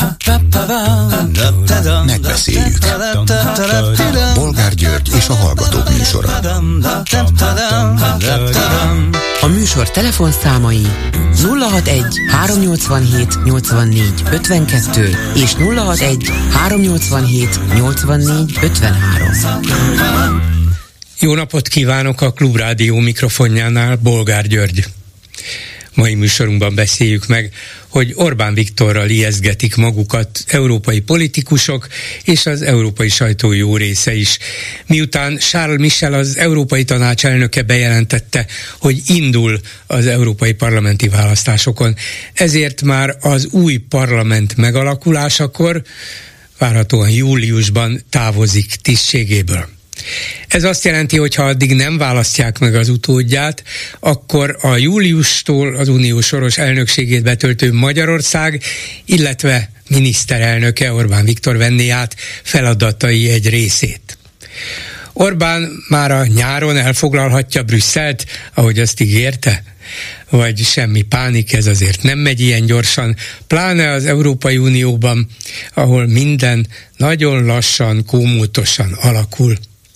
Megbeszéljük. Bolgár György és a Hallgatók műsora. A műsor telefonszámai 061 387 84 52 és 061 387 84 53. Jó napot kívánok, a Klubrádió mikrofonjánál Bolgár György. Mai műsorunkban beszéljük meg, hogy Orbán Viktorral ijesztgetik magukat európai politikusok és az európai sajtó jó része is. Miután Charles Michel, az Európai Tanács elnöke bejelentette, hogy indul az európai parlamenti választásokon, ezért már az új parlament megalakulásakor, várhatóan júliusban távozik tisztségéből. Ez azt jelenti, hogy ha addig nem választják meg az utódját, akkor a júliustól az unió soros elnökségét betöltő Magyarország, illetve miniszterelnöke Orbán Viktor venné át feladatai egy részét. Orbán már a nyáron elfoglalhatja Brüsszelt, ahogy azt ígérte? Vagy semmi pánik, ez azért nem megy ilyen gyorsan, pláne az Európai Unióban, ahol minden nagyon lassan, kómultosan alakul.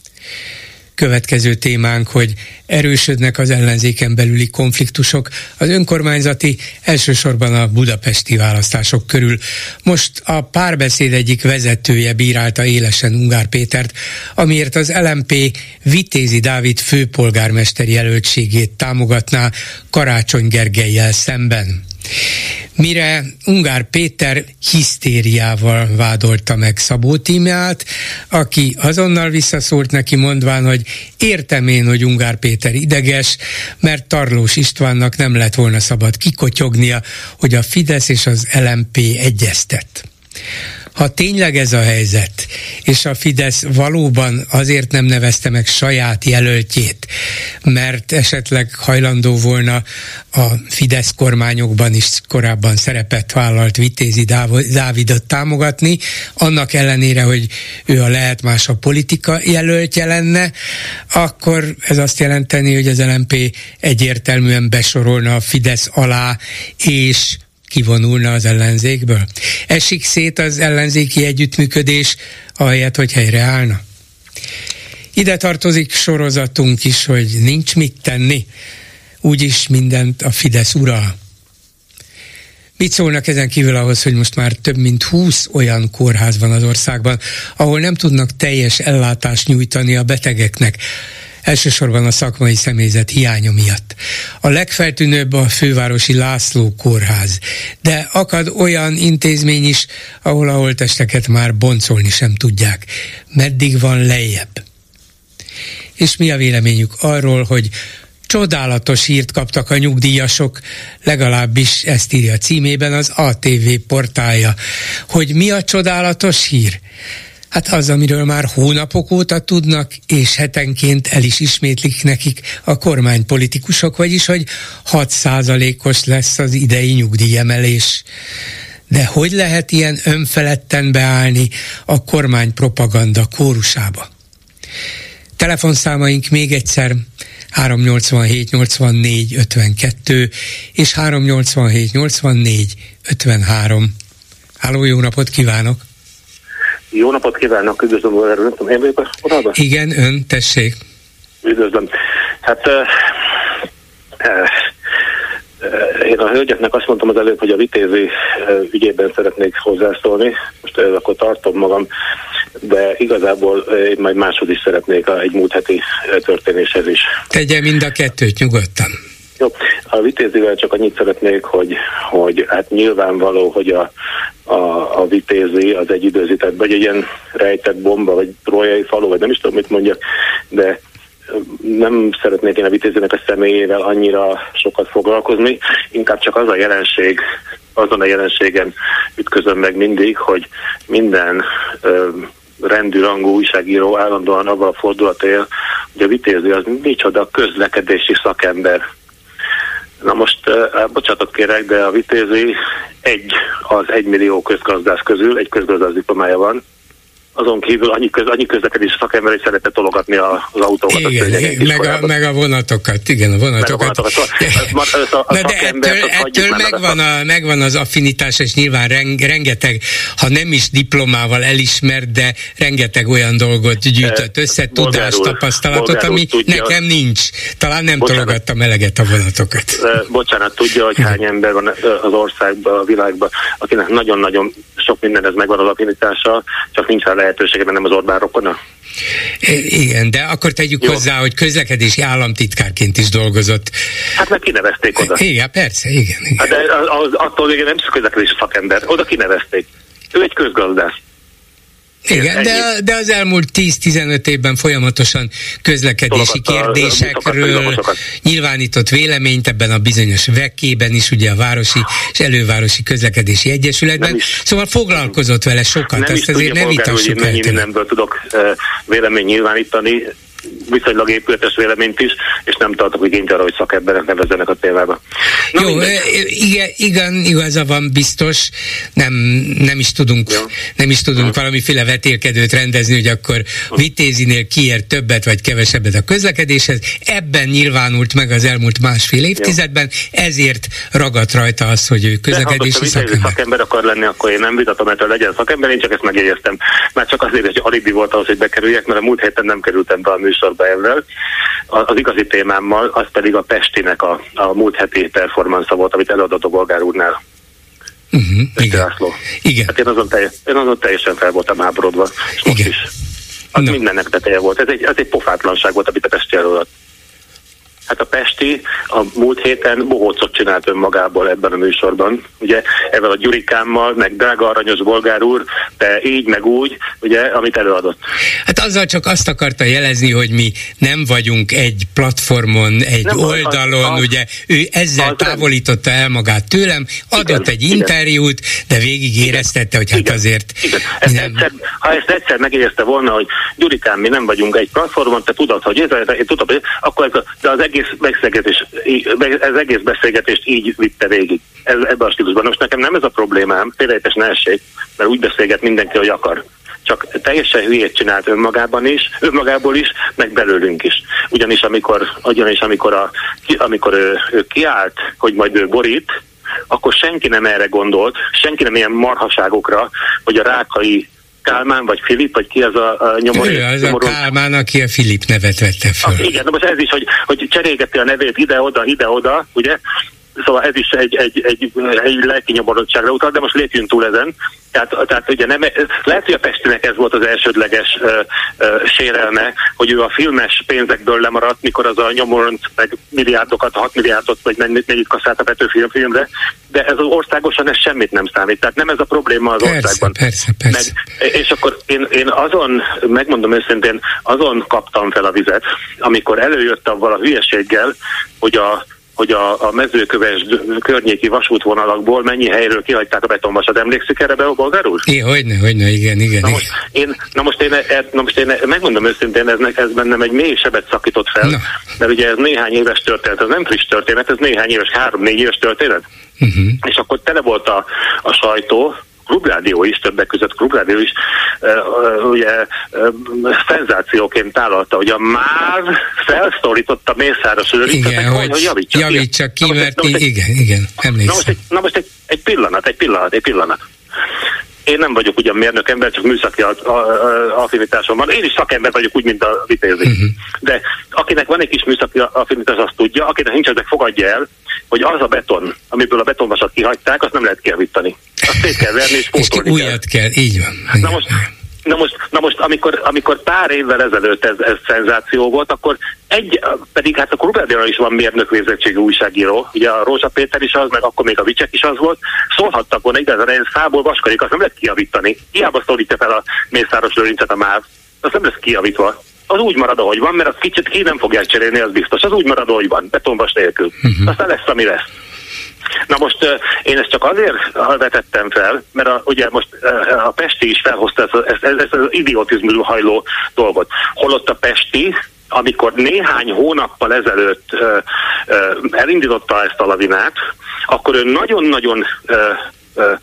Következő témánk, hogy erősödnek az ellenzéken belüli konfliktusok az önkormányzati, elsősorban a budapesti választások körül. Most a Párbeszéd egyik vezetője bírálta élesen Ungár Pétert, amiért az LMP Vitézi Dávid főpolgármester jelöltségét támogatná Karácsony Gergellyel szemben. Mire Ungár Péter hisztériával vádolta meg Szabó Tímeát, aki azonnal visszaszólt neki mondván, hogy értem én, hogy Ungár Péter ideges, mert Tarlós Istvánnak nem lett volna szabad kikotyognia, hogy a Fidesz és az LMP egyeztet. Ha tényleg ez a helyzet, és a Fidesz valóban azért nem nevezte meg saját jelöltjét, mert esetleg hajlandó volna a Fidesz kormányokban is korábban szerepet vállalt Vitézi Dávidot támogatni, annak ellenére, hogy ő a lehet más a politika jelöltje lenne, akkor ez azt jelenteni, hogy az LMP egyértelműen besorolna a Fidesz alá, és kivonulna az ellenzékből? Esik szét az ellenzéki együttműködés, ahelyett, hogy helyreállna? Ide tartozik sorozatunk is, hogy nincs mit tenni, úgyis mindent a Fidesz ural. Mit szólnak ezen kívül ahhoz, hogy most már több mint 20 olyan kórház van az országban, ahol nem tudnak teljes ellátást nyújtani a betegeknek, elsősorban a szakmai személyzet hiánya miatt. A legfeltűnőbb a fővárosi László kórház, de akad olyan intézmény is, ahol a holttesteket már boncolni sem tudják. Meddig van lejjebb? És mi a véleményük arról, hogy csodálatos hírt kaptak a nyugdíjasok, legalábbis ezt írja címében az ATV portálja. Hogy mi a csodálatos hír? Hát az, amiről már hónapok óta tudnak, és hetenként el is ismétlik nekik a kormánypolitikusok, vagyis, hogy 6%-os lesz az idei nyugdíjemelés. De hogy lehet ilyen önfeledten beállni a kormány propaganda kórusába? Telefonszámaink még egyszer 387 84 52 és 387 84 53. Háló, jó napot kívánok! Jó napot kívánok, üdvözlöm, nem tudom, én vagyok a vonalban? Igen, ön, tessék. Üdvözlöm. Hát én a hölgyeknek azt mondtam az előbb, hogy a Vitézi ügyében szeretnék hozzászólni, most akkor tartom magam, de igazából én majd máshoz is szeretnék egy múlt heti történéshez is. Tegye mind a kettőt nyugodtan. Jó, a Vitézivel csak annyit szeretnék, hogy hát nyilvánvaló, hogy a Vitézi az egy időzített, vagy egy ilyen rejtett bomba, vagy trójai falu, vagy nem is tudom, mit mondjak, de nem szeretnék én a Vitézinek a személyével annyira sokat foglalkozni, inkább csak az a jelenség, azon a jelenségen ütközöm meg mindig, hogy minden rendű rangú újságíró állandóan avval a fordulat él, hogy a Vitézi az micsoda közlekedési szakember. Na most, bocsánatot kérek, de a Vitézi az 1 millió közgazdász közül egy közgazdász diplomája van, azon kívül annyi közlekedési szakember is szerette tologatni az autókat. Igen, meg a vonatokat, igen, a vonatokat. Na de ettől megvan az affinitás, és nyilván rengeteg, ha nem is diplomával elismert, de rengeteg olyan dolgot gyűjtött össze, tudást, tapasztalatot, ami nekem nincs. Talán nem tologattam eleget a vonatokat. Bocsánat, tudja, hogy hány ember van az országban, a világban, akinek nagyon-nagyon sok mindenhez megvan az affinitása, csak nincs rá lehetősége, mert nem az Orbán rokona. Igen, de akkor tegyük hozzá, hogy közlekedési államtitkárként is dolgozott. Hát meg kinevezték oda. Igen, persze, igen. Hát de attól végén nem közlekedési szakember, oda kinevezték. Ő egy közgazdász. Igen, de az elmúlt 10-15 évben folyamatosan közlekedési kérdésekről nyilvánított véleményt ebben a bizonyos VEK-ben is, ugye a Városi és Elővárosi Közlekedési Egyesületben, szóval foglalkozott vele sokat, nem ezt azért ne vitassuk el. Mennyi mindenből tudok vélemény nyilvánítani, viszonylag épületes véleményt is, és nem tartok igényt arra, hogy szakemberek nevezzenek a témába. Jó, igen, igaza van, biztos, nem is tudunk valamiféle vetélkedőt rendezni, hogy akkor Vitézinél kiér többet vagy kevesebbet a közlekedéshez. Ebben nyilvánult meg az elmúlt másfél évtizedben, ezért ragadt rajta az, hogy ő közlekedési szakember akar lenni, akkor én nem vitatom, mert legyen szakember, én csak ezt megjegyeztem. Már csak azért, hogy alibi volt ahhoz, hogy bekerüljek, mert a múlt héten nem kerültem be a műsorba ezzel. Az igazi témámmal, az pedig a Pestinek a múlt heti performance volt, amit előadott a Bolgár úrnál. Igen. Hát én azon teljesen fel voltam háborodva, és most is. Az mindennek teteje volt. Ez egy pofátlanság volt, amit a Pesti előadott. Hát a Pesti a múlt héten bohócot csinált önmagából ebben a műsorban, ugye, ezzel a Gyurikámmal, meg drága aranyos Bolgár úr, de így meg úgy, ugye, amit előadott. Hát azzal csak azt akarta jelezni, hogy mi nem vagyunk egy platformon, egy oldalon, ugye, ő ezzel távolította el magát tőlem, adott egy interjút, de végig éreztette, hogy hát azért... Ha ezt egyszer megérezte volna, hogy Gyurikám, mi nem vagyunk egy platformon, te tudod, hogy én tudom, akkor az egész beszélgetést így vitte végig. Ebben a stílusban. Most nekem nem ez a problémám, félrejtés ne essék, mert úgy beszélget mindenki, hogy akar. Csak teljesen hülyét csinált önmagából is, meg belőlünk is. Ugyanis amikor ő kiállt, hogy majd ő borít, akkor senki nem erre gondolt, senki nem ilyen marhaságokra, hogy a Rákai Kálmán, vagy Filip, vagy ki az a nyomorú? Ő az a Kálmán, aki a Filip nevet vette fel. Igen, de most ez is, hogy cserégeti a nevét ide-oda, ugye? Szóval ez is egy lelki nyomorodottságra utal, de most lépjünk túl ezen. Tehát ugye lehet, hogy a Pestinek ez volt az elsődleges sérelme, hogy ő a filmes pénzekből lemaradt, mikor az a nyomoront meg milliárdokat, 6 milliárdot, vagy mennyit kasszált a Petőfi filmre, de ez az országosan ez semmit nem számít. Tehát nem ez a probléma az országban. Persze. És akkor én azon, megmondom őszintén, azon kaptam fel a vizet, amikor előjött avval a hülyeséggel, hogy a Mezőköves környéki vasútvonalakból mennyi helyről kihagyták a betonvasat. Emlékszik erre be, Bolgár úr? Hogyne, igen. Na most én megmondom őszintén, ez bennem egy mély sebet szakított fel, mert ugye ez néhány éves történet, ez nem friss történet, ez néhány éves, 3-4 éves történet. És akkor tele volt a sajtó, Klubrádió is, többek között Klubrádió is ugye szenzációként tálalta, hogy a MÁV felszólította Mészáros Lőrincet, hogy javítsa ki, mert igen, emlékszem. Na most egy pillanat. Én nem vagyok ugyan mérnök ember, csak műszaki affinitásom van. Én is szakember vagyok, úgy, mint a Vitézi. De akinek van egy kis műszaki affinitás, azt tudja, akinek nincs, ezek fogadja el, hogy az a beton, amiből a betonvasat kihagyták, azt nem lehet kijavítani. Azt szét kell verni, és pótolni kell. Újat kell, így van. Na most, amikor pár évvel ezelőtt ez szenzáció volt, akkor pedig hát a Klubrádióra is van mérnökvégzettségű újságíró, ugye a Rózsa Péter is az, meg akkor még a Vicsek is az volt, szólhattak volna igazán, ez fából vaskarik, azt nem lehet kijavítani. Hiába szólítja fel a Mészáros Lőrincet a MÁV, azt nem lesz kijavítva. Az úgy marad, ahogy van, mert az kicsit ki nem fogják cserélni, az biztos. Az úgy marad, ahogy van, betonvas nélkül. Aztán lesz, ami lesz. Na most én ezt csak azért vetettem fel, mert ugye most a Pesti is felhozta ezt az idiotizmusba hajló dolgot. Holott a Pesti, amikor néhány hónappal ezelőtt elindította ezt a lavinát, akkor ő nagyon-nagyon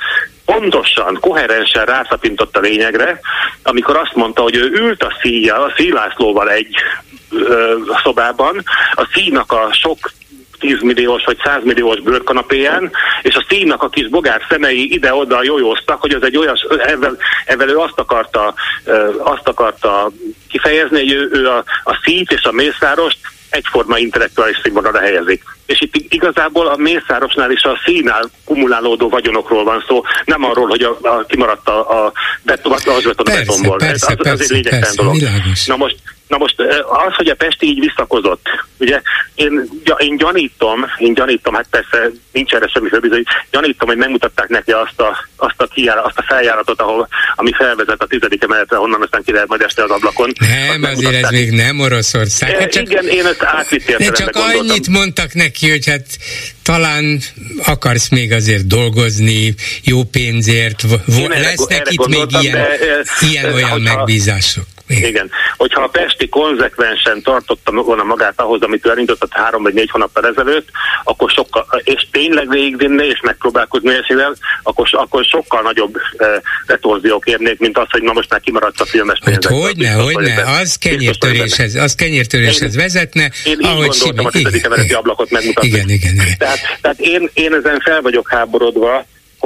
pontosan, koherensen rászapintott a lényegre, amikor azt mondta, hogy ő ült a Szíj Lászlóval egy szobában, a Szíjnak a sok 10 milliós vagy 100 milliós bőrkanapéján, és a Szíjnak a kis bogár szemei ide-oda jójóztak, hogy az egy olyan, ezzel ő azt akarta kifejezni, hogy ő a Szíjt és a Mészárost egyforma intellektuális színvonalra helyezik. És itt igazából a Mészárosnál és a Színál kumulálódó vagyonokról van szó, nem arról, hogy kimaradt a betonból. Ez egy lényegtelen dolog. Na most az, hogy a Pesti így visszakozott, ugye én gyanítom, hát persze nincs erre semmi bizony, gyanítom, hogy megmutatták neki azt a feljáratot, ami felvezet a 10. emeletre, honnan aztán ki lehet majd este az ablakon. Nem, azért ez még nem Oroszország. Igen, én ezt átvitt értelemben csak gondoltam. Annyit mondtak neki, hogy hát talán akarsz még azért dolgozni, jó pénzért, lesznek itt még ilyen-olyan megbízások. Igen. Hogyha a Pesti konzekvensen tartotta volna magát ahhoz, amit ő elindított 3 vagy 4 hónappal ezelőtt, akkor sokkal, és tényleg végigvinné, és megpróbálkozni esélyel, akkor sokkal nagyobb retorziók érnék, mint az, hogy na most már kimaradt a filmes pénzek. Hogyne, az kenyértöréshez vezetne. Én így gondoltam a 10. emeleti ablakot megmutatni. Igen. Tehát én ezen fel vagyok háborodva,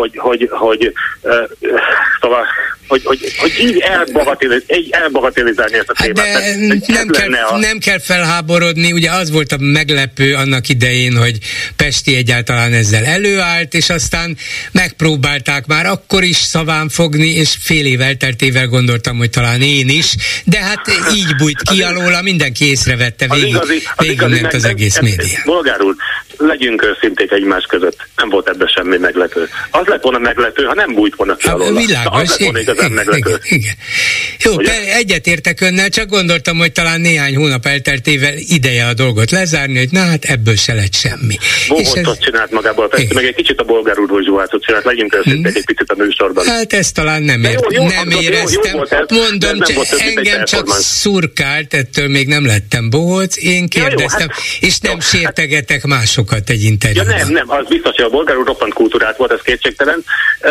hogy így elbagatelizálni ezt a témát. Nem kell felháborodni, ugye az volt a meglepő annak idején, hogy Pesti egyáltalán ezzel előállt, és aztán megpróbálták már akkor is szaván fogni, és fél év elteltével gondoltam, hogy talán én is, de hát így bújt ki alóla, mindenki észrevette, végigment az egész média. Bolgár úr, legyünk őszinték egymás között, nem volt ebben semmi meglepő. Az lett volna meglepő, ha nem bújt volna ki alóla. Világos, igen. Jó, egyetértek önnel, csak gondoltam, hogy talán néhány hónap elteltével ideje a dolgot lezárni, hogy na hát ebből se lett semmi. Bohócot csinált magából, persze, meg egy kicsit a Bolgár úrhoz zsuhácot csinált, legyünk őszinték egy picit a műsorban. Hát ezt talán nem éreztem. Mondom, engem csak szurkált, ettől még nem lettem bohóc, én kérdeztem, és nem sértegetek másokat egy interjúban. Nem, az biztos, hogy a Bolgár úr roppant kultúrát volt, ez kétségtelen,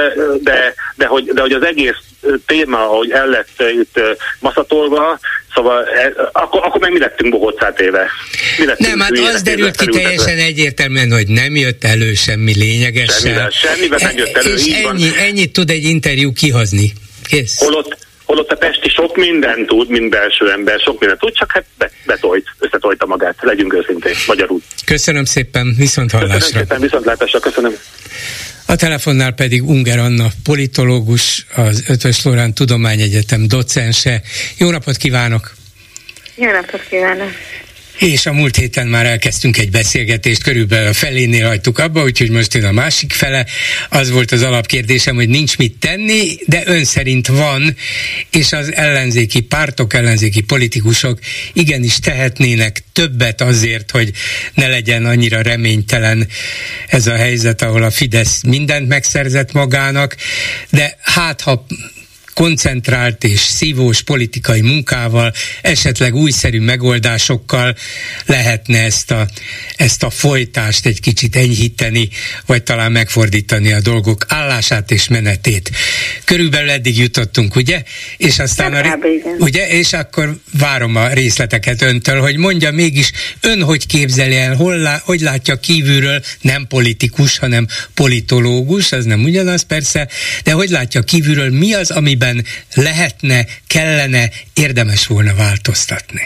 de hogy az egész téma, hogy el lett itt maszatolva, szóval akkor meg mi lettünk bohóccát éve. Nem, hát az derült ki teljesen egyértelműen, hogy nem jött elő semmi lényegesen. Semmivel nem jött elő, és ennyit tud egy interjú kihozni. Kész. Holott a Pesti sok mindent tud, mint belső ember, sok mindent tud, csak hát összetolta magát, legyünk őszintén, magyarul. Köszönöm szépen, viszonthallásra. Köszönöm szépen, viszontlátásra, köszönöm. A telefonnál pedig Unger Anna politológus, az Eötvös Loránd Tudományegyetem docense. Jó napot kívánok! Jó napot kívánok! És a múlt héten már elkezdtünk egy beszélgetést, körülbelül a felénél hagytuk abba, úgyhogy most jön a másik fele. Az volt az alapkérdésem, hogy nincs mit tenni, de ön szerint van, és az ellenzéki pártok, ellenzéki politikusok igenis tehetnének többet azért, hogy ne legyen annyira reménytelen ez a helyzet, ahol a Fidesz mindent megszerzett magának, de hát ha koncentrált és szívós politikai munkával, esetleg újszerű megoldásokkal lehetne ezt a folytást egy kicsit enyhíteni, vagy talán megfordítani a dolgok állását és menetét. Körülbelül eddig jutottunk, ugye? És aztán ugye? És akkor várom a részleteket öntől, hogy mondja mégis ön hogy képzeli el, hogy látja kívülről, nem politikus, hanem politológus, az nem ugyanaz persze, de hogy látja kívülről, mi az, amiben lehetne, kellene, érdemes volna változtatni?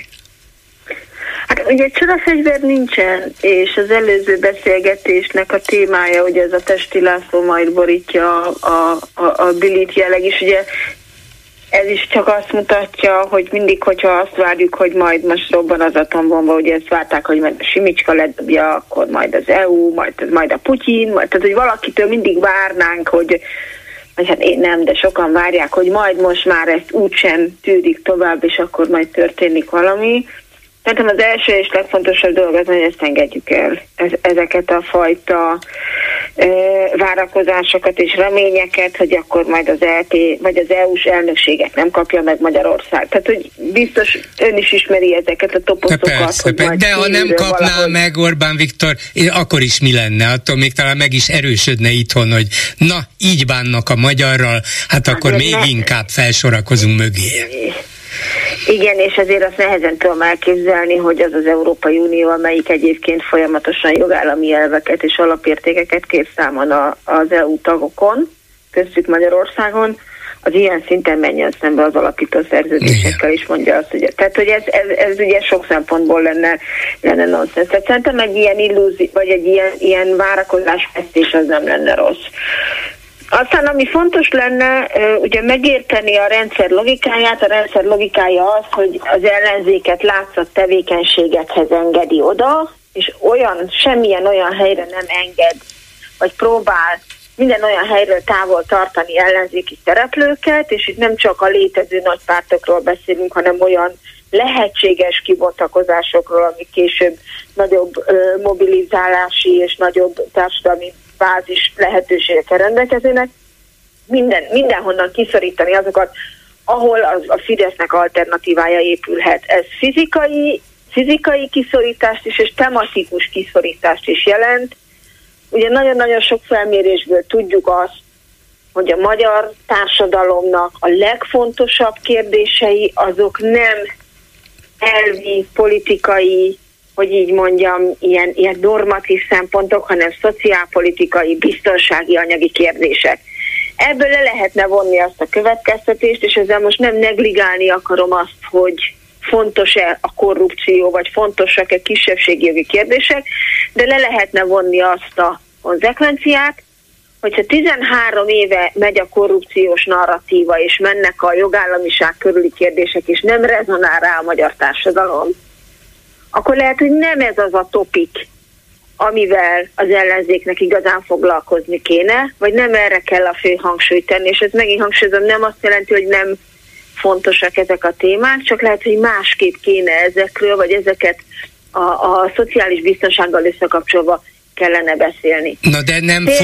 Hát ugye csodafegyver nincsen, és az előző beszélgetésnek a témája, hogy ez a Pesti László majd borítja a Bilit jelleg is, ugye ez is csak azt mutatja, hogy mindig, hogyha azt várjuk, hogy majd most robban az atombomba, ugye ezt várták, hogy majd a Simicska ledobja, akkor majd az EU, majd a Putyin, tehát hogy valakitől mindig várnánk, hogy hát én nem, de sokan várják, hogy majd most már ezt úgysem tűrik tovább, és akkor majd történik valami. Szerintem az első és legfontosabb dolog az, hogy ezt engedjük el. Ezeket a fajta várakozásokat és reményeket, hogy akkor majd az EP vagy az EU-s elnökséget nem kapja meg Magyarország. Tehát, hogy biztos ön is ismeri ezeket a toposzokat. De ha nem kapná valahogy meg Orbán Viktor, akkor is mi lenne? Attól még talán meg is erősödne itthon, hogy na, így bánnak a magyarral, hát akkor még inkább felsorakozunk mögé. Igen, és ezért azt nehezen tudom elképzelni, hogy az Európai Unió, amelyik egyébként folyamatosan jogállami elveket és alapértékeket kér számon az EU tagokon, köztük Magyarországon, az ilyen szinten menjen szembe az alapító szerződésekkel, és mondja azt, hogy, tehát, hogy ez ugye sok szempontból lenne nonsens. Tehát szerintem egy ilyen illúzió, vagy egy ilyen várakozásvesztés az nem lenne rossz. Aztán ami fontos lenne, ugye megérteni a rendszer logikáját. A rendszer logikája az, hogy az ellenzéket látszott tevékenységekhez engedi oda, és semmilyen olyan helyre nem enged, vagy próbál minden olyan helyről távol tartani ellenzéki szereplőket, és itt nem csak a létező nagy pártokról beszélünk, hanem olyan lehetséges kibontakozásokról, amik később nagyobb mobilizálási és nagyobb társadalmi bázis lehetőségekkel rendelkezőnek, mindenhonnan kiszorítani azokat, ahol a Fidesznek alternatívája épülhet. Ez fizikai kiszorítást is, és tematikus kiszorítást is jelent. Ugye nagyon-nagyon sok felmérésből tudjuk azt, hogy a magyar társadalomnak a legfontosabb kérdései azok nem elvi, politikai, hogy így mondjam, ilyen normatív szempontok, hanem szociálpolitikai, biztonsági, anyagi kérdések. Ebből le lehetne vonni azt a következtetést, és ezzel most nem negligálni akarom azt, hogy fontos-e a korrupció, vagy fontosak-e kisebbségi jogi kérdések, de le lehetne vonni azt a konzekvenciát, hogyha 13 éve megy a korrupciós narratíva, és mennek a jogállamiság körüli kérdések, és nem rezonál rá a magyar társadalom, akkor lehet, hogy nem ez az a topik, amivel az ellenzéknek igazán foglalkozni kéne, vagy nem erre kell a fő hangsúlyt tenni, és ez megint hangsúlyozom, nem azt jelenti, hogy nem fontosak ezek a témák, csak lehet, hogy másképp kéne ezekről, vagy ezeket a szociális biztonsággal összekapcsolva kellene beszélni. Na de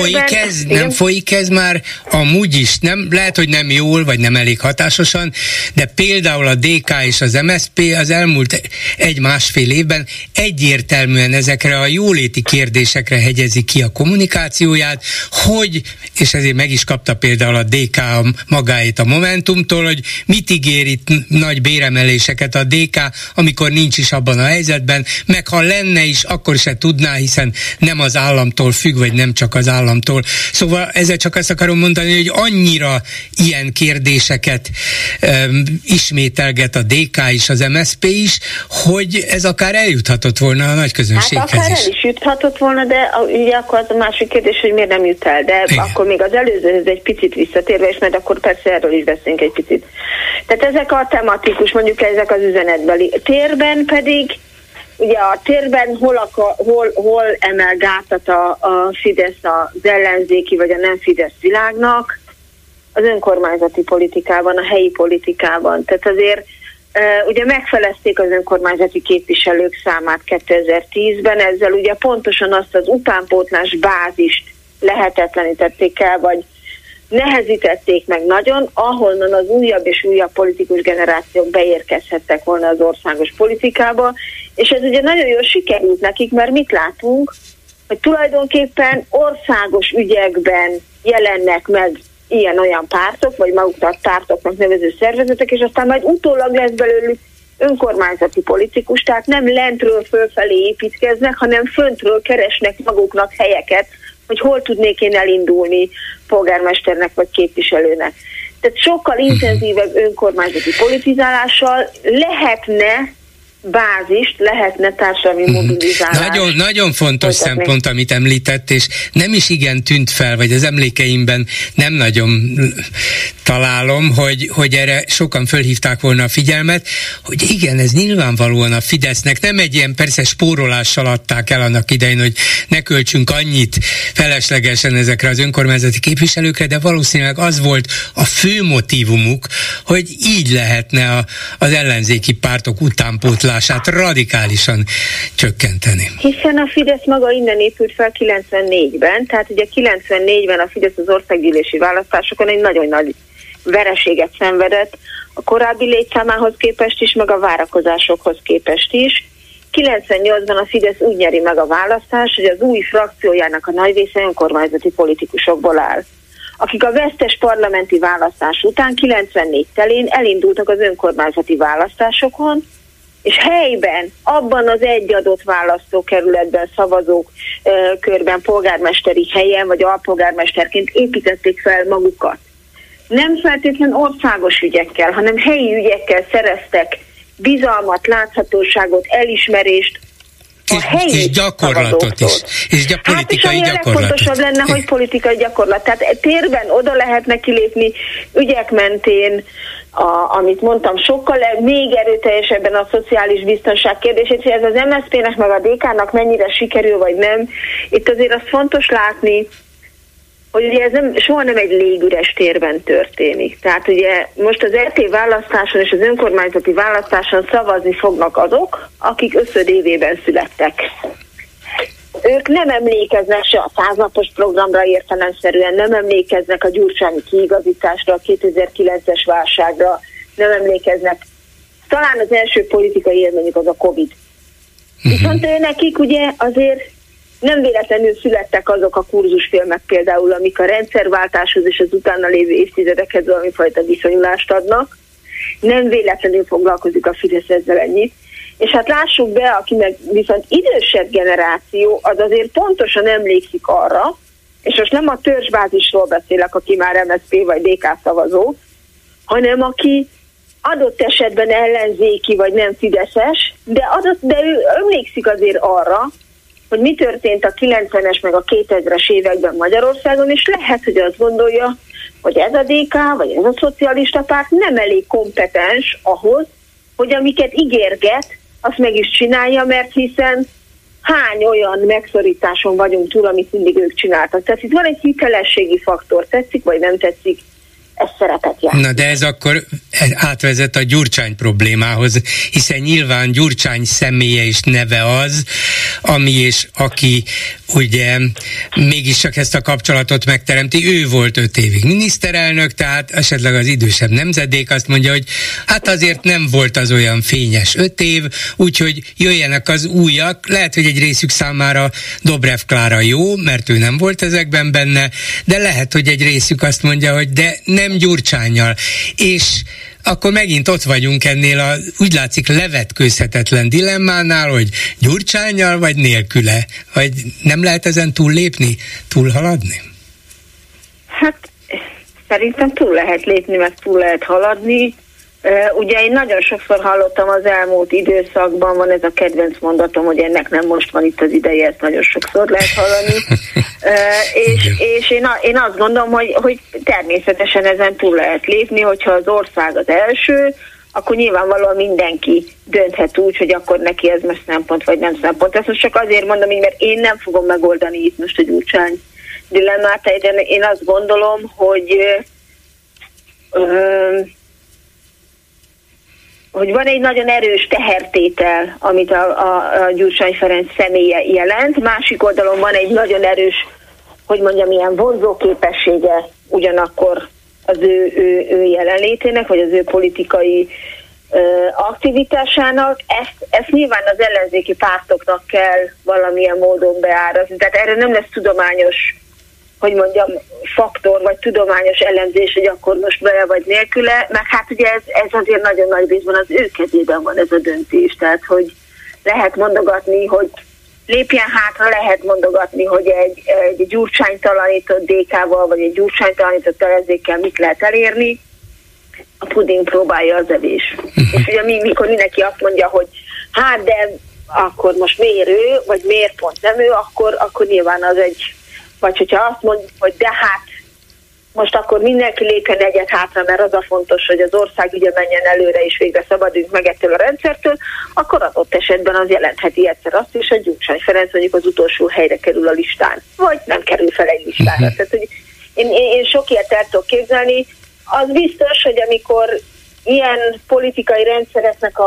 nem folyik ez már amúgy is, nem, lehet, hogy nem jól, vagy nem elég hatásosan, de például a DK és az MSZP az elmúlt 1-1,5 évben egyértelműen ezekre a jóléti kérdésekre hegyezi ki a kommunikációját, hogy, és ezért meg is kapta például a DK magáét a Momentumtól, hogy mit ígér itt nagy béremeléseket a DK, amikor nincs is abban a helyzetben, meg ha lenne is, akkor se tudná, hiszen nem az államtól függ, vagy nem csak az államtól. Szóval ezzel csak azt akarom mondani, hogy annyira ilyen kérdéseket ismételget a DK is, az MSZP is, hogy ez akár eljuthatott volna a nagy közönséghez akár el is juthatott volna, de ugye akkor az a másik kérdés, hogy miért nem jut el. De igen, akkor még az előzőhöz egy picit visszatérve, és majd akkor persze erről is beszélünk egy picit. Tehát ezek a tematikus, mondjuk ezek az üzenetbeli. Térben pedig ugye a térben hol emel gátat a Fidesz az ellenzéki vagy a nem Fidesz világnak? Az önkormányzati politikában, a helyi politikában. Tehát azért ugye megfelezték az önkormányzati képviselők számát 2010-ben, ezzel ugye pontosan azt az utánpótlás bázist lehetetlenítették el, vagy nehezítették meg nagyon, ahonnan az újabb és újabb politikus generációk beérkezhettek volna az országos politikába, és ez ugye nagyon jól sikerült nekik, mert mit látunk, hogy tulajdonképpen országos ügyekben jelennek meg ilyen-olyan pártok, vagy magukat pártoknak nevező szervezetek, és aztán majd utólag lesz belőlük önkormányzati politikus, tehát nem lentről fölfelé építkeznek, hanem föntről keresnek maguknak helyeket, hogy hol tudnék én elindulni polgármesternek vagy képviselőnek. Tehát sokkal intenzívebb önkormányzati politizálással lehetne bázist, lehetne társadalmi mobilizálás. Nagyon fontos szempont, amit említett, és nem is igen tűnt fel, vagy az emlékeimben nem nagyon találom, hogy erre sokan fölhívták volna a figyelmet, hogy igen, ez nyilvánvalóan a Fidesznek nem egy ilyen persze spórolással adták el annak idején, hogy ne költsünk annyit feleslegesen ezekre az önkormányzati képviselőkre, de valószínűleg az volt a fő motívumuk, hogy így lehetne az ellenzéki pártok utánpótlása beoszlását radikálisan csökkenteni. Hiszen a Fidesz maga innen épült fel 94-ben, tehát ugye 94-ben a Fidesz az országgyűlési választásokon egy nagyon nagy vereséget szenvedett a korábbi létszámához képest is, meg a várakozásokhoz képest is. 98-ban a Fidesz úgy nyeri meg a választást, hogy az új frakciójának a nagy része önkormányzati politikusokból áll, akik a vesztes parlamenti választás után 94 telén elindultak az önkormányzati választásokon, és helyben, abban az egy adott választókerületben, szavazók körben, polgármesteri helyen, vagy alpolgármesterként építették fel magukat. Nem feltétlen országos ügyekkel, hanem helyi ügyekkel szereztek bizalmat, láthatóságot, elismerést a helyi és gyakorlatot is. És politikai gyakorlatot. Hát és ami a legfontosabb lenne, hogy politikai gyakorlat. Tehát térben oda lehetne kilépni ügyek mentén, amit mondtam, sokkal még erőteljesebben a szociális biztonság kérdését, hogy ez az MSZP-nek meg a DK-nak mennyire sikerül, vagy nem. Itt azért az fontos látni, hogy ugye ez soha nem egy légüres térben történik. Tehát ugye most az RT választáson és az önkormányzati választáson szavazni fognak azok, akik összödévében születtek. Ők nem emlékeznek se a 100 napos programra értelemszerűen, nem emlékeznek a gyurcsányi kiigazításra, a 2009-es válságra, nem emlékeznek. Talán az első politikai élményük az a Covid. Viszont nekik ugye azért nem véletlenül születtek azok a kurzusfilmek például, amik a rendszerváltáshoz és az utána lévő évtizedekhez valamifajta viszonyulást adnak. Nem véletlenül foglalkozik a Fidesz ezzel ennyit. És hát lássuk be, aki meg viszont idősebb generáció, az azért pontosan emlékszik arra, és most nem a törzsbázisról beszélek, aki már MSZP vagy DK szavazó, hanem aki adott esetben ellenzéki vagy nem fideszes, de ő emlékszik azért arra, hogy mi történt a 90-es meg a 2000-es években Magyarországon, és lehet, hogy azt gondolja, hogy ez a DK, vagy ez a szocialista párt nem elég kompetens ahhoz, hogy amiket ígérget, azt meg is csinálja, mert hiszen hány olyan megszorításon vagyunk túl, amit mindig ők csináltak. Tehát itt van egy hitelességi faktor, tetszik vagy nem tetszik, ez szerepet játszik. Na de ez akkor átvezet a Gyurcsány problémához, hiszen nyilván Gyurcsány személye és neve az, ami és aki ugye mégis csak ezt a kapcsolatot megteremti. Ő volt 5 évig miniszterelnök, tehát esetleg az idősebb nemzedék azt mondja, hogy hát azért nem volt az olyan fényes 5 év, úgyhogy jöjjenek az újak. Lehet, hogy egy részük számára Dobrev Klára jó, mert ő nem volt ezekben benne, de lehet, hogy egy részük azt mondja, hogy de nem Gyurcsánnyal. És akkor megint ott vagyunk ennél a úgy látszik levetkőzhetetlen dilemmánál, hogy Gyurcsánnyal vagy nélküle? Vagy nem lehet ezen túllépni, túlhaladni? Hát szerintem túl lehet lépni, meg túl lehet haladni. Ugye én nagyon sokszor hallottam az elmúlt időszakban, van ez a kedvenc mondatom, hogy ennek nem most van itt az ideje, ezt nagyon sokszor lehet hallani. És én azt gondolom, hogy természetesen ezen túl lehet lépni, hogyha az ország az első, akkor nyilvánvalóan mindenki dönthet úgy, hogy akkor neki ez most szempont, vagy nem szempont. Ezt most csak azért mondom, mert én nem fogom megoldani itt most a Gyurcsány dilemmát, én azt gondolom, hogy van egy nagyon erős tehertétel, amit a Gyurcsány Ferenc személye jelent, másik oldalon van egy nagyon erős, hogy mondjam, ilyen vonzó képessége ugyanakkor az ő jelenlétének, vagy az ő politikai aktivitásának. Ezt nyilván az ellenzéki pártoknak kell valamilyen módon beárazni. Tehát erre nem lesz tudományos, hogy mondjam, faktor, vagy tudományos elemzés, hogy akkor most bele vagy nélküle, meg hát ugye ez azért nagyon nagy részben az ő kezében van ez a döntés, tehát hogy lehet mondogatni, hogy lépjen hátra, lehet mondogatni, hogy egy gyurcsánytalanított DK-val, vagy egy gyurcsánytalanított ellenzékkel mit lehet elérni, a puding próbálja az evés. És ugye mikor mindenki azt mondja, hogy hát de akkor most miért ő, vagy miért pont nem ő, akkor nyilván az egy, vagy hogyha azt mondjuk, hogy de hát most akkor mindenki lépjen egyet hátra, mert az a fontos, hogy az ország ugye menjen előre, és végre szabaduljunk meg ettől a rendszertől, akkor adott esetben az jelentheti egyszer azt is, hogy Gyurcsány Ferenc mondjuk az utolsó helyre kerül a listán, vagy nem kerül fel egy listára. Tehát, hogy én sok ilyet el tudok képzelni. Az biztos, hogy amikor ilyen politikai rendszereknek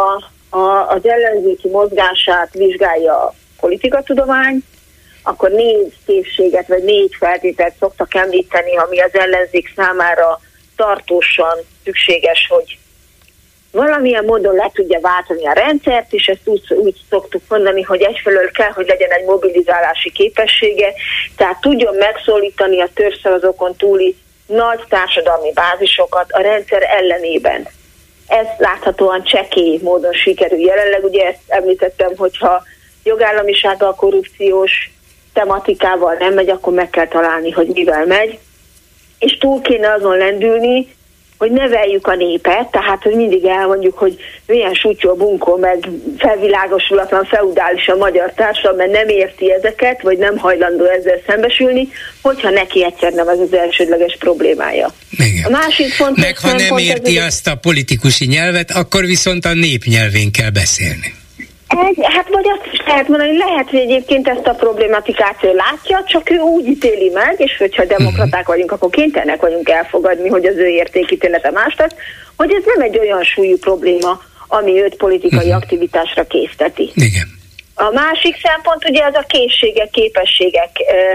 az ellenzéki mozgását vizsgálja a politikatudomány, akkor 4 készséget vagy 4 feltételt szoktak említeni, ami az ellenzék számára tartósan szükséges, hogy valamilyen módon le tudja váltani a rendszert, és ezt úgy szoktuk mondani, hogy egyfelől kell, hogy legyen egy mobilizálási képessége, tehát tudjon megszólítani a törzszavazókon túli nagy társadalmi bázisokat a rendszer ellenében. Ez láthatóan csekély módon sikerül jelenleg. Ugye ezt említettem, hogyha jogállamisággal, korrupciós tematikával nem megy, akkor meg kell találni, hogy mivel megy. És túl kéne azon lendülni, hogy neveljük a népet, tehát hogy mindig elmondjuk, hogy milyen sútyó bunkó, meg felvilágosulatlan, feudális a magyar társadalom, mert nem érti ezeket, vagy nem hajlandó ezzel szembesülni, hogyha neki egyszer nem az elsődleges problémája. Igen. A másik fontos meg ha nem érti azt a politikusi nyelvet, akkor viszont a népnyelvén kell beszélni. Hát vagy azt is lehet mondani, lehet, hogy egyébként ezt a problématikát ő látja, csak ő úgy ítéli meg, és hogyha demokraták vagyunk, akkor kénytelenek vagyunk elfogadni, hogy az ő értékítélete más lesz, hogy ez nem egy olyan súlyú probléma, ami őt politikai aktivitásra készteti. Igen. A másik szempont ugye az a készségek, képességek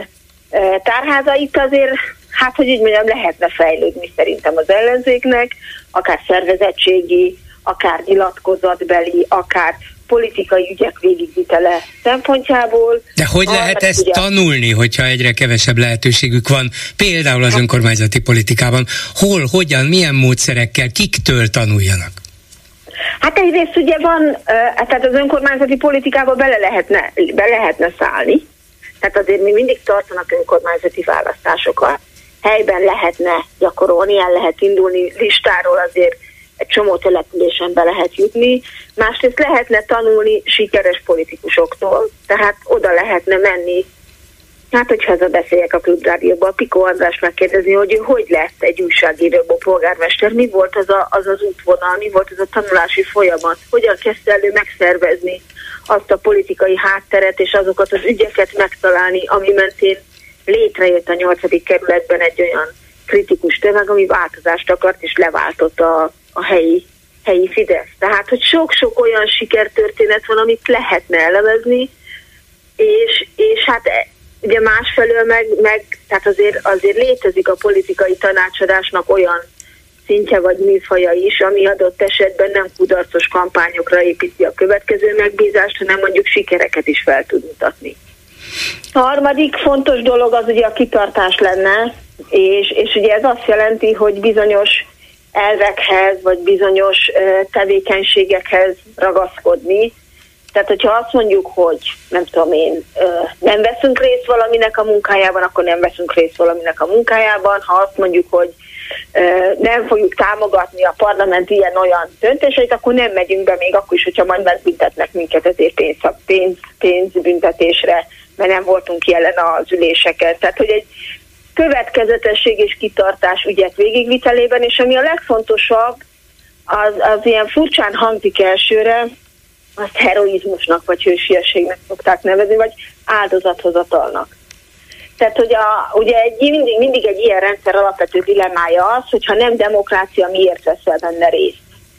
tárháza. Itt azért, hát hogy így mondjam, lehetne fejlődni szerintem az ellenzéknek, akár szervezettségi, akár nyilatkozatbeli, akár politikai ügyek végigvitele szempontjából. De hogy lehet ezt tanulni, hogyha egyre kevesebb lehetőségük van, például az önkormányzati politikában? Hol, hogyan, milyen módszerekkel, kiktől tanuljanak? Hát egyrészt ugye van, tehát az önkormányzati politikába bele lehetne szállni. Tehát azért még mindig tartanak önkormányzati választásokat. Helyben lehetne gyakorolni, el lehet indulni, listáról azért egy csomó településen be lehet jutni. Másrészt lehetne tanulni sikeres politikusoktól, tehát oda lehetne menni. Hát, hogyha beszéljek a Klubrádióban, a Piko András megkérdezni, hogy ő hogy lett egy újságíróból polgármester, mi volt az útvonal, mi volt az a tanulási folyamat, hogyan kezdte elő megszervezni azt a politikai hátteret és azokat az ügyeket megtalálni, ami mentén létrejött a 8. kerületben egy olyan kritikus tömeg, ami változást akart és leváltotta a helyi Fidesz. Tehát, hogy sok-sok olyan sikertörténet van, amit lehetne elemezni, és hát ugye másfelől meg tehát azért létezik a politikai tanácsadásnak olyan szintje vagy műfaja is, ami adott esetben nem kudarcos kampányokra építi a következő megbízást, hanem mondjuk sikereket is fel tud mutatni. A harmadik fontos dolog az ugye a kitartás lenne, és ugye ez azt jelenti, hogy bizonyos elvekhez, vagy bizonyos tevékenységekhez ragaszkodni. Tehát, hogyha azt mondjuk, hogy nem tudom én, nem veszünk részt valaminek a munkájában, akkor nem veszünk részt valaminek a munkájában. Ha azt mondjuk, hogy nem fogjuk támogatni a parlament ilyen-olyan döntéseit, akkor nem megyünk be, még akkor is, hogyha majd megbüntetnek minket ezért pénzbüntetésre, mert nem voltunk jelen az üléseken. Tehát, hogy egy következetesség és kitartás ügyek végigvitelében, és ami a legfontosabb, az ilyen furcsán hangzik elsőre, azt heroizmusnak vagy hősiességnek szokták nevezni, vagy áldozathozatalnak. Tehát, hogy ugye mindig egy ilyen rendszer alapvető dilemmája az, hogyha nem demokrácia, miért veszel benne részt.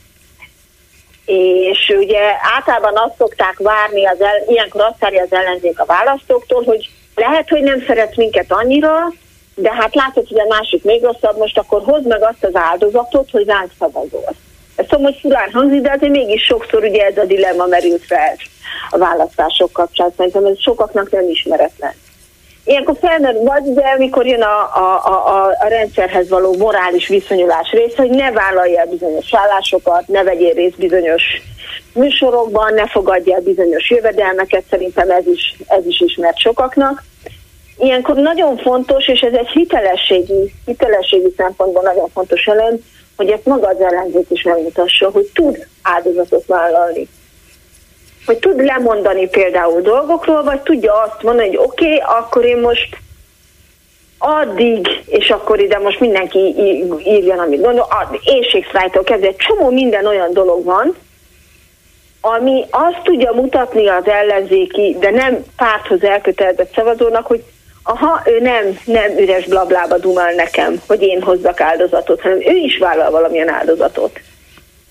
És ugye általában azt szokták várni, ilyenkor azt várja az ellenzék a választóktól, hogy lehet, hogy nem szeret minket annyira, de hát látod, hogy a másik még rosszabb, most akkor hozd meg azt az áldozatot, hogy ránk szavazol. Ez tudom, hogy furán hangzik, de azért mégis sokszor ugye ez a dilemma merült fel a választások kapcsán. Szerintem ez sokaknak nem ismeretlen. Ilyenkor felmerül vagy, de amikor jön a rendszerhez való morális viszonyulás része, hogy ne vállalj el bizonyos állásokat, ne vegyél részt bizonyos műsorokban, ne fogadj el bizonyos jövedelmeket, szerintem ez is ismert sokaknak. Ilyenkor nagyon fontos, és ez egy hitelességi szempontból nagyon fontos elem, hogy ezt maga az ellenzék is megmutassa, hogy tud áldozatot vállalni. Hogy tud lemondani például dolgokról, vagy tudja azt mondani, hogy oké, akkor én most addig, és akkor ide most mindenki írjon, amit gondol, éjségsztrájktól kezdve egy csomó minden olyan dolog van, ami azt tudja mutatni az ellenzéki, de nem párthoz elkötelezett szavazónak, hogy aha, ő nem üres blablába dumál nekem, hogy én hozzak áldozatot, hanem ő is vállal valamilyen áldozatot.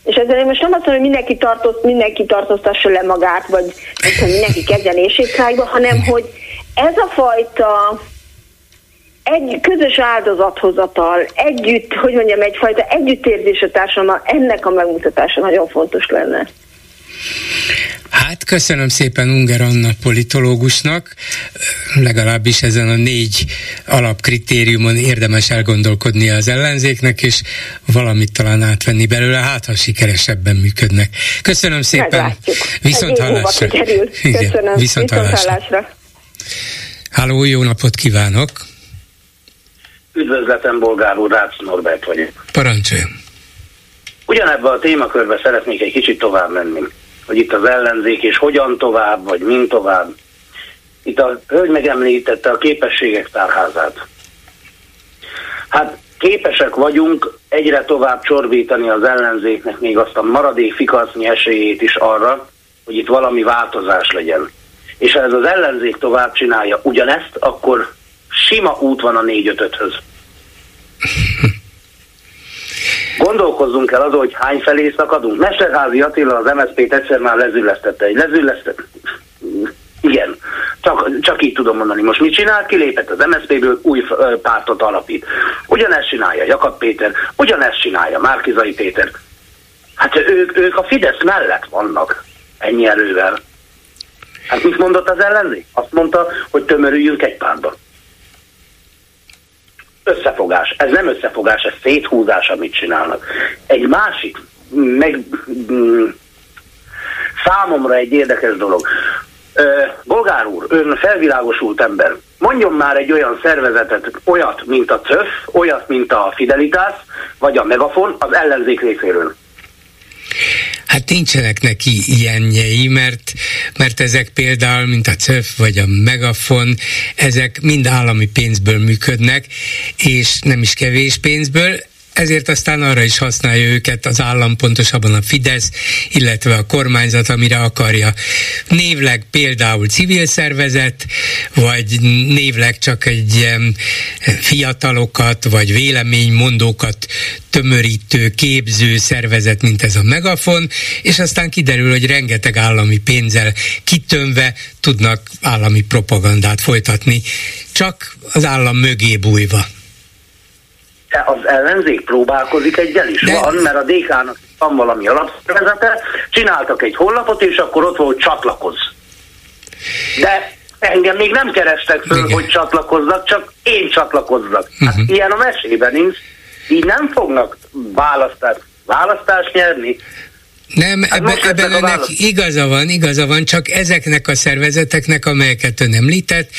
És ezzel én most nem azt mondom, hogy mindenki tartóztassa le magát, vagy mindenki kezdjen éjségsztrájkba, hanem hogy ez a fajta egy közös áldozathozatal, egyfajta együttérzés a társadalommal, ennek a megmutatása nagyon fontos lenne. Hát köszönöm szépen Unger Anna politológusnak, legalábbis ezen a 4 alapkritériumon érdemes elgondolkodnia az ellenzéknek, és valamit talán átvenni belőle, hát ha sikeresebben működnek. Köszönöm szépen. Meglátjuk. Viszont hallásra. Köszönöm. Viszont hallásra. Háló, jó napot kívánok! Üdvözletem, Bolgár úr, Rácz Norbert vagyok. Parancsoljon! Ugyanebben a témakörben szeretnék egy kicsit tovább menni, hogy itt az ellenzék, és hogyan tovább, vagy mint tovább. Itt a hölgy megemlítette a képességek tárházát. Hát képesek vagyunk egyre tovább csorbítani az ellenzéknek még azt a maradék fikasznyi esélyét is arra, hogy itt valami változás legyen. És ha ez az ellenzék tovább csinálja ugyanezt, akkor sima út van a 4-5-höz. Gondolkozzunk el azon, hogy hány felé szakadunk. Mesterházy Attila az MSZP-t egyszer már lezüllesztette. Igen, csak így tudom mondani. Most mit csinál? Kilépett az MSZP-ből, új pártot alapít. Ugyanezt csinálja Jakab Péter, ugyanezt csinálja Márki-Zay Péter. Hát ők a Fidesz mellett vannak ennyi erővel. Hát mit mondott az ellenzék? Azt mondta, hogy tömörüljünk egy pártba. Összefogás. Ez nem összefogás, ez széthúzás, amit csinálnak. Egy másik, számomra egy érdekes dolog. Bolgár úr, ön felvilágosult ember. Mondjon már egy olyan szervezetet, olyat, mint a CÖF, olyat, mint a Fidelitas, vagy a Megafon az ellenzék részéről. Hát nincsenek neki ilyenjei, mert ezek például, mint a CÖF vagy a Megafon, ezek mind állami pénzből működnek, és nem is kevés pénzből, ezért aztán arra is használja őket az állam, pontosabban a Fidesz, illetve a kormányzat, amire akarja. Névleg például civil szervezet, vagy névleg csak egy fiatalokat, vagy véleménymondókat tömörítő, képző szervezet, mint ez a Megafon, és aztán kiderül, hogy rengeteg állami pénzzel kitömve tudnak állami propagandát folytatni, csak az állam mögé bújva. Az ellenzék próbálkozik egyel is. Van, mert a DK-nak van valami alapszervezete, csináltak egy honlapot, és akkor ott volt csatlakozz. De engem még nem kerestek föl, hogy csatlakozzak, csak én csatlakozzak. Hát ilyen a mesében nincs. Így nem fognak választást nyerni. Nem, ebben önnek igaza van, csak ezeknek a szervezeteknek, amelyeket ön említett,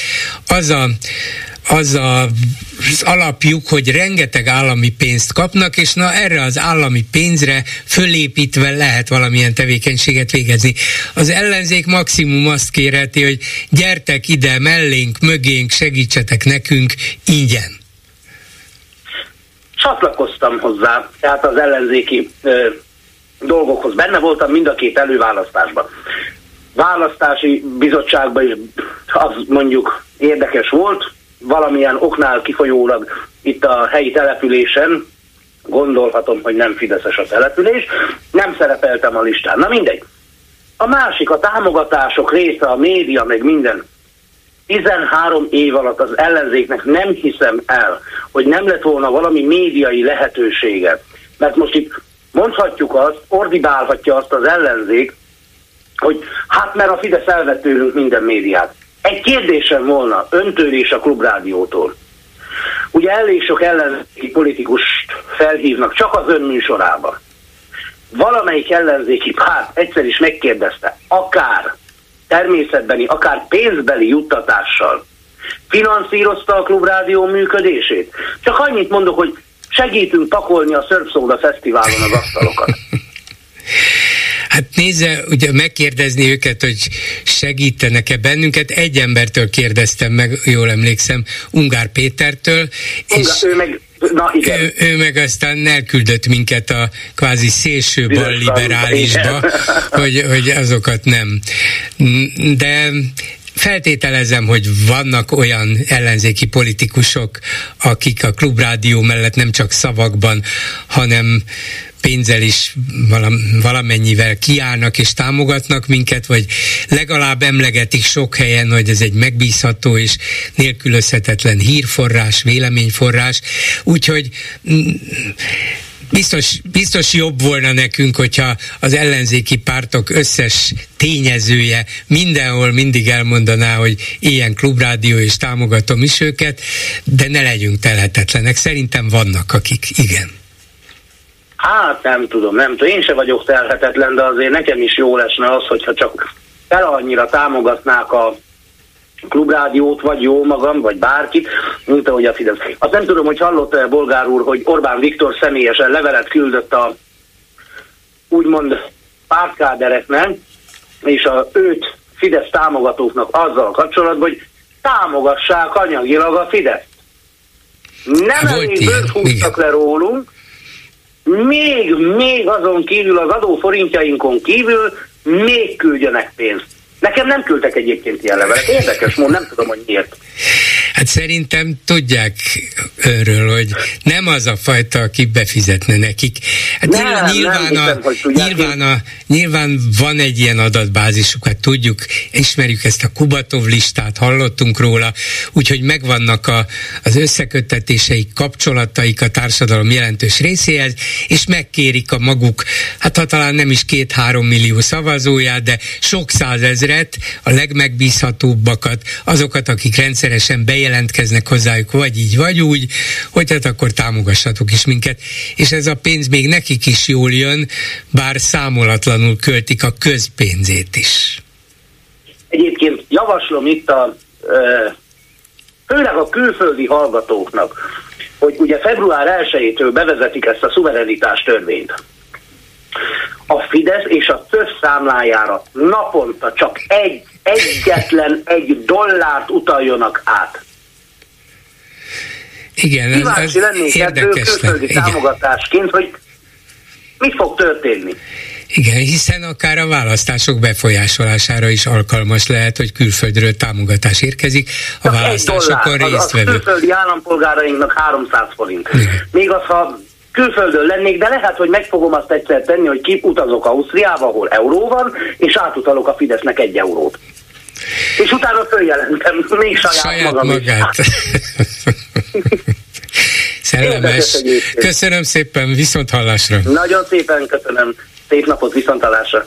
az alapjuk, hogy rengeteg állami pénzt kapnak, és na erre az állami pénzre fölépítve lehet valamilyen tevékenységet végezni. Az ellenzék maximum azt kérheti, hogy gyertek ide mellénk, mögénk, segítsetek nekünk ingyen. Csatlakoztam hozzá, tehát az ellenzéki dolgokhoz. Benne voltam mind a 2 előválasztásban. Választási bizottságban is az mondjuk érdekes volt, valamilyen oknál kifolyólag itt a helyi településen, gondolhatom, hogy nem fideszes a település, nem szerepeltem a listán. Na mindegy. A másik, a támogatások része, a média, meg minden. 13 év alatt az ellenzéknek nem hiszem el, hogy nem lett volna valami médiai lehetősége. Mert most itt mondhatjuk azt, ordibálhatja azt az ellenzék, hogy hát mert a Fidesz elvett tőlünk minden médiát. Egy kérdésem volna öntől és a Klubrádiótól. Ugye elég sok ellenzéki politikust felhívnak csak az ön műsorába. Valamelyik ellenzéki párt egyszer is megkérdezte, akár természetbeni, akár pénzbeli juttatással finanszírozta a Klubrádió működését. Csak annyit mondok, hogy segítünk pakolni a Surf Soda Fesztiválon az asztalokat. Hát nézze, ugye megkérdezni őket, hogy segítenek-e bennünket. Egy embertől kérdeztem meg, jól emlékszem, Ungár Pétertől. Ő meg aztán elküldött minket a kvázi szélső balliberálisba, hogy azokat nem. De feltételezem, hogy vannak olyan ellenzéki politikusok, akik a Klubrádió mellett nem csak szavakban, hanem pénzzel is valamennyivel kiállnak és támogatnak minket, vagy legalább emlegetik sok helyen, hogy ez egy megbízható és nélkülözhetetlen hírforrás, véleményforrás, úgyhogy biztos jobb volna nekünk, hogyha az ellenzéki pártok összes tényezője mindenhol mindig elmondaná, hogy ilyen Klubrádió, és támogatom is őket, de ne legyünk telhetetlenek. Szerintem vannak, akik igen. Hát nem tudom. Én se vagyok telhetetlen, de azért nekem is jó lesne az, hogyha csak fel annyira támogatnák a Klubrádiót, vagy jó magam, vagy bárkit, mint ahogy a Fidesz. Azt nem tudom, hogy hallotta-e Bolgár úr, hogy Orbán Viktor személyesen levelet küldött a úgymond pártkádereknek, és a 5 Fidesz támogatóknak azzal kapcsolatban, hogy támogassák anyagilag a Fidesz. Nem elég húztak le rólunk, még azon kívül, az adóforintjainkon kívül még küldjenek pénzt. Nekem nem küldtek egyébként ilyen levelet. Érdekes módon, nem tudom, hogy miért. Hát szerintem tudják őről, hogy nem az a fajta, aki befizetne nekik. Hát nyilván van egy ilyen adatbázisuk, hát tudjuk, ismerjük ezt a Kubatov listát, hallottunk róla, úgyhogy megvannak az összeköttetéseik, kapcsolataik a társadalom jelentős részéhez, és megkérik a maguk, hát ha talán nem is 2-3 millió szavazóját, de sok százezret, a legmegbízhatóbbakat, azokat, akik rendszeresen bejelentkeznek hozzájuk, vagy így, vagy úgy, hogy hát akkor támogassatok is minket. És ez a pénz még nekik is jól jön, bár számolatlanul költik a közpénzét is. Egyébként javaslom itt főleg a külföldi hallgatóknak, hogy ugye február 1-től bevezetik ezt a szuverenitás törvényt. A Fidesz és a TÖV számlájára naponta csak egyetlen $1 utaljonak át. Igen, kíváncsi lennék ebből külföldi támogatásként, hogy mi fog történni. Igen, hiszen akár a választások befolyásolására is alkalmas lehet, hogy külföldről támogatás érkezik a csak választásokon résztvevő. A külföldi állampolgárainknak 300 forint. Igen. Még az, ha külföldön lennék, de lehet, hogy meg fogom azt egyszer tenni, hogy kiutazok Ausztriába, ahol euró van, és átutalok a Fidesznek 1 eurót. És utána följelentem még saját magát. Szellemes. Köszönöm szépen, viszonthallásra. Nagyon szépen köszönöm. Szép napot, viszonthallásra.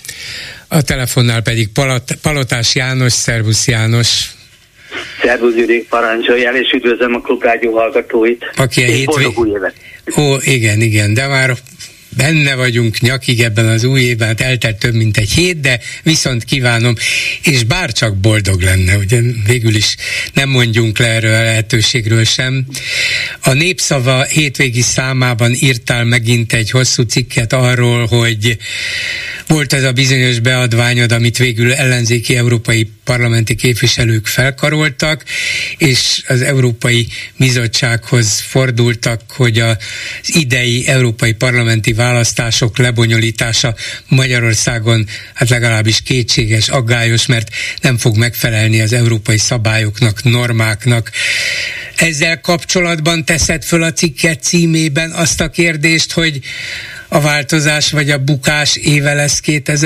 A telefonnál pedig Palotás János. Szervusz, Szervusz, Gyuri, parancsoljál, és üdvözlöm a Klubrádió hallgatóit. Boldog új évet. Ó, igen, de már benne vagyunk nyakig ebben az új évben, hát eltelt több mint egy hét, de viszont kívánom, és bárcsak boldog lenne, ugye végül is nem mondjunk le erről a lehetőségről sem. A Népszava hétvégi számában írtál megint egy hosszú cikket arról, hogy volt ez a bizonyos beadványod, amit végül ellenzéki európai parlamenti képviselők felkaroltak, és az Európai Bizottsághoz fordultak, hogy az idei európai parlamenti választások lebonyolítása Magyarországon hát legalábbis kétséges, aggályos, mert nem fog megfelelni az európai szabályoknak, normáknak. Ezzel kapcsolatban teszed föl a cikket címében azt a kérdést, hogy a változás vagy a bukás éve lesz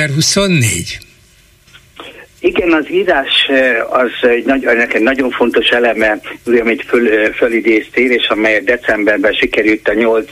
2024? Igen, az írás az nekem nagyon fontos eleme, amit fölidéztél, és amelyet decemberben sikerült a 8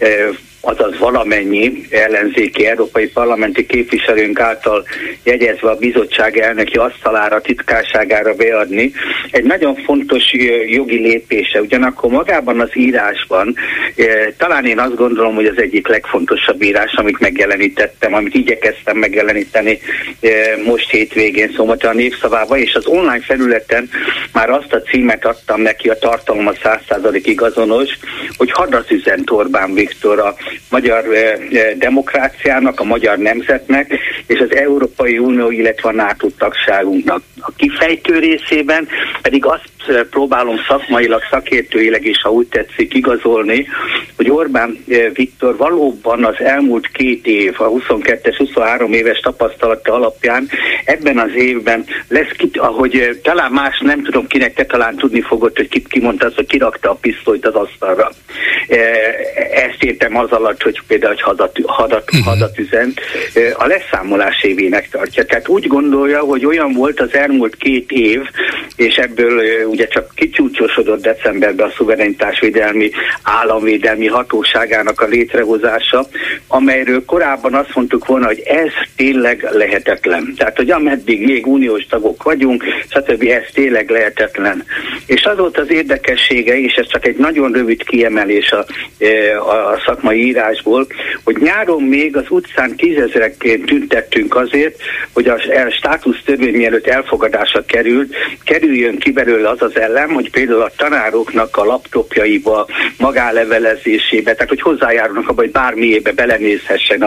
azaz valamennyi ellenzéki európai parlamenti képviselőnk által jegyezve a bizottság elnöki asztalára, titkárságára beadni. Egy nagyon fontos jogi lépése, ugyanakkor magában az írásban, talán én azt gondolom, hogy az egyik legfontosabb írás, amit megjelenítettem, amit igyekeztem megjeleníteni most hétvégén Szombaton a Népszavába, és az online felületen már azt a címet adtam neki, a tartalom a 100%-ig azonos, hogy hadraszüzent Orbán Viktor a magyar demokráciának, a magyar nemzetnek és az Európai Unió, illetve a NATO tagságunknak. A kifejtő részében pedig azt próbálom szakmailag, szakértőileg is, ha úgy tetszik, igazolni, hogy Orbán Viktor valóban az elmúlt 2 év, a 22-es, 23 éves tapasztalata alapján ebben az évben lesz, ahogy talán más, nem tudom kinek, te talán tudni fogod, hogy ki mondta azt, hogy kirakta a pisztolyt az asztalra. Ezt értem az alatt, alatt, hogy például hadat üzent, a leszámolás évének tartja. Tehát úgy gondolja, hogy olyan volt az elmúlt 2 év, és ebből ugye csak kicsúcsosodott decemberben a szuverenitásvédelmi államvédelmi hatóságának a létrehozása, amelyről korábban azt mondtuk volna, hogy ez tényleg lehetetlen. Tehát, hogy ameddig még uniós tagok vagyunk, stb. Ez tényleg lehetetlen. És az volt az érdekessége, és ez csak egy nagyon rövid kiemelés a szakmai írásból, hogy nyáron még az utcán 10 000-ekként tüntettünk azért, hogy a státusztörvény mielőtt elfogadásra kerüljön ki belőle az az elem, hogy például a tanároknak a laptopjaiba, magálevelezésébe, tehát hogy hozzájárulnak abba, hogy bármiébe belenézhessen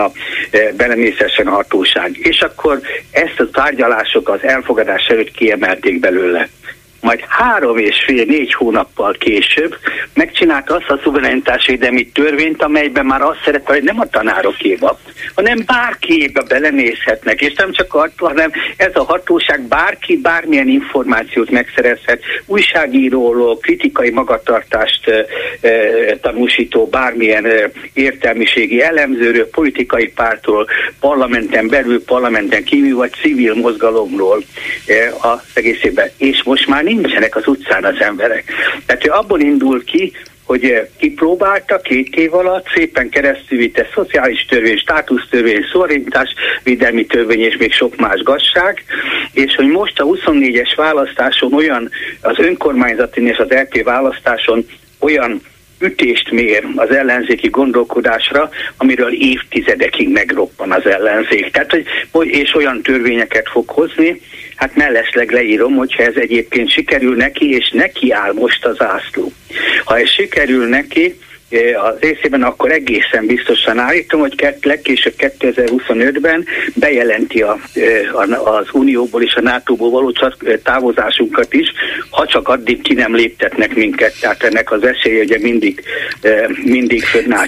a hatóság. És akkor ezt a tárgyalások az elfogadás előtt kiemelték belőle. Majd 3,5-4 hónappal később megcsinálta azt a szuverenitásvédelmi törvényt, amelyben már azt szerepel, hogy nem a tanárokéba, hanem bárkiébe belenézhetnek, és nem csak attól, hanem ez a hatóság bárki bármilyen információt megszerezhet, újságíróról, kritikai magatartást tanúsító bármilyen értelmiségi elemzőről, politikai pártról, parlamenten belül, parlamenten kívül, vagy civil mozgalomról az egészében. És most már nincsenek az utcán az emberek. Tehát ő abból indul ki, hogy kipróbálta 2 év alatt, szépen keresztülvitte szociális törvény, státusztörvény, szuverenitásvédelmi törvény és még sok más gazság, és hogy most a 24-es választáson olyan, az önkormányzati és az LP választáson olyan ütést mér az ellenzéki gondolkodásra, amiről évtizedekig megroppan az ellenzék. Tehát, és olyan törvényeket fog hozni, hát mellesleg leírom, hogyha ez egyébként sikerül neki, és neki áll most az zászló. Ha ez sikerül neki, az részében akkor egészen biztosan állítom, hogy legkésőbb 2025-ben bejelenti az Unióból és a NATO-ból való távozásunkat is, ha csak addig ki nem léptetnek minket. Tehát ennek az esélye ugye mindig fönnáll.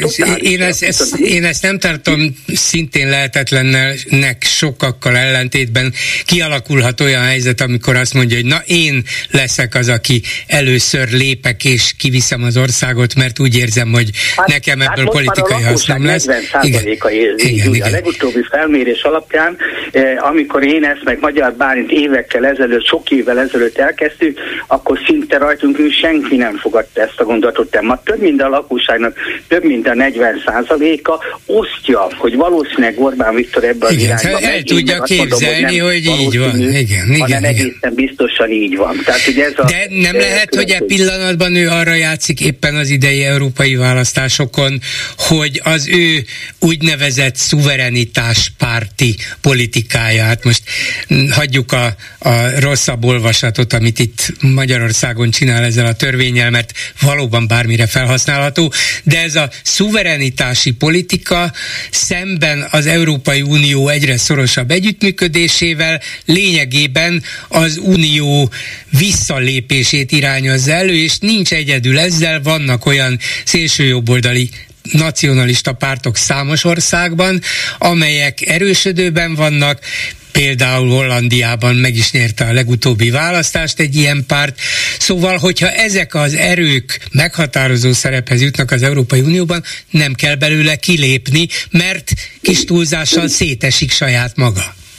Én ezt nem tartom szintén lehetetlennek, sokakkal ellentétben kialakulhat olyan helyzet, amikor azt mondja, hogy na én leszek az, aki először lépek és kiviszem az országot, mert úgy érzem, hogy nekem ebből politikai hasznom lesz. 40%-a érzi. Igen. A legutóbbi felmérés alapján, amikor én ezt meg Magyar Bálint évekkel ezelőtt, sok évvel ezelőtt elkezdtük, akkor szinte rajtunk senki nem fogadta ezt a gondolatot. Ma több mint a lakosságnak, több mint a 40%-a osztja, hogy valószínűleg Orbán Viktor ebben az irányba el tudja képzelni, hogy így van. Igen. Egészen biztosan így van. Tehát, hogy de nem lehet, hogy e pillanatban ő arra játszik éppen az idei európai választásokon, hogy az ő úgynevezett szuverenitáspárti politikáját, most hagyjuk a rosszabb olvasatot, amit itt Magyarországon csinál ezzel a törvénnyel, mert valóban bármire felhasználható, de ez a szuverenitási politika szemben az Európai Unió egyre szorosabb együttműködésével lényegében az unió visszalépését irányozza elő, és nincs egyedül ezzel, vannak olyan szélsőjobboldali nacionalista pártok számos országban, amelyek erősödőben vannak, például Hollandiában meg is nyerte a legutóbbi választást egy ilyen párt. Szóval, hogyha ezek az erők meghatározó szerephez jutnak az Európai Unióban, nem kell belőle kilépni, mert kis túlzással szétesik saját maga.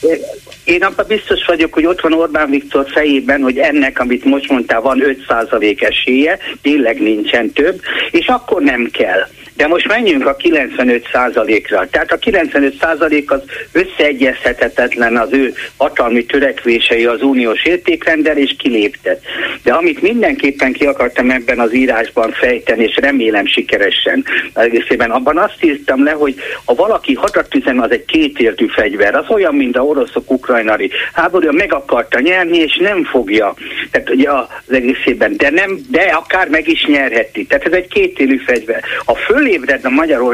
Én abban biztos vagyok, hogy ott van Orbán Viktor fejében, hogy ennek, amit most mondtál, van 5% esélye, tényleg nincsen több, és akkor nem kell. De most menjünk a 95%-ra. Tehát a 95% az összeegyezhetetlen az ő hatalmi törekvései az uniós értékrenddel, és kiléptet. De amit mindenképpen ki akartam ebben az írásban fejteni, és remélem sikeresen egészében, abban azt írtam le, hogy ha valaki hadat üzen, az egy kétértű fegyver. Az olyan, mint a oroszok ukrajnai háborúja, meg akarta nyerni, és nem fogja. Tehát ugye az egészében, de akár meg is nyerheti. Tehát ez egy kétélű fegyver. A fölébred a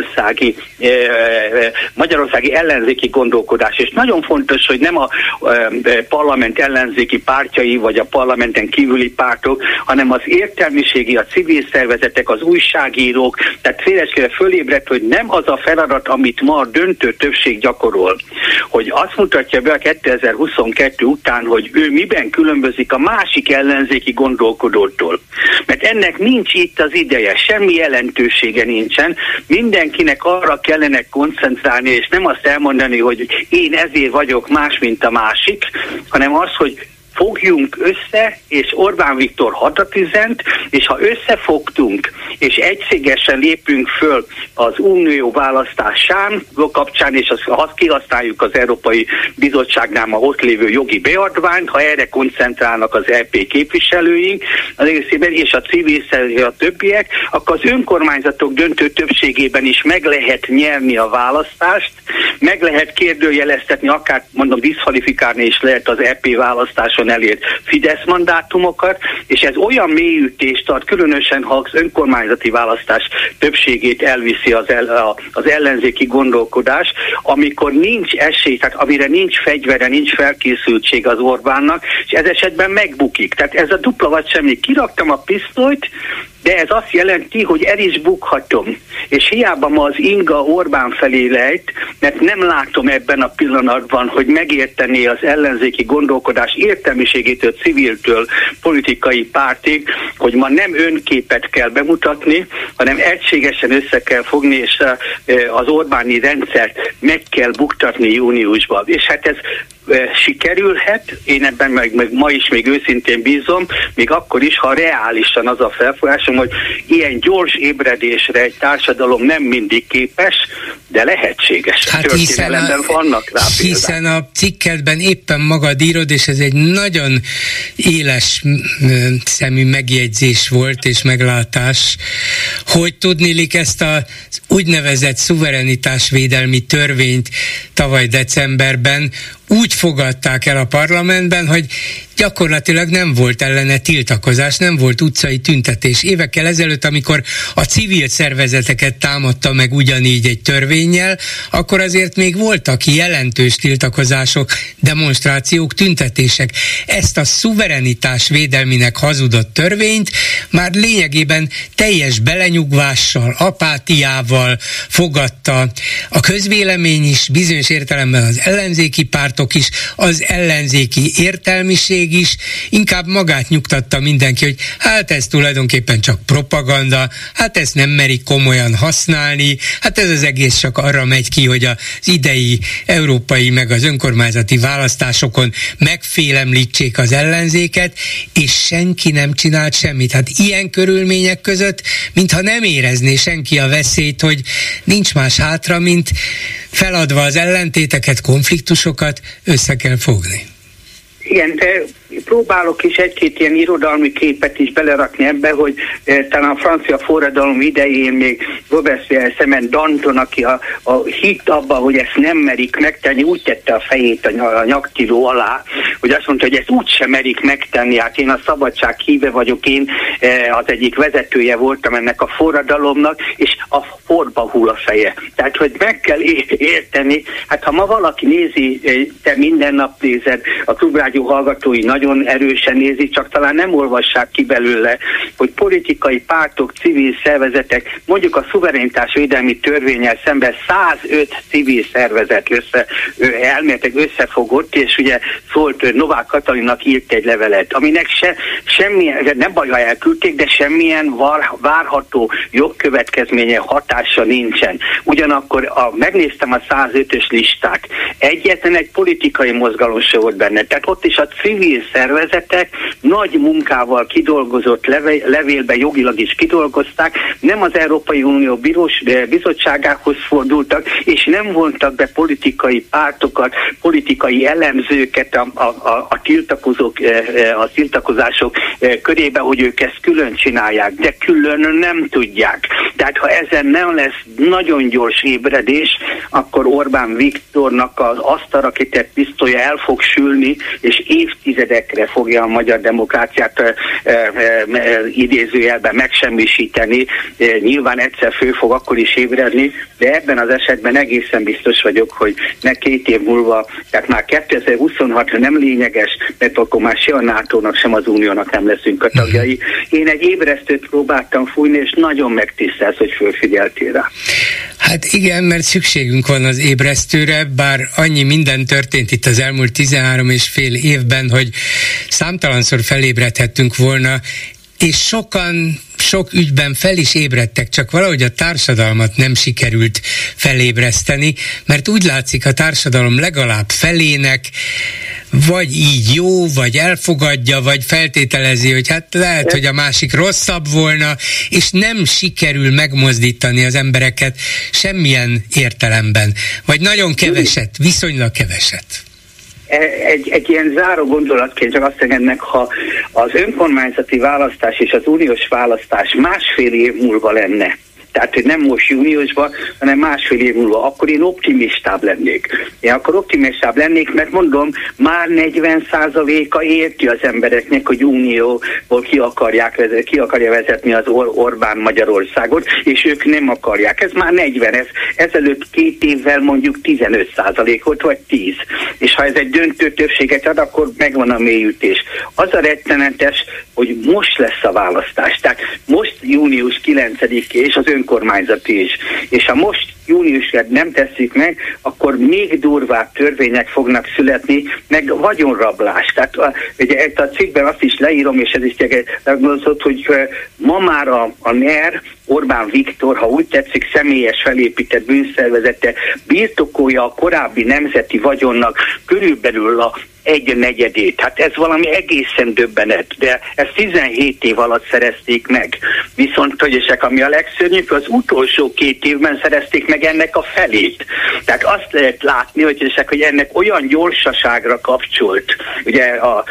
magyarországi ellenzéki gondolkodás, és nagyon fontos, hogy nem a parlament ellenzéki pártjai, vagy a parlamenten kívüli pártok, hanem az értelmiségi, a civil szervezetek, az újságírók, tehát széleskörre fölébredt, hogy nem az a feladat, amit ma a döntő többség gyakorol, hogy azt mutatja be a 2022 után, hogy ő miben különbözik a másik ellenzéki gondolkodótól. Mert ennek nincs itt az ideje, semmi jelentősége nincs. természetesen mindenkinek arra kellene koncentrálni, és nem azt elmondani, hogy én ezért vagyok más, mint a másik, hanem az, hogy fogjunk össze, és Orbán Viktor hadat üzent, és ha összefogtunk, és egységesen lépünk föl az unió választásán kapcsán, és azt kihasználjuk az Európai Bizottságnál ma ott lévő jogi beadványt, ha erre koncentrálnak az EP képviselőink, az egészében, és a civil szervezet, a többiek, akkor az önkormányzatok döntő többségében is meg lehet nyerni a választást, meg lehet kérdőjeleztetni, akár mondom diszkvalifikálni is lehet az EP választáson elért Fidesz mandátumokat, és ez olyan mélyütést ad, különösen ha az önkormányzati választás többségét elviszi az ellenzéki gondolkodás, amikor nincs esély, tehát amire nincs fegyvere, nincs felkészültség az Orbánnak, és ez esetben megbukik. Tehát ez a dupla vagy semmi. Kiraktam a pisztolyt, de ez azt jelenti, hogy el is bukhatom. És hiába ma az inga Orbán felé lejt, mert nem látom ebben a pillanatban, hogy megértené az ellenzéki gondolkodás értelmiségétől, civiltől, politikai pártig, hogy ma nem önképet kell bemutatni, hanem egységesen össze kell fogni, és az Orbáni rendszert meg kell buktatni júniusban. És hát ez sikerülhet, én ebben meg ma is még őszintén bízom, még akkor is, ha reálisan az a felfogásom, hogy ilyen gyors ébredésre egy társadalom nem mindig képes, de lehetséges. Hát történelemben vannak rá példák. Hiszen a cikkedben éppen magad írod, és ez egy nagyon éles szemű megjegyzés volt és meglátás, hogy tudniillik ezt az úgynevezett szuverenitásvédelmi törvényt tavaly decemberben úgy fogadták el a parlamentben, hogy gyakorlatilag nem volt ellene tiltakozás, nem volt utcai tüntetés. Évekkel ezelőtt, amikor a civil szervezeteket támadta meg ugyanígy egy törvénnyel, akkor azért még voltak jelentős tiltakozások, demonstrációk, tüntetések. Ezt a szuverenitás védelminek hazudott törvényt már lényegében teljes belenyugvással, apátiával fogadta a közvélemény is, bizonyos értelemben az ellenzéki pártok is, az ellenzéki értelmiség is, inkább magát nyugtatta mindenki, hogy hát ez tulajdonképpen csak propaganda, hát ezt nem merik komolyan használni, hát ez az egész csak arra megy ki, hogy az idei európai meg az önkormányzati választásokon megfélemlítsék az ellenzéket, és senki nem csinált semmit. Hát ilyen körülmények között, mintha nem érezné senki a veszélyt, hogy nincs más hátra, mint feladva az ellentéteket, konfliktusokat, össze kell fogni. Igen, de próbálok is egy-két ilyen irodalmi képet is belerakni ebbe, hogy talán a francia forradalom idején még Robespierre-szemben Danton, aki a hit abba, hogy ezt nem merik megtenni, úgy tette a fejét a nyaktiló alá, hogy azt mondta, hogy ezt úgy sem merik megtenni, hát én a szabadság híve vagyok, én az egyik vezetője voltam ennek a forradalomnak, és a forba hull a feje. Tehát, hogy meg kell érteni, hát ha ma valaki nézi, te minden nap nézed, a Klubrádió hallgatói nagyon erősen nézik, csak talán nem olvassák ki belőle, hogy politikai pártok, civil szervezetek, mondjuk a szuverenitásvédelmi törvénnyel szemben 105 civil szervezet elméletileg összefogott, és ugye szólt Novák Katalinnak írt egy levelet, aminek semmilyen, nem baj, ha elküldték, de semmilyen várható jogkövetkezménye, hatása nincsen. Ugyanakkor megnéztem a 105-ös listát, egyetlen egy politikai mozgalom se volt benne, tehát ott is a civil szervezetek nagy munkával kidolgozott levélbe jogilag is kidolgozták, nem az Európai Unió bizottságához fordultak, és nem vontak be politikai pártokat, politikai elemzőket a tiltakozások körébe, hogy ők ezt külön csinálják, de külön nem tudják. Tehát ha ezen nem lesz nagyon gyors ébredés, akkor Orbán Viktornak az asztalra kitett pisztolya el fog sülni, és évtizedekre fogja a magyar demokráciát idézőjelben megsemmisíteni. Nyilván egyszer fő fog akkor is ébredni, de ebben az esetben egészen biztos vagyok, hogy 2 év múlva, tehát már 2026 nem lényeges, mert akkor már se a NATO-nak, sem az Uniónak nem leszünk a tagjai. Én egy ébresztőt próbáltam fújni, és nagyon megtisztelsz, hogy fölfigyeltél rá. Hát igen, mert szükségünk van az ébresztőre, bár annyi minden történt itt az elmúlt 13,5 évben, hogy számtalanszor felébredhettünk volna. és sok ügyben fel is ébredtek, csak valahogy a társadalmat nem sikerült felébreszteni, mert úgy látszik, a társadalom legalább felének vagy így jó, vagy elfogadja, vagy feltételezi, hogy hát lehet, hogy a másik rosszabb volna, és nem sikerül megmozdítani az embereket semmilyen értelemben. Vagy nagyon keveset, viszonylag keveset. Egy ilyen záró gondolatként csak azt engednek, ha az önkormányzati választás és az uniós választás másfél év múlva lenne, tehát, hogy nem most júniusban, hanem másfél év múlva, akkor én optimistább lennék. Én akkor optimistább lennék, mert mondom, már 40%-a érti az embereknek, hogy unióból ki akarja vezetni az Orbán Magyarországot, és ők nem akarják. Ez már 40, ez ezelőtt 2 évvel mondjuk 15% volt, vagy 10. És ha ez egy döntő többséget ad, akkor megvan a mélyütés. Az a rettenetes, hogy most lesz a választás. Tehát most június 9-e és az önkormányzati is. És ha most júniusra nem tesszük meg, akkor még durvább törvények fognak születni, meg vagyonrablás. Tehát ugye ezt a cikkben azt is leírom, és ez is megmondott, hogy ma már a NER, Orbán Viktor, ha úgy tetszik, személyes felépített bűnszervezete birtokolja a korábbi nemzeti vagyonnak körülbelül a 1/4. Hát ez valami egészen döbbenet, de ezt 17 év alatt szerezték meg. Viszont, hogy ami a legszörnyűbb, az utolsó 2 évben szerezték meg ennek a felét. Tehát azt lehet látni, hogy ennek olyan gyorsaságra kapcsolt, ugye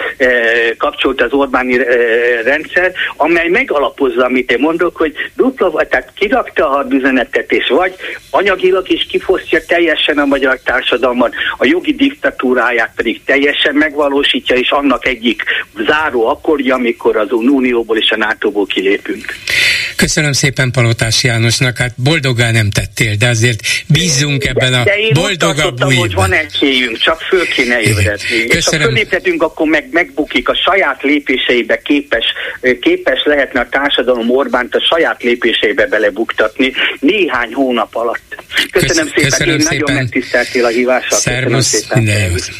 kapcsolt az Orbáni rendszer, amely megalapozza, amit én mondok, hogy tehát kirakta a hadüzenetet, és vagy anyagilag is kifosztja teljesen a magyar társadalmat, a jogi diktatúráját pedig teljesen megvalósítja, és annak egyik záró akkordja, amikor az Unióból és a NATO-ból kilépünk. Köszönöm szépen Palotás Jánosnak, hát boldoggá nem tettél, de azért bízzunk ebben a boldogabb új évben. Hogy van esélyünk, csak föl kéne ébredni. És ha fölépredünk, akkor megbukik a saját lépéseibe képes lehetne a társadalom Orbánt a saját lépéseibe belebuktatni néhány hónap alatt. Köszönöm szépen. Nagyon megtiszteltél a hívással. Szervusz, minden jót.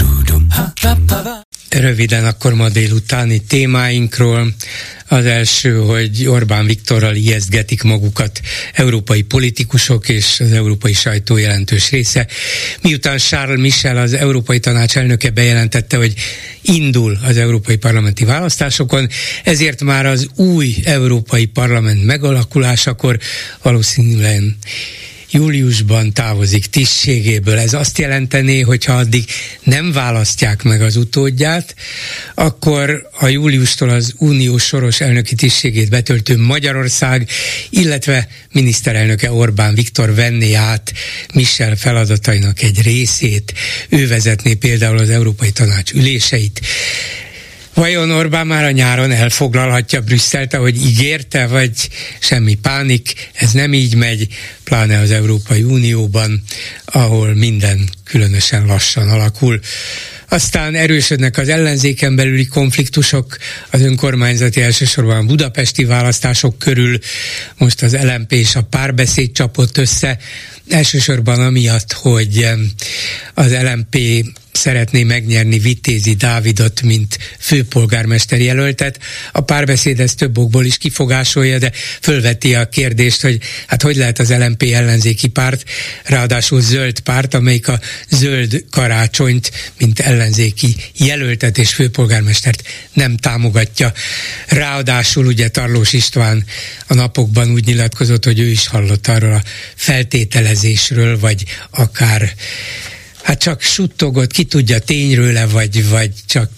Röviden akkor ma délutáni témáinkról. Az első, hogy Orbán Viktorral ijesztgetik magukat európai politikusok és az európai sajtó jelentős része. Miután Charles Michel, az Európai Tanács elnöke bejelentette, hogy indul az európai parlamenti választásokon, ezért már az új Európai Parlament megalakulásakor valószínűleg júliusban távozik tisztségéből. Ez azt jelentené, hogy ha addig nem választják meg az utódját, akkor a júliustól az unió soros elnöki tisztségét betöltő Magyarország, illetve miniszterelnöke Orbán Viktor venné át Michel feladatainak egy részét. Ő vezetné például az Európai Tanács üléseit. Vajon Orbán már a nyáron elfoglalhatja Brüsszelt, ahogy ígérte, vagy semmi pánik, ez nem így megy, pláne az Európai Unióban, ahol minden különösen lassan alakul. Aztán erősödnek az ellenzéken belüli konfliktusok, az önkormányzati, elsősorban budapesti választások körül. Most az LMP és a Párbeszéd csapott össze, elsősorban amiatt, hogy az LMP szeretné megnyerni Vitézi Dávidot, mint főpolgármester jelöltet. A Párbeszéd ezt több okból is kifogásolja, de fölveti a kérdést, hogy hát hogy lehet az LMP ellenzéki párt, ráadásul zöld párt, amelyik a Zöld Karácsonyt, mint ellenzéki jelöltet és főpolgármestert nem támogatja. Ráadásul ugye Tarlós István a napokban úgy nyilatkozott, hogy ő is hallott arról a feltételezésről, vagy akár hát csak suttogott, ki tudja tényről, vagy csak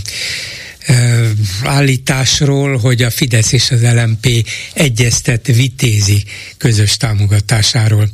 állításról, hogy a Fidesz és az LMP egyeztet Vitézi közös támogatásáról.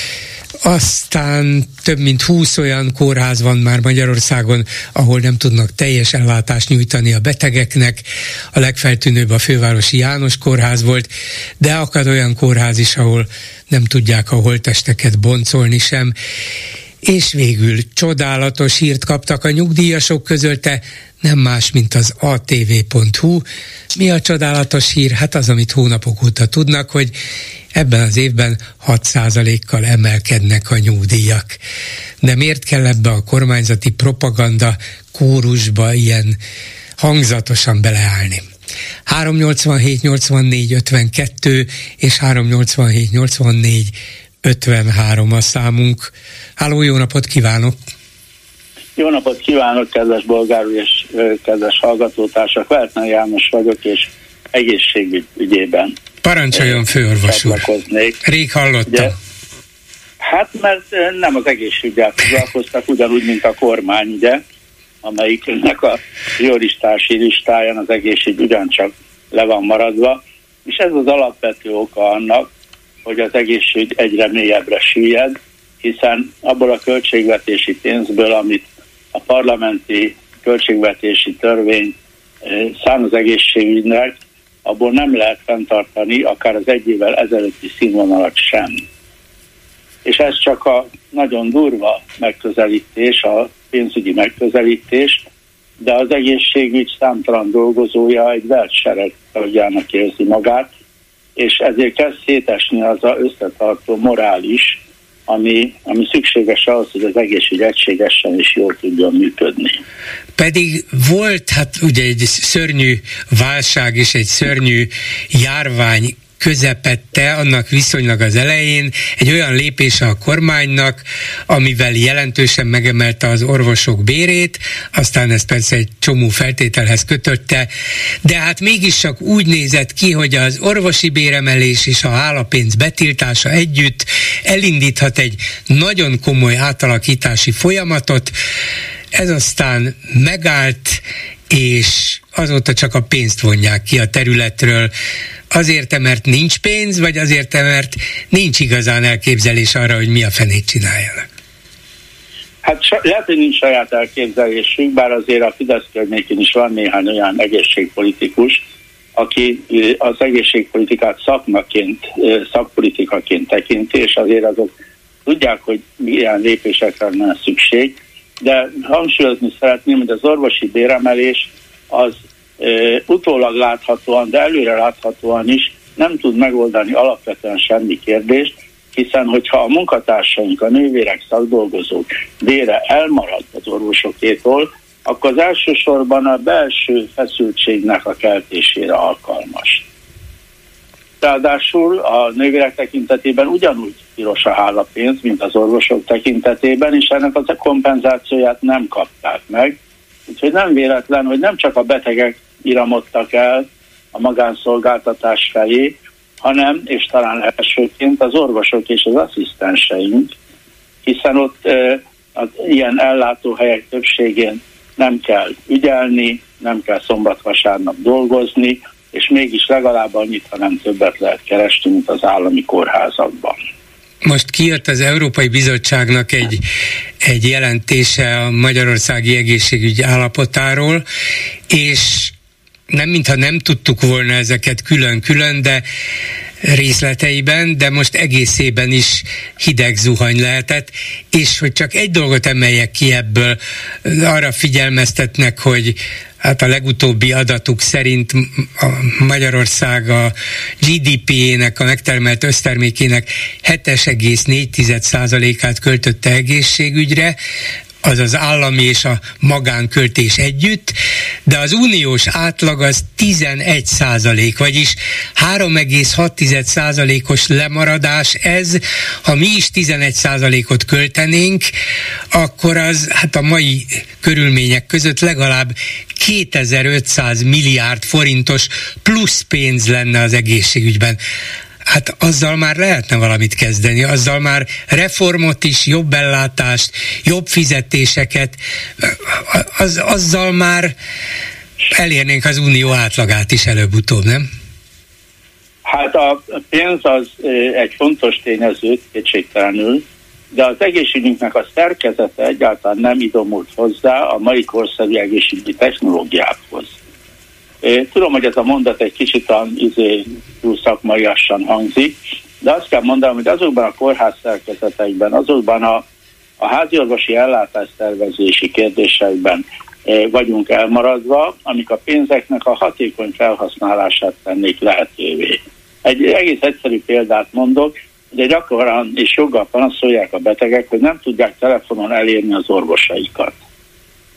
Aztán több mint 20 olyan kórház van már Magyarországon, ahol nem tudnak teljes ellátást nyújtani a betegeknek. A legfeltűnőbb a fővárosi János kórház volt, de akad olyan kórház is, ahol nem tudják a holttesteket boncolni sem. És végül csodálatos hírt kaptak a nyugdíjasok, közölte nem más, mint az atv.hu. Mi a csodálatos hír? Hát az, amit hónapok óta tudnak, hogy ebben az évben 6%-kal emelkednek a nyugdíjak. De miért kell ebbe a kormányzati propaganda kórusba ilyen hangzatosan beleállni? 387 84 52 és 387 84 53 a számunk. Háló, jó napot kívánok! Jó napot kívánok, kedves bolgár úr és kedves hallgatótársak! Vertner János vagyok, és egészségügyében parancsoljon, főorvos úr! Rég hallottam. Ugye, hát mert nem az egészségügyel foglalkoztak, ugyanúgy, mint a kormány, ugye, amelyiknek a prioritási listáján az egészség ugyancsak le van maradva, és ez az alapvető oka annak, hogy az egészség egyre mélyebbre süllyed, hiszen abból a költségvetési pénzből, amit a parlamenti költségvetési törvény szán az egészségügynek, abból nem lehet fenntartani akár az egy évvel ezelőtti színvonalat sem. És ez csak a nagyon durva megközelítés, a pénzügyi megközelítés, de az egészségügy számtalan dolgozója egy vertsereg tagjának érzi magát, és ezért kezd szétesni az az összetartó morális, ami szükséges ahhoz, hogy az egészség egységesen és jól tudjon működni. Pedig volt hát ugye egy szörnyű válság és egy szörnyű járvány közepette, annak viszonylag az elején egy olyan lépése a kormánynak, amivel jelentősen megemelte az orvosok bérét, aztán ezt persze egy csomó feltételhez kötötte, de hát mégis csak úgy nézett ki, hogy az orvosi béremelés és a hálapénz betiltása együtt elindíthat egy nagyon komoly átalakítási folyamatot. Ez aztán megállt, és azóta csak a pénzt vonják ki a területről. Azért, mert nincs pénz, vagy azért, mert nincs igazán elképzelés arra, hogy mi a fenét csináljanak? Hát lehet, hogy nincs saját elképzelésük, bár azért a Fidesz környékén is van néhány olyan egészségpolitikus, aki az egészségpolitikát szakpolitikaként tekinti, és azért azok tudják, hogy milyen lépésekre van szükség, de hangsúlyozni szeretném, hogy az orvosi béremelés az utólag láthatóan, de előre láthatóan is nem tud megoldani alapvetően semmi kérdést, hiszen hogyha a munkatársaink, a nővérek, szakdolgozók bére elmarad az orvosokétól, akkor az elsősorban a belső feszültségnek a keltésére alkalmas. Ráadásul a nővérek tekintetében ugyanúgy piros a hálapénz, mint az orvosok tekintetében, és ennek a kompenzációját nem kapták meg. Úgyhogy nem véletlen, hogy nem csak a betegek iramodtak el a magánszolgáltatás felé, hanem, és talán elsőként az orvosok és az asszisztenseink, hiszen ott az ilyen ellátóhelyek többségén nem kell ügyelni, nem kell szombat-vasárnap dolgozni, és mégis legalább annyit, ha nem többet lehet keresni, mint az állami kórházakban. Most kijött az Európai Bizottságnak egy jelentése a magyarországi egészségügy állapotáról, és nem mintha nem tudtuk volna ezeket külön-külön, de részleteiben, de most egészében is hideg zuhany lehetett, és hogy csak egy dolgot emeljek ki ebből, arra figyelmeztetnek, hogy hát a legutóbbi adatuk szerint a Magyarország a GDP-ének, a megtermelt össztermékének 7,4%-át költötte egészségügyre, az az állami és a magánköltés együtt, de az uniós átlag az 11%, vagyis 3,6%-os lemaradás ez. Ha mi is 11%-ot költenénk, akkor az hát a mai körülmények között legalább 2500 milliárd forintos plusz pénz lenne az egészségügyben. Hát azzal már lehetne valamit kezdeni, azzal már reformot is, jobb ellátást, jobb fizetéseket, azzal már elérnénk az unió átlagát is előbb-utóbb, nem? Hát a pénz az egy fontos tényező, kétségtelenül, de az egészségünknek a szerkezete egyáltalán nem idomult hozzá a mai korszerű egészségügyi technológiákhoz. Tudom, hogy ez a mondat egy kicsit túl szakmaiasan hangzik, de azt kell mondanom, hogy azokban a kórház szerkezetekben, azokban a háziorvosi ellátásszervezési kérdésekben vagyunk elmaradva, amik a pénzeknek a hatékony felhasználását tennék lehetővé. Egy egész egyszerű példát mondok, de gyakran és joggal panaszolják a betegek, hogy nem tudják telefonon elérni az orvosaikat.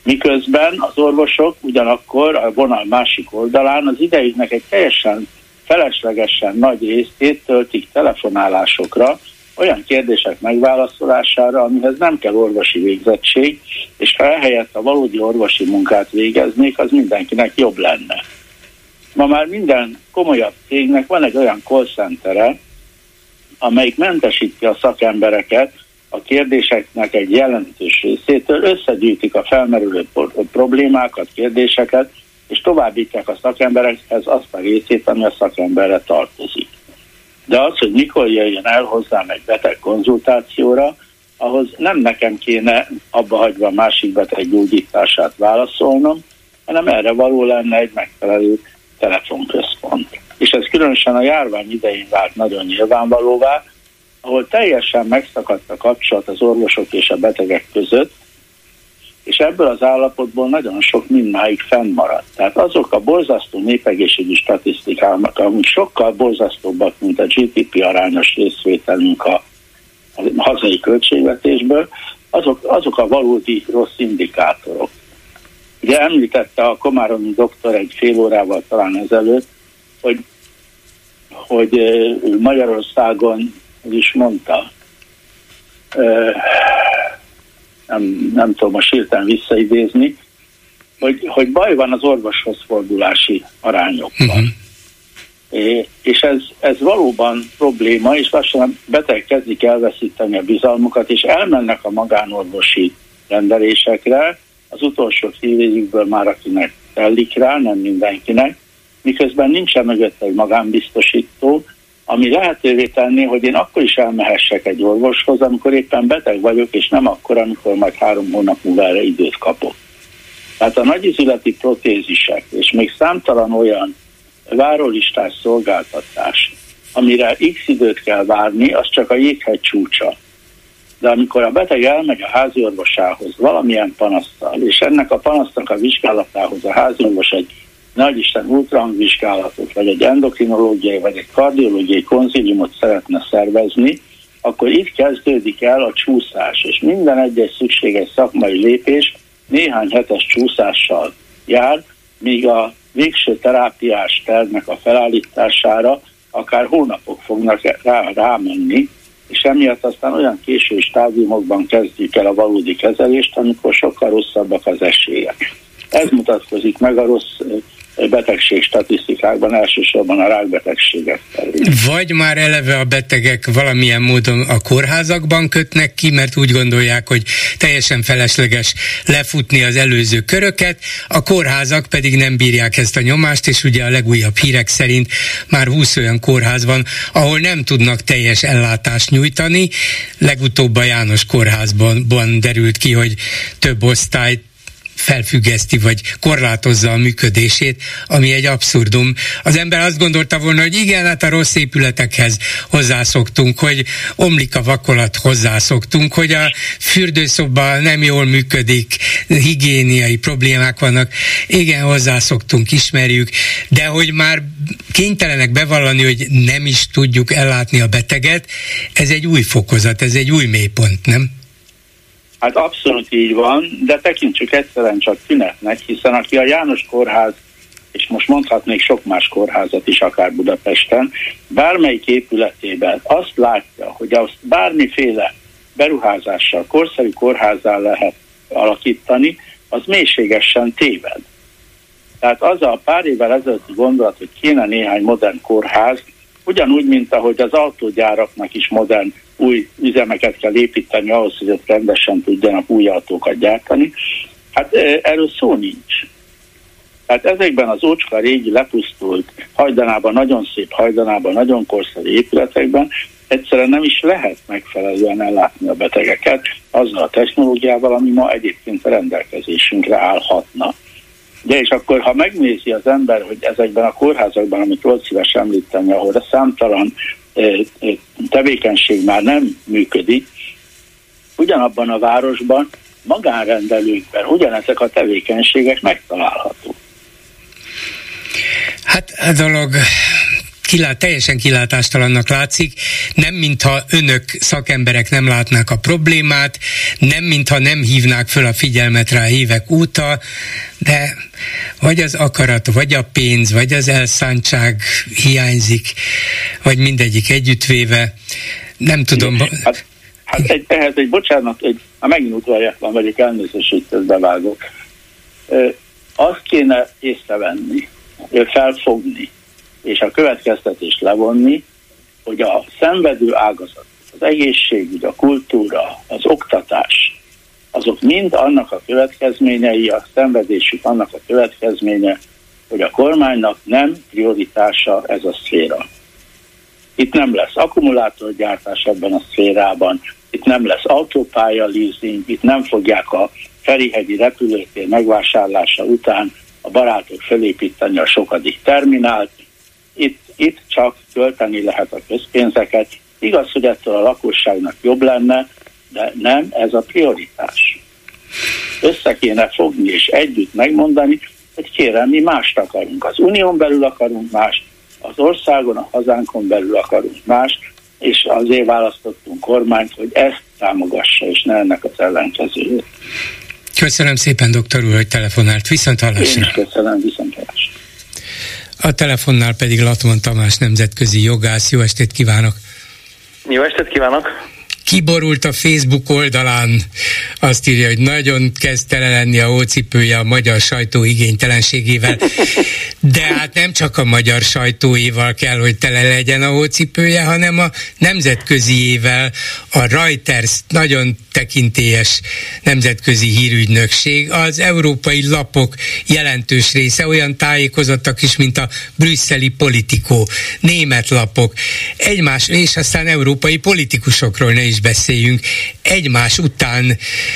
Miközben az orvosok ugyanakkor a vonal másik oldalán az idejüknek egy teljesen feleslegesen nagy részét töltik telefonálásokra, olyan kérdések megválaszolására, amihez nem kell orvosi végzettség, és ha ehelyett a valódi orvosi munkát végeznék, az mindenkinek jobb lenne. Ma már minden komolyabb cégnek van egy olyan call centere, amelyik mentesíti a szakembereket a kérdéseknek egy jelentős részétől, összegyűjtik a felmerülő problémákat, kérdéseket, és továbbítják a szakemberekhez azt a részét, ami a szakemberre tartozik. De az, hogy mikor jöjjön el hozzám egy beteg konzultációra, ahhoz nem nekem kéne abba hagyva a másik beteg gyógyítását válaszolnom, hanem erre való lenne egy megfelelő telefonközpont. És ez különösen a járvány idején vált nagyon nyilvánvalóvá, ahol teljesen megszakadt a kapcsolat az orvosok és a betegek között, és ebből az állapotból nagyon sok mindmáig fennmaradt. Tehát azok a borzasztó népegészségügyi statisztikák, amik sokkal borzasztóbbak, mint a GDP arányos részvételünk a hazai költségvetésből, azok a valódi rossz indikátorok. Ugye említette a komáromi doktor egy fél órával talán ezelőtt, hogy Magyarországon, hogy is mondta, nem tudom most hirtelen visszaidézni, hogy baj van az orvoshoz fordulási arányokkal. És ez valóban probléma, és lassan a beteg kezdik elveszíteni a bizalmukat, és elmennek a magánorvosi rendelésekre, az utolsó évükből már akinek tellik rá, nem mindenkinek, miközben nincsen mögött egy magánbiztosító, ami lehetővé tenni, hogy én akkor is elmehessek egy orvoshoz, amikor éppen beteg vagyok, és nem akkor, amikor majd 3 hónap múlva erre időt kapok. Tehát a nagyizületi protézisek, és még számtalan olyan várólistás szolgáltatás, amire x időt kell várni, az csak a jéghegy csúcsa. De amikor a beteg elmegy a háziorvosához valamilyen panasztal, és ennek a panasznak a vizsgálatához a háziorvos egy nagyisten ultrahangvizsgálatot, vagy egy endokrinológiai, vagy egy kardiológiai konzíliumot szeretne szervezni, akkor itt kezdődik el a csúszás, és minden egyes szükséges szakmai lépés néhány hetes csúszással jár, míg a végső terápiás tervnek a felállítására akár hónapok fognak rámenni, és emiatt aztán olyan késői stádiumokban kezdjük el a valódi kezelést, amikor sokkal rosszabbak az esélyek. Ez mutatkozik meg a rossz betegség statisztikákban, elsősorban a rákbetegségek felé. Vagy már eleve a betegek valamilyen módon a kórházakban kötnek ki, mert úgy gondolják, hogy teljesen felesleges lefutni az előző köröket, a kórházak pedig nem bírják ezt a nyomást, és ugye a legújabb hírek szerint már 20 olyan kórház van, ahol nem tudnak teljes ellátást nyújtani. Legutóbb a János kórházban derült ki, hogy több osztályt felfüggeszti, vagy korlátozza a működését, ami egy abszurdum. Az ember azt gondolta volna, hogy igen, hát a rossz épületekhez hozzászoktunk, hogy omlik a vakolat, hozzászoktunk, hogy a fürdőszoba nem jól működik, higiéniai problémák vannak, igen, hozzászoktunk, ismerjük, de hogy már kénytelenek bevallani, hogy nem is tudjuk ellátni a beteget, ez egy új fokozat, ez egy új mélypont, nem? Hát abszolút így van, de tekintsük egyszerűen csak tünetnek, hiszen aki a János kórház, és most mondhatnék sok más kórházat is, akár Budapesten, bármelyik épületében azt látja, hogy azt bármiféle beruházással, korszerű kórházzá lehet alakítani, az mélységesen téved. Tehát az a pár évvel ezelőtti gondolat, hogy kéne néhány modern kórház, ugyanúgy, mint ahogy az autógyáraknak is modern új üzemeket kell építeni ahhoz, hogy ott rendesen tudjanak új autókat gyártani. Hát erről szó nincs. Tehát ezekben az ócska régi lepusztult, hajdanában nagyon szép, hajdanában nagyon korszerű épületekben egyszerűen nem is lehet megfelelően ellátni a betegeket azzal a technológiával, ami ma egyébként a rendelkezésünkre állhatna. De és akkor, ha megnézi az ember, hogy ezekben a kórházakban, amit volt szíves említeni, ahol a számtalan tevékenység már nem működik, ugyanabban a városban magánrendelőkben ugyanezek a tevékenységek megtalálhatók. Hát a dolog teljesen kilátástalannak látszik, nem mintha önök szakemberek nem látnák a problémát, nem mintha nem hívnák föl a figyelmet rá évek óta, de vagy az akarat, vagy a pénz, vagy az elszántság hiányzik, vagy mindegyik együttvéve, nem tudom. Ehhez bocsánat, megint udvariatlan vagyok, elnézést, hogy közbevágok. Azt kéne észrevenni, felfogni, és a következtetést levonni, hogy a szenvedő ágazat, az egészségügy, a kultúra, az oktatás, azok mind annak a következményei, a szenvedésük annak a következménye, hogy a kormánynak nem prioritása ez a szféra. Itt nem lesz akkumulátorgyártás ebben a szférában, itt nem lesz autópálya leasing, itt nem fogják a Ferihegyi repülőtér megvásárlása után a barátok felépíteni a sokadik terminált. Itt csak költeni lehet a közpénzeket. Igaz, hogy ettől a lakosságnak jobb lenne, de nem ez a prioritás. Össze kéne fogni és együtt megmondani, hogy kérem, mi mást akarunk. Az unión belül akarunk mást, az országon, a hazánkon belül akarunk mást, és azért választottunk kormányt, hogy ezt támogassa, és ne ennek az ellenkezőjét. Köszönöm szépen, doktor úr, hogy telefonált. Viszonthallásra. Én is köszönöm, viszonthallásra. A telefonnál pedig Latman Tamás nemzetközi jogász. Jó estét kívánok! Jó estét kívánok! Kiborult a Facebook oldalán, azt írja, hogy nagyon kezd tele lenni a hócipője a magyar sajtó igénytelenségével, de hát nem csak a magyar sajtóéval kell, hogy tele legyen a hócipője, hanem a nemzetköziével. A Reuters nagyon tekintélyes nemzetközi hírügynökség, az európai lapok jelentős része olyan tájékozottak is, mint a brüsszeli Politico, német lapok, egymás, és aztán európai politikusokról ne is beszéljünk, egymás után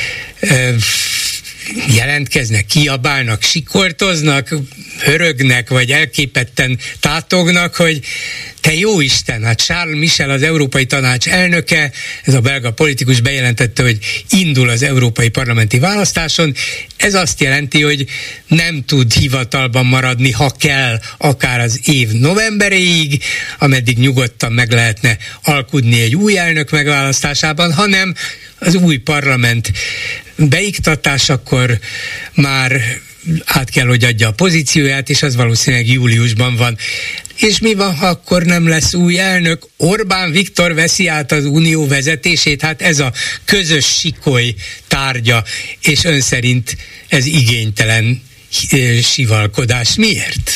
jelentkeznek, kiabálnak, sikortoznak, hörögnek, vagy elképetten tátognak, hogy te jó Isten, hát Charles Michel, az Európai Tanács elnöke, ez a belga politikus bejelentette, hogy indul az európai parlamenti választáson. Ez azt jelenti, hogy nem tud hivatalban maradni, ha kell, akár az év novemberéig, ameddig nyugodtan meg lehetne alkudni egy új elnök megválasztásában, hanem az új parlament beiktatásakor már át kell, hogy adja a pozícióját, és az valószínűleg júliusban van. És mi van, ha akkor nem lesz új elnök? Orbán Viktor veszi át az unió vezetését, hát ez a közös sikoly tárgya, és ön szerint ez igénytelen sivalkodás. Miért?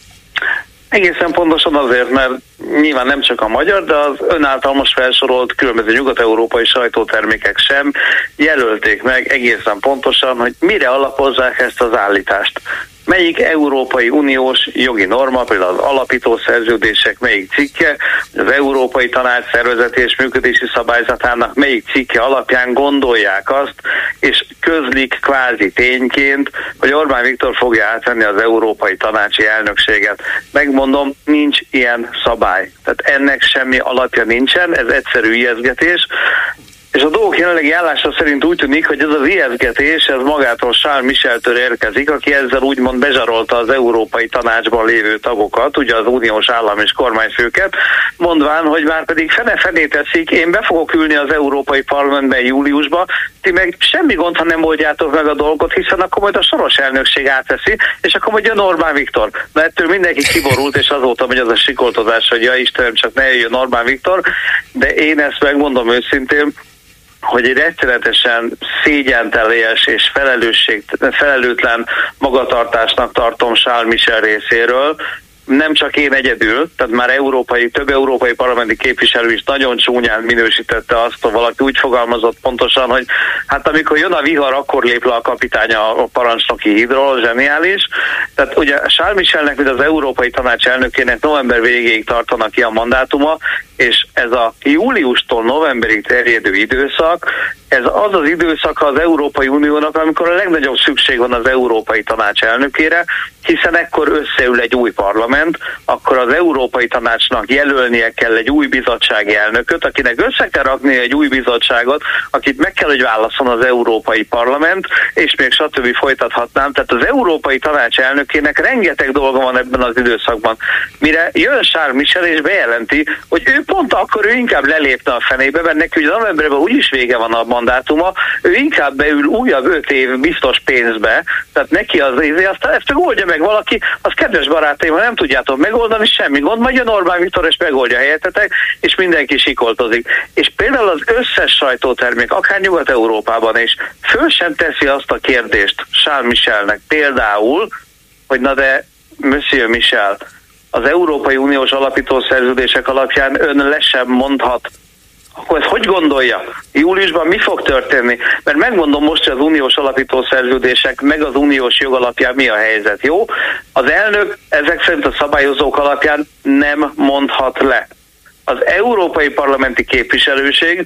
Egészen pontosan azért, mert nyilván nem csak a magyar, de az ön által most felsorolt különböző nyugat-európai sajtótermékek sem jelölték meg egészen pontosan, hogy mire alapozzák ezt az állítást. Melyik Európai Uniós jogi norma, például az alapító szerződések melyik cikke, az Európai Tanács szervezeti és működési szabályzatának melyik cikke alapján gondolják azt, és közlik kvázi tényként, hogy Orbán Viktor fogja átvenni az Európai Tanácsi elnökséget. Megmondom, nincs ilyen szabály. Tehát ennek semmi alapja nincsen, ez egyszerű ijesztgetés. És a dolgok jelenlegi állása szerint úgy tűnik, hogy ez az ijesztgetés, ez magától Charles Micheltől érkezik, aki ezzel úgymond bezsarolta az Európai Tanácsban lévő tagokat, ugye az uniós állam és kormányfőket, mondván, hogy már pedig fene-fené teszik, én be fogok ülni az Európai Parlamentben júliusba, ti meg semmi gond, ha nem oldjátok meg a dolgot, hiszen akkor majd a soros elnökség átveszi, és akkor majd jön Orbán Viktor. Na ettől mindenki kiborult, és azóta megy az a sikoltozás, hogy ja Istenem, csak ne jöjjön Orbán Viktor, de én ezt megmondom őszintén, hogy egy rettenetesen szégyenteljes és felelőtlen magatartásnak tartom Charles Michel részéről. Nem csak én egyedül, tehát már több európai parlamenti képviselő is nagyon csúnyán minősítette azt, hogy valaki úgy fogalmazott pontosan, hogy hát amikor jön a vihar, akkor lép le a kapitány a parancsnoki hídról, zseniális. Tehát ugye Charles Michelnek, mint az Európai Tanács elnökének november végéig tartanak ki a mandátuma, és ez a júliustól novemberig terjedő időszak, Ez az az időszaka az Európai Uniónak, amikor a legnagyobb szükség van az Európai Tanács elnökére, hiszen ekkor összeül egy új parlament, akkor az Európai Tanácsnak jelölnie kell egy új bizottsági elnököt, akinek össze kell rakni egy új bizottságot, akit meg kell, hogy válasszon az Európai Parlament, és még stb. Folytathatnám. Tehát az Európai Tanács elnökének rengeteg dolga van ebben az időszakban. Mire jön Charles Michel és bejelenti, hogy ő pont akkor ő inkább lelépne a fenébe, mert neki ugye novemberben úgyis vége van a mandátuma, ő inkább beül újabb 5 év biztos pénzbe, tehát neki aztán ezt oldja meg valaki, az kedves barátaim, ha nem tudjátok megoldani, semmi gond, majd jön Orbán Viktor és megoldja helyettetek, és mindenki sikoltozik. És például az összes sajtótermék, akár Nyugat-Európában is, föl sem teszi azt a kérdést Charles Michelnek például, hogy na de Monsieur Michel, az Európai Uniós alapító szerződések alapján ön le sem mondhat, hogy gondolja? Júliusban mi fog történni? Mert megmondom most, hogy az uniós alapító szerződések meg az uniós jog alapján mi a helyzet, jó? Az elnök ezek szerint a szabályozók alapján nem mondhat le. Az Európai Parlamenti Képviselőség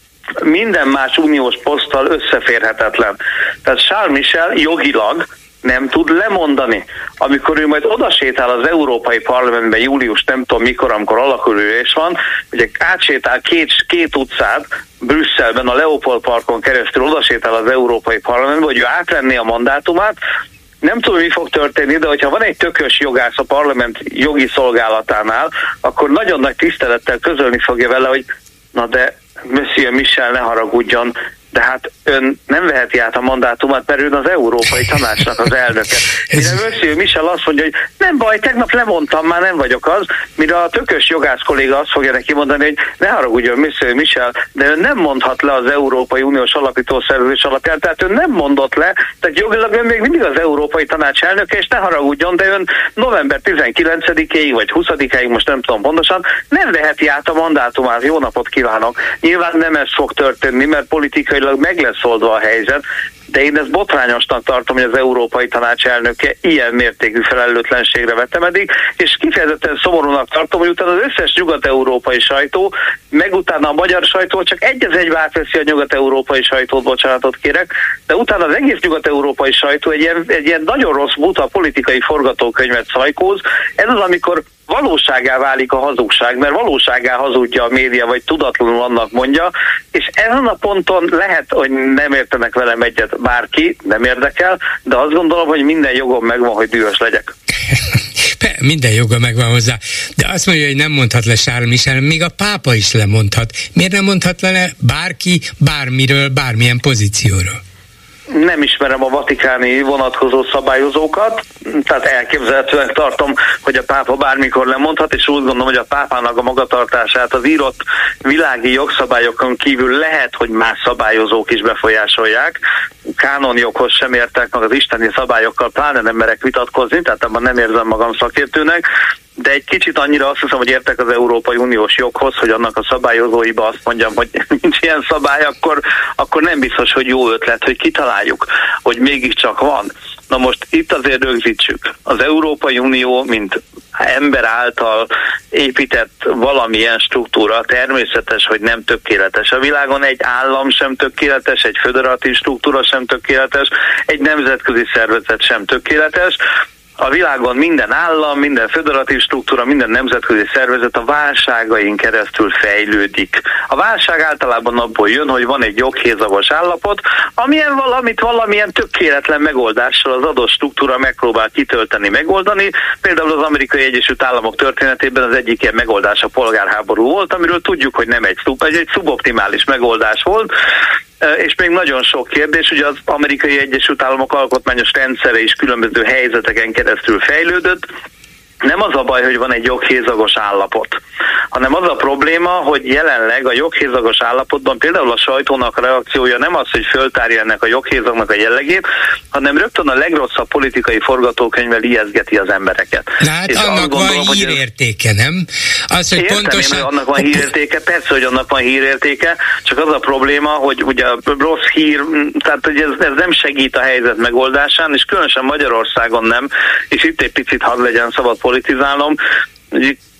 minden más uniós poszttal összeférhetetlen. Tehát Charles Michel jogilag nem tud lemondani. Amikor ő majd odasétál az Európai Parlamentbe július, nem tudom mikor, amikor alakulülés van, ugye átsétál két utcát Brüsszelben, a Leopold Parkon keresztül odasétál az Európai Parlamentbe, hogy ő átvenné a mandátumát. Nem tudom, mi fog történni, de hogyha van egy tökös jogász a parlament jogi szolgálatánál, akkor nagyon nagy tisztelettel közölni fogja vele, hogy na de Monsieur Michel, ne haragudjon, de hát ön nem veheti át a mandátumát, mert ön az Európai Tanácsnak az elnöke. Mire Monsieur Michel azt mondja, hogy nem baj, tegnap lemondtam, már nem vagyok az, mire a tökös jogász kolléga azt fogja neki mondani, hogy ne haragudjon Monsieur Michel, de ön nem mondhat le az Európai Uniós alapító szerződés alapján, tehát ön nem mondott le, tehát jogilag ön még mindig az Európai Tanács elnöke, és ne haragudjon, de ön november 19-éig vagy 20-áig, most nem tudom pontosan, nem veheti át a mandátumát. Jó napot kívánok! Nyilván nem ez fog történni, mert politikai meg lesz oldva a helyzet, de én ezt botrányosnak tartom, hogy az Európai Tanács elnöke ilyen mértékű felelőtlenségre vetemedik, és kifejezetten szomorúnak tartom, hogy utána az összes nyugat-európai sajtó, meg utána a magyar sajtó csak egy átveszi a nyugat-európai sajtót, bocsánatot kérek, de utána az egész nyugat-európai sajtó egy ilyen nagyon rossz, buta politikai forgatókönyvet szajkóz. Ez az, amikor valóságá válik a hazugság, mert valóságá hazudja a média, vagy tudatlanul annak mondja, és ezen a ponton lehet, hogy nem értenek velem egyet bárki, nem érdekel, de azt gondolom, hogy minden jogom megvan, hogy dühös legyek. Minden joga megvan hozzá, de azt mondja, hogy nem mondhat le Charles Michel, még a pápa is lemondhat. Miért nem mondhat le bárki bármiről, bármilyen pozícióról? Nem ismerem a vatikáni vonatkozó szabályozókat, tehát elképzelhetően tartom, hogy a pápa bármikor lemondhat, és úgy gondolom, hogy a pápának a magatartását az írott világi jogszabályokon kívül lehet, hogy más szabályozók is befolyásolják. Kánonjoghoz sem értek, meg az isteni szabályokkal pláne nem merek vitatkozni, tehát abban nem érzem magam szakértőnek, de egy kicsit annyira azt hiszem, hogy értek az Európai Uniós joghoz, hogy annak a szabályozóiba azt mondjam, hogy nincs ilyen szabály, akkor nem biztos, hogy jó ötlet, hogy kitaláljuk, hogy mégiscsak van. Na most itt azért rögzítsük. Az Európai Unió, mint ember által épített valamilyen struktúra, természetes, hogy nem tökéletes. A világon egy állam sem tökéletes, egy föderatív struktúra sem tökéletes, egy nemzetközi szervezet sem tökéletes. A világon minden állam, minden föderatív struktúra, minden nemzetközi szervezet a válságain keresztül fejlődik. A válság általában abból jön, hogy van egy joghézagos állapot, amilyen valamilyen tökéletlen megoldással az adott struktúra megpróbál kitölteni, megoldani. Például az Amerikai Egyesült Államok történetében az egyik ilyen megoldás a polgárháború volt, amiről tudjuk, hogy nem egy szuboptimális megoldás volt, és még nagyon sok kérdés, ugye az Amerikai Egyesült Államok alkotmányos rendszere is különböző helyzeteken keresztül fejlődött. Nem az a baj, hogy van egy joghézagos állapot, hanem az a probléma, hogy jelenleg a joghézagos állapotban például a sajtónak a reakciója nem az, hogy föltárja ennek a joghézagnak a jellegét, hanem rögtön a legrosszabb politikai forgatókönyvvel ijeszgeti az embereket. Na hát és annak gondolom, van hírértéke, nem? Az, hogy értem pontosan... én, hogy annak van hírértéke, persze, hogy annak van hírértéke, csak az a probléma, hogy ugye a rossz hír, tehát hogy ez nem segít a helyzet megoldásán, és különösen Magyarországon nem, és itt egy picit hadd legyen szabad politizálnom.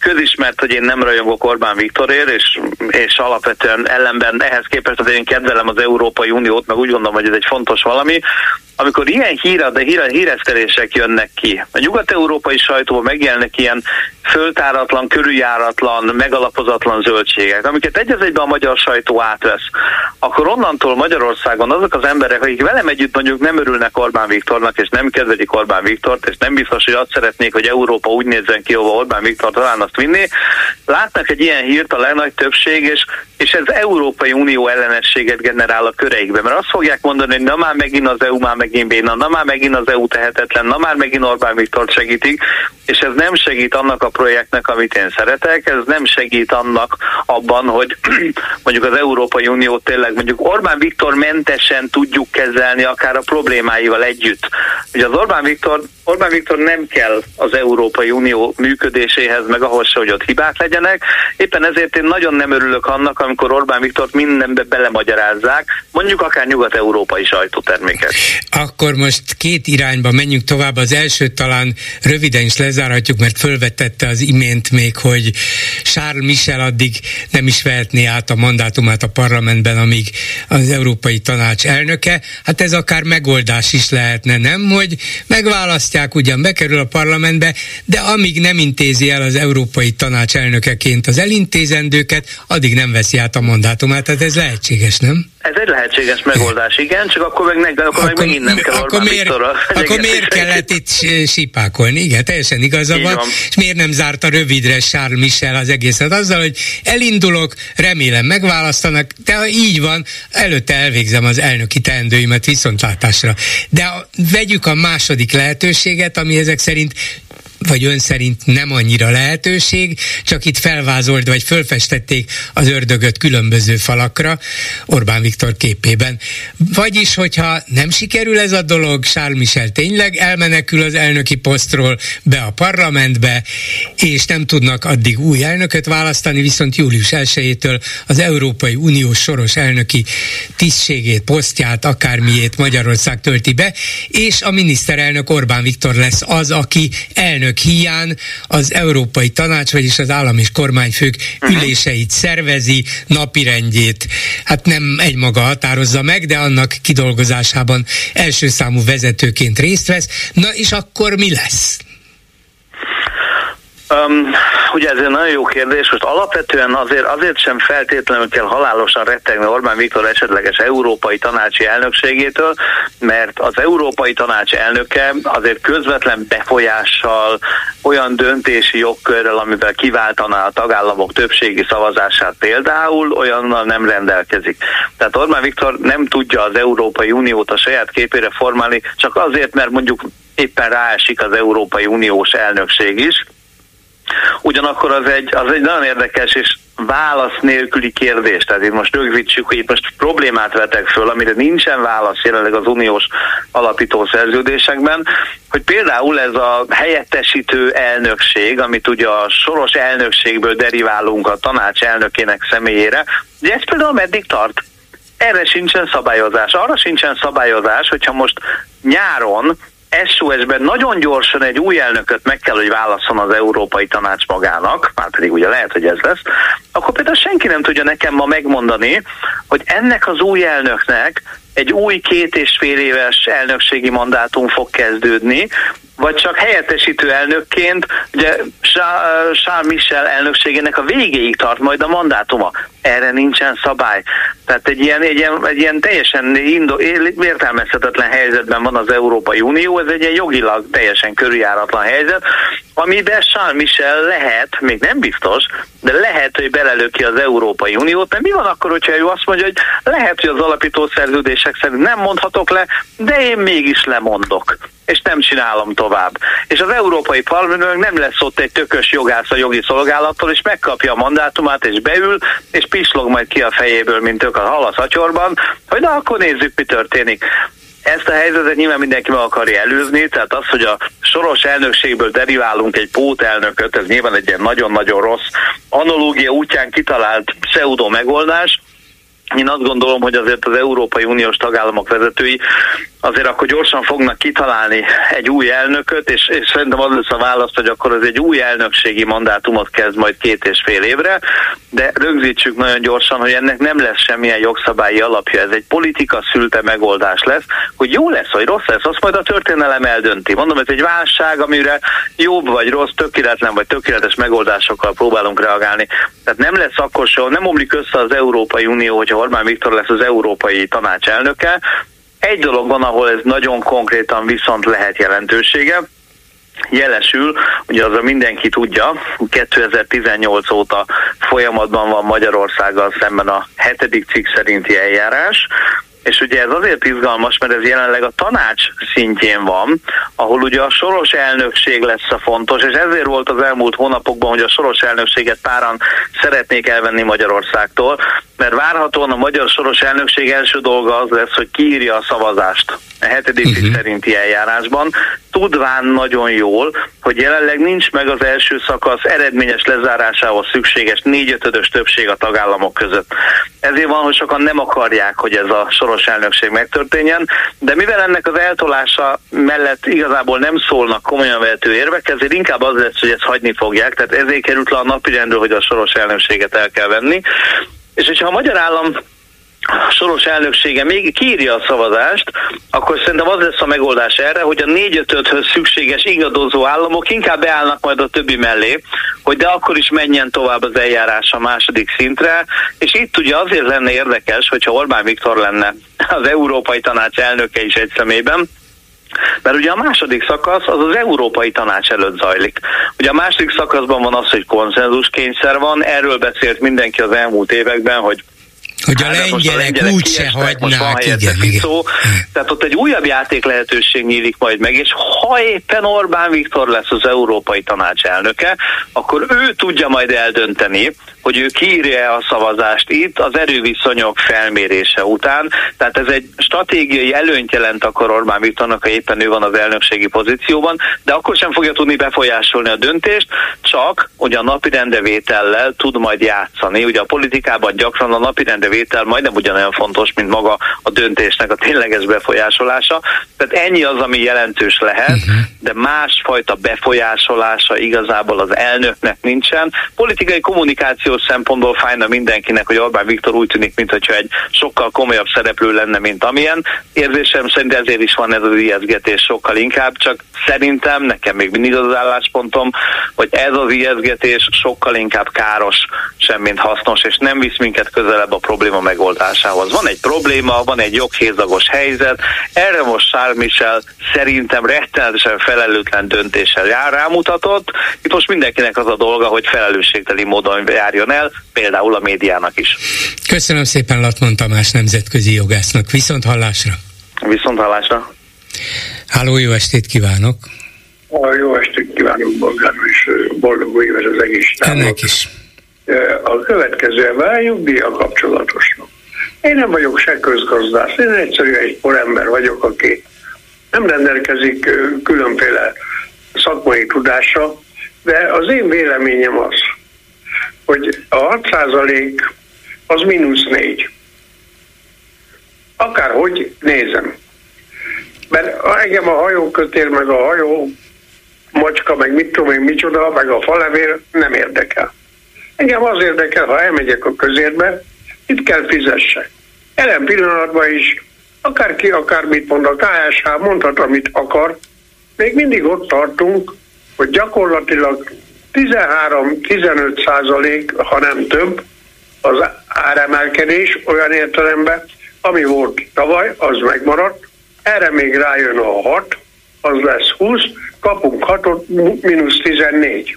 közismert, hogy én nem rajongok Orbán Viktorért, és alapvetően ellenben ehhez képest azért én kedvelem az Európai Uniót, meg úgy gondolom, hogy ez egy fontos valami. Amikor ilyen híresztelések jönnek ki, a nyugat-európai sajtóban megjelennek ilyen föltáratlan, körüljáratlan, megalapozatlan zöldségek, amiket egy az egyben a magyar sajtó átvesz, akkor onnantól Magyarországon azok az emberek, akik velem együtt mondjuk nem örülnek Orbán Viktornak, és nem kedvelik Orbán Viktort, és nem biztos, hogy azt szeretnék, hogy Európa úgy nézzen ki, ahova Orbán Viktor talán azt vinné, látnak egy ilyen hírt a legnagyobb többség, és ez Európai Unió ellenességet generál a köreikben, mert azt fogják mondani, hogy na már megint az EU, már megint béna, na már megint az EU tehetetlen, na már megint Orbán Viktort segítik, és ez nem segít annak a projektnek, amit én szeretek, ez nem segít annak abban, hogy mondjuk az Európai Uniót tényleg mondjuk Orbán Viktor mentesen tudjuk kezelni, akár a problémáival együtt. Ugye az Orbán Viktor nem kell az Európai Unió működéséhez, meg ahhoz se, hogy ott hibák legyenek. Éppen ezért én nagyon nem örülök annak, amikor Orbán Viktort mindenbe belemagyarázzák, mondjuk akár nyugat-európai sajtótermékek. Akkor most két irányba menjünk tovább. Az elsőt talán röviden is lezárhatjuk, mert fölvetette az imént még, hogy Charles Michel addig nem is vehetné át a mandátumát a parlamentben, amíg az Európai Tanács elnöke. Hát ez akár megoldás is lehetne, nem? Hogy megválasztják, ugyan bekerül a parlamentbe, de amíg nem intézi el az Európai Tanács elnökeként az elintézendőket, addig nem veszi át a mandátumát. Tehát ez lehetséges, nem? Ez egy lehetséges megoldás, igen, csak akkor meg megint nem kell Orbán Viktorral. Akkor miért kellett itt sipákolni? Igen, teljesen igaza van. És miért nem zárta rövidre Charles Michel az egészet azzal, hogy elindulok, remélem megválasztanak, de ha így van, előtte elvégzem az elnöki teendőimet viszontlátásra. De vegyük a második lehetőséget, ami ezek szerint vagy ön szerint nem annyira lehetőség, csak itt felvázolt, vagy fölfestették az ördögöt különböző falakra Orbán Viktor képében. Vagyis, hogyha nem sikerül ez a dolog, Charles Michel tényleg elmenekül az elnöki posztról be a parlamentbe, és nem tudnak addig új elnököt választani, viszont július 1-től az Európai Unió soros elnöki tisztségét, posztját, akármiét Magyarország tölti be, és a miniszterelnök Orbán Viktor lesz az, aki elnök híján az Európai Tanács, vagyis az állam és kormányfők üléseit szervezi, napirendjét, hát nem egymaga határozza meg, de annak kidolgozásában első számú vezetőként részt vesz. Na és akkor mi lesz? Ugye ez egy nagyon jó kérdés, most alapvetően azért sem feltétlenül kell halálosan rettegni Orbán Viktor esetleges Európai Tanácsi elnökségétől, mert az Európai Tanács elnöke azért közvetlen befolyással, olyan döntési jogkörrel, amivel kiváltaná a tagállamok többségi szavazását például, olyannal nem rendelkezik. Tehát Orbán Viktor nem tudja az Európai Uniót a saját képére formálni, csak azért, mert mondjuk éppen ráesik az Európai Uniós elnökség is. Ugyanakkor az egy nagyon érdekes és válasz nélküli kérdés. Tehát itt most rögzítsük, hogy itt most problémát vetek föl, amire nincsen válasz jelenleg az uniós alapító szerződésekben, hogy például ez a helyettesítő elnökség, amit ugye a soros elnökségből deriválunk a tanács elnökének személyére, ugye ez például meddig tart? Erre sincsen szabályozás. Arra sincsen szabályozás, hogyha most nyáron SOS-ben nagyon gyorsan egy új elnököt meg kell, hogy válasszon az Európai Tanács magának, már pedig ugye lehet, hogy ez lesz, akkor például senki nem tudja nekem ma megmondani, hogy ennek az új elnöknek egy új 2,5 éves elnökségi mandátum fog kezdődni, vagy csak helyettesítő elnökként, ugye Charles Michel elnökségének a végéig tart majd a mandátuma. Erre nincsen szabály. Tehát egy ilyen teljesen értelmezhetetlen helyzetben van az Európai Unió, ez egy ilyen jogilag teljesen körüljáratlan helyzet, amiben Charles Michel lehet, még nem biztos, de lehet, hogy belelöki az Európai Uniót, mert mi van akkor, hogyha ő azt mondja, hogy lehet, hogy az alapító szerződések szerint nem mondhatok le, de én mégis lemondok, és nem csinálom tovább. És az Európai Parlamentben nem lesz ott egy tökös jogász a jogi szolgálattól, és megkapja a mandátumát, és beül, és pislog majd ki a fejéből, mint tök a hal a szatyorban, hogy na, akkor nézzük, mi történik. Ezt a helyzetet nyilván mindenki meg akarja előzni, tehát az, hogy a soros elnökségből deriválunk egy pótelnököt, ez nyilván egy ilyen nagyon-nagyon rossz analógia útján kitalált pseudo megoldás, Én azt gondolom, hogy azért az Európai Uniós tagállamok vezetői azért akkor gyorsan fognak kitalálni egy új elnököt, és szerintem az lesz a válasz, hogy akkor az egy új elnökségi mandátumot kezd majd 2,5 évre, de rögzítsük nagyon gyorsan, hogy ennek nem lesz semmilyen jogszabályi alapja, ez egy politika szülte megoldás lesz, hogy jó lesz vagy rossz lesz, azt majd a történelem eldönti. Mondom, ez egy válság, amire jobb vagy rossz, tökéletlen vagy tökéletes megoldásokkal próbálunk reagálni. Tehát nem lesz akkor se, nem omlik össze az Európai Unió, hogyha Orbán Viktor lesz az Európai Tanács elnöke. Egy dolog van, ahol ez nagyon konkrétan viszont lehet jelentősége. Jelesül, ugye azra mindenki tudja, 2018 óta folyamatban van Magyarországgal szemben a 7. cikk szerinti eljárás, és ugye ez azért izgalmas, mert ez jelenleg a tanács szintjén van, ahol ugye a soros elnökség lesz a fontos, és ezért volt az elmúlt hónapokban, hogy a soros elnökséget páran szeretnék elvenni Magyarországtól, mert várhatóan a magyar soros elnökség első dolga az lesz, hogy kiírja a szavazást a 7. cikk szerinti eljárásban, tudván nagyon jól, hogy jelenleg nincs meg az első szakasz eredményes lezárásához szükséges 4/5 többség a tagállamok között. Ezért van, hogy sokan nem akarják, hogy ez a soros elnökség megtörténjen, de mivel ennek az eltolása mellett igazából nem szólnak komolyan vehető érvek, ezért inkább az lesz, hogy ezt hagyni fogják, tehát ezért került le a napirendről, hogy a soros elnökséget el kell venni. És hogyha a magyar állam soros elnöksége még kiírja a szavazást, akkor szerintem az lesz a megoldás erre, hogy a 4/5-höz szükséges ingadozó államok inkább beállnak majd a többi mellé, hogy de akkor is menjen tovább az eljárás a második szintre, és itt ugye azért lenne érdekes, hogyha Orbán Viktor lenne az Európai Tanács elnöke is egy személyben, mert ugye a második szakasz az az Európai Tanács előtt zajlik. Ugye a második szakaszban van az, hogy konszenzuskényszer van, erről beszélt mindenki az elmúlt években, hogy a lengyelek úgyse hagynák, igen. Tehát ott egy újabb játék lehetőség nyílik majd meg, és ha éppen Orbán Viktor lesz az Európai Tanács elnöke, akkor ő tudja majd eldönteni, hogy ő kiírja a szavazást itt az erőviszonyok felmérése után. Tehát ez egy stratégiai előnyt jelent akkor Orbán Viktornak, ha éppen ő van az elnökségi pozícióban, de akkor sem fogja tudni befolyásolni a döntést, csak ugye a napirendevétellel tud majd játszani. Ugye a politikában gyakran a napirendevétel majdnem ugyanolyan fontos, mint maga a döntésnek a tényleges befolyásolása. Tehát ennyi az, ami jelentős lehet, de másfajta befolyásolása igazából az elnöknek nincsen. Politikai kommunikáció szempontból fájna mindenkinek, hogy Orbán Viktor úgy tűnik, mintha egy sokkal komolyabb szereplő lenne, mint amilyen. Érzésem szerint ezért is van ez az ijesztgetés sokkal inkább, csak szerintem, nekem még mindig az álláspontom, hogy ez az ijesztgetés sokkal inkább káros, semmint hasznos, és nem visz minket közelebb a probléma megoldásához. Van egy probléma, van egy joghézagos helyzet, erre most Charles Michel szerintem rettenetesen felelőtlen döntéssel rámutatott. Itt most mindenkinek az a dolga, hogy felelősségteli módon járjon el, például a médiának is. Köszönöm szépen Latman Tamás nemzetközi jogásznak. Viszont hallásra! Viszont hallásra! Háló, jó estét kívánok! Jó estét kívánok, Bolgár, és boldog új évet az egész támnak. Ennek is. A következővel nyugdíjjal kapcsolatosnak. Én nem vagyok se közgazdász, én egyszerűen egy porember vagyok, aki nem rendelkezik különféle szakmai tudással, de az én véleményem az, hogy a 6% az -4. Akárhogy nézem. Mert engem a hajókötél, meg a hajó macska, meg mit tudom én micsoda, meg a falevél nem érdekel. Engem az érdekel, ha elmegyek a közérbe, itt kell fizessek. Jelen pillanatban is akárki akármit mond, a KSH mondhat, amit akar, még mindig ott tartunk, hogy gyakorlatilag 13-15%, ha nem több, az áremelkedés olyan értelemben, ami volt tavaly, az megmaradt, erre még rájön a 6, az lesz 20, kapunk 6-ot, -14.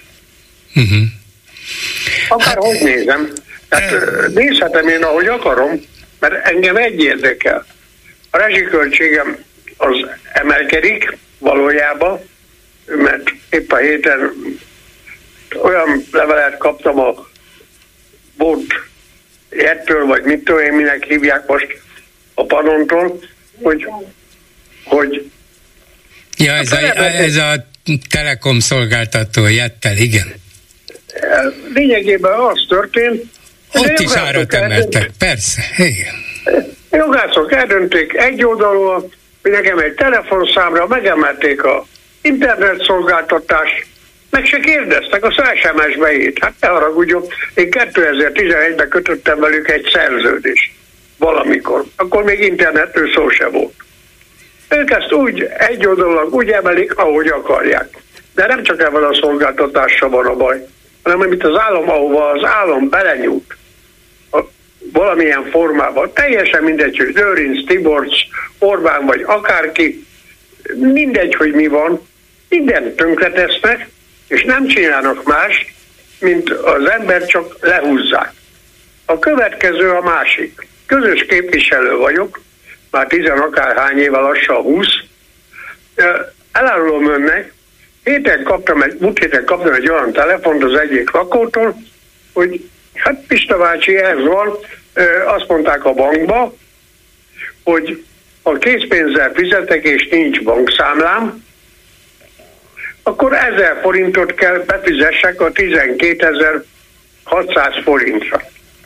Akárhogy nézem, tehát nézhetem én, ahogy akarom, mert engem egy érdekel. A rezsiköltségem az emelkedik valójában, mert épp a héten olyan levelet kaptam a bot ettől, vagy mit tudom én, minek hívják most a Panontól, hogy ja, ez a Telekom szolgáltató Jettel, igen. Lényegében az történt, Ott is árat emeltek, persze. Igen. Jogászok eldönték egyoldalúan, hogy nekem egy telefonszámra megemelték a internetszolgáltatást, meg se kérdeztek, az SMS-be írt. Hát ne haragudjon, én 2011-ben kötöttem velük egy szerződést valamikor. Akkor még internetről szó se volt. Ők ezt úgy egyoldalúan úgy emelik, ahogy akarják. De nem csak ebben a szolgáltatással van a baj, hanem amit az állam, ahova az állam belenyújt valamilyen formában, teljesen mindegy, hogy Lőrinc, Tiborcs, Orbán vagy akárki, mindegy, hogy mi van, mindent tönkretesznek, és nem csinálnak más, mint az ember csak lehúzzák. A következő a másik. Közös képviselő vagyok, már 10 akárhány éve, lassan 20. Elárulom önnek, múlt héten kaptam egy olyan telefont az egyik lakótól, hogy hát Pista bácsi, ez van, azt mondták a bankba, hogy ha készpénzzel fizetek és nincs bankszámlám, akkor 1000 forintot kell befizessek a 12.600 forintra.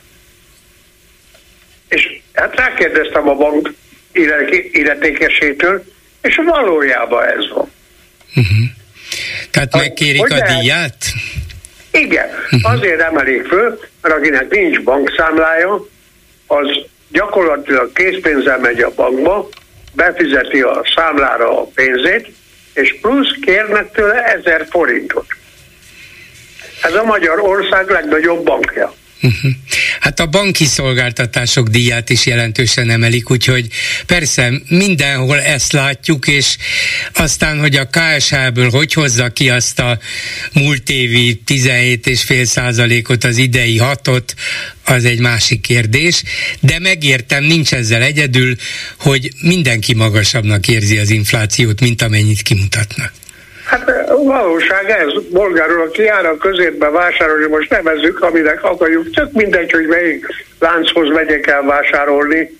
És hát rákérdeztem a bank illetékesétől, és valójában ez van. Uh-huh. Tehát megkérik a díjat? Igen, azért emelik föl, mert akinek nincs bankszámlája, az gyakorlatilag készpénzzel megy a bankba, befizeti a számlára a pénzét, és plusz kérnek tőle 1000 forintot. Ez a Magyarország legnagyobb bankja. Uh-huh. Hát a banki szolgáltatások díját is jelentősen emelik, úgyhogy persze mindenhol ezt látjuk, és aztán, hogy a KSH-ből hogy hozza ki azt a múlt évi 17,5%-ot, az idei 6-ot, az egy másik kérdés, de megértem, nincs ezzel egyedül, hogy mindenki magasabbnak érzi az inflációt, mint amennyit kimutatnak. Hát a valóság ez, bolgárul, aki jár a közértbe vásárolni, most nevezzük, aminek akarjuk, csak mindegy, hogy melyik lánchoz megyek el vásárolni.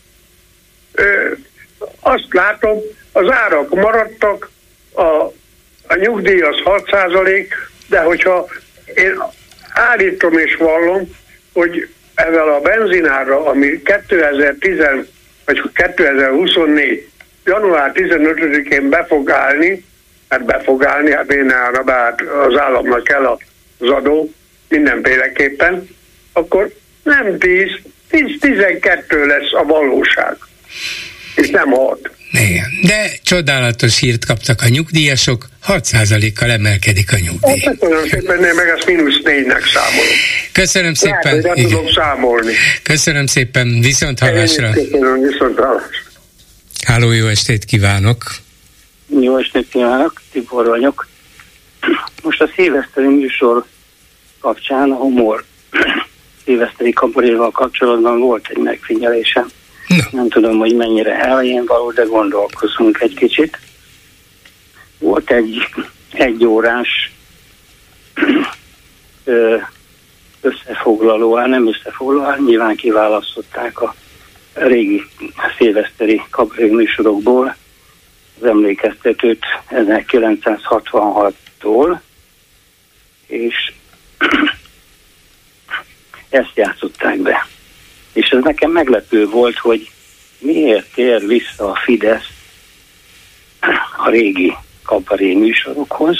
Azt látom, az árak maradtak, a nyugdíj az 6%, de hogyha én állítom és vallom, hogy ezzel a benzinárra, ami 2024. január 15-én be fog állni, hát én állna be, hát az államnak kell az adó mindenféleképpen, akkor nem 10-12 lesz a valóság, és nem 6. Igen, de csodálatos hírt kaptak a nyugdíjasok, 6%-kal emelkedik a nyugdíj. Hát köszönöm szépen, meg azt -4-nek számolom. Köszönöm szépen. Lehet, tudok számolni. Köszönöm szépen, viszont hallásra. Köszönöm, viszont hallásra. Háló, jó estét kívánok! Jó estét kívánok, Tibor vagyok. Most a szilveszteri műsor kapcsán, a humor szilveszteri kabaréval kapcsolatban volt egy megfigyelésem. Nem tudom, hogy mennyire helyén való, de gondolkozunk egy kicsit. Volt egy órás összefoglaló, nem összefoglaló, nyilván kiválasztották a régi szilveszteri kabaré műsorokból az emlékeztetőt 1966-tól, és ezt játszották be. És ez nekem meglepő volt, hogy miért tér vissza a Fidesz a régi kabaré műsorokhoz,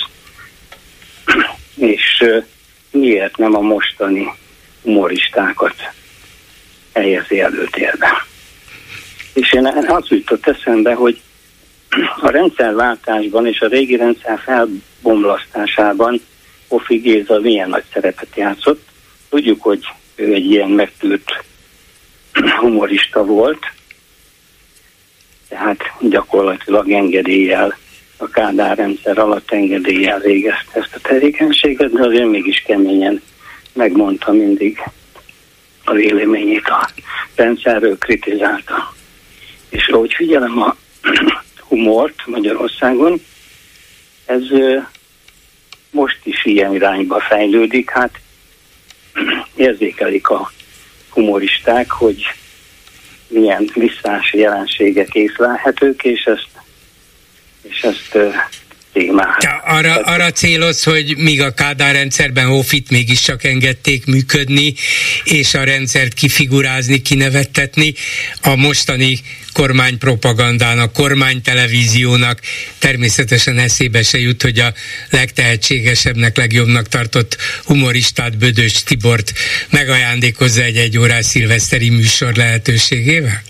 és miért nem a mostani humoristákat helyezi előtérbe. És én az jutott eszembe, hogy a rendszerváltásban és a régi rendszer felbomlasztásában Hofi Géza milyen nagy szerepet játszott. Tudjuk, hogy ő egy ilyen megtűrt humorista volt, tehát gyakorlatilag engedéllyel, a Kádár rendszer alatt engedéllyel végezte ezt a tevékenységet, de azért mégis keményen megmondta mindig a véleményét a rendszerről, kritizálta. És ahogy figyelem a humort Magyarországon, ez most is ilyen irányba fejlődik, hát érzékelik a humoristák, hogy milyen visszás jelenségek észlelhetők, és ezt témát. Arra céloz, hogy míg a Kádár rendszerben Hófit mégiscsak engedték működni, és a rendszert kifigurázni, kinevettetni, a mostani kormánypropagandának, kormánytelevíziónak természetesen eszébe se jut, hogy a legtehetségesebbnek, legjobbnak tartott humoristát, Bödös Tibort megajándékozza egy 1 órás szilveszteri műsor lehetőségével?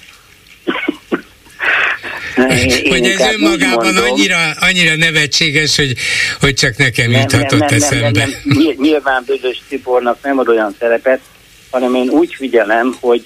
Hogy ez önmagában annyira nevetséges, hogy csak nekem juthatott eszembe. Nyilván Bödös Tibornak nem ad olyan szerepet, hanem én úgy figyelem, hogy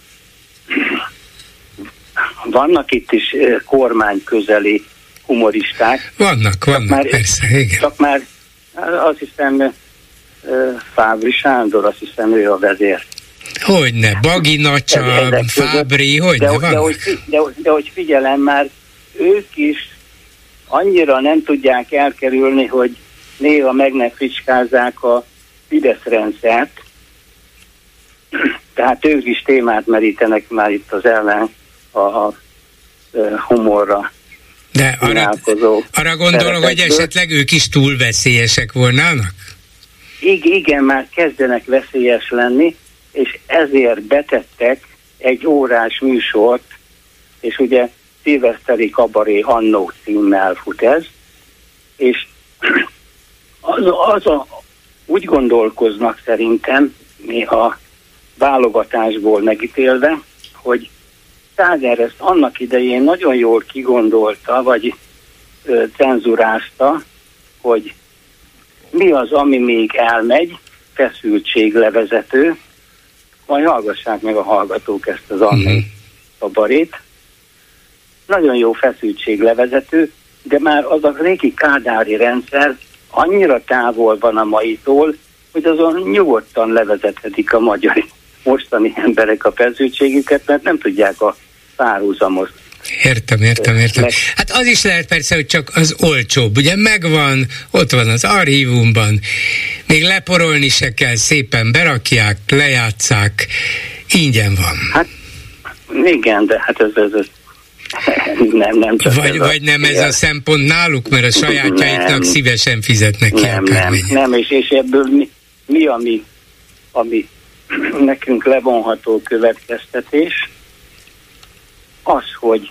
vannak itt is kormányközeli humoristák. Vannak, persze, igen. Csak már azt hiszem Fábri Sándor, azt hiszem ő a vezér. Hogyne, Bagi Nacsa, Fábri, hogyne, de hogy figyelem, már ők is annyira nem tudják elkerülni, hogy néha meg ne fricskázzák a Fidesz rendszert, tehát ők is témát merítenek már itt az ellen a humorra. De arra gondolom, hogy esetleg ők is túl veszélyesek volnának? Igen, már kezdenek veszélyes lenni, és ezért betettek 1 órás műsort, és ugye Szilveszteri Kabaré annó címmel fut ez, és úgy gondolkoznak szerintem, a válogatásból megítélve, hogy Száger ezt annak idején nagyon jól kigondolta, vagy cenzurázta, hogy mi az, ami még elmegy, feszültséglevezető, majd hallgassák meg a hallgatók ezt az Annó Kabarét. Nagyon jó feszültséglevezető, de már az a régi kádári rendszer annyira távol van a maitól, hogy azon nyugodtan levezethetik a magyar mostani emberek a feszültségüket, mert nem tudják a párhuzamos. Értem. Hát az is lehet persze, hogy csak az olcsóbb. Ugye megvan, ott van az archívumban, még leporolni se kell, szépen berakják, lejátszák, ingyen van. Hát igen, de hát ez nem csak vagy nem ez a szempont náluk, mert a sajátjaiknak szívesen fizetnek ki nem, és ebből mi ami nekünk levonható következtetés, az, hogy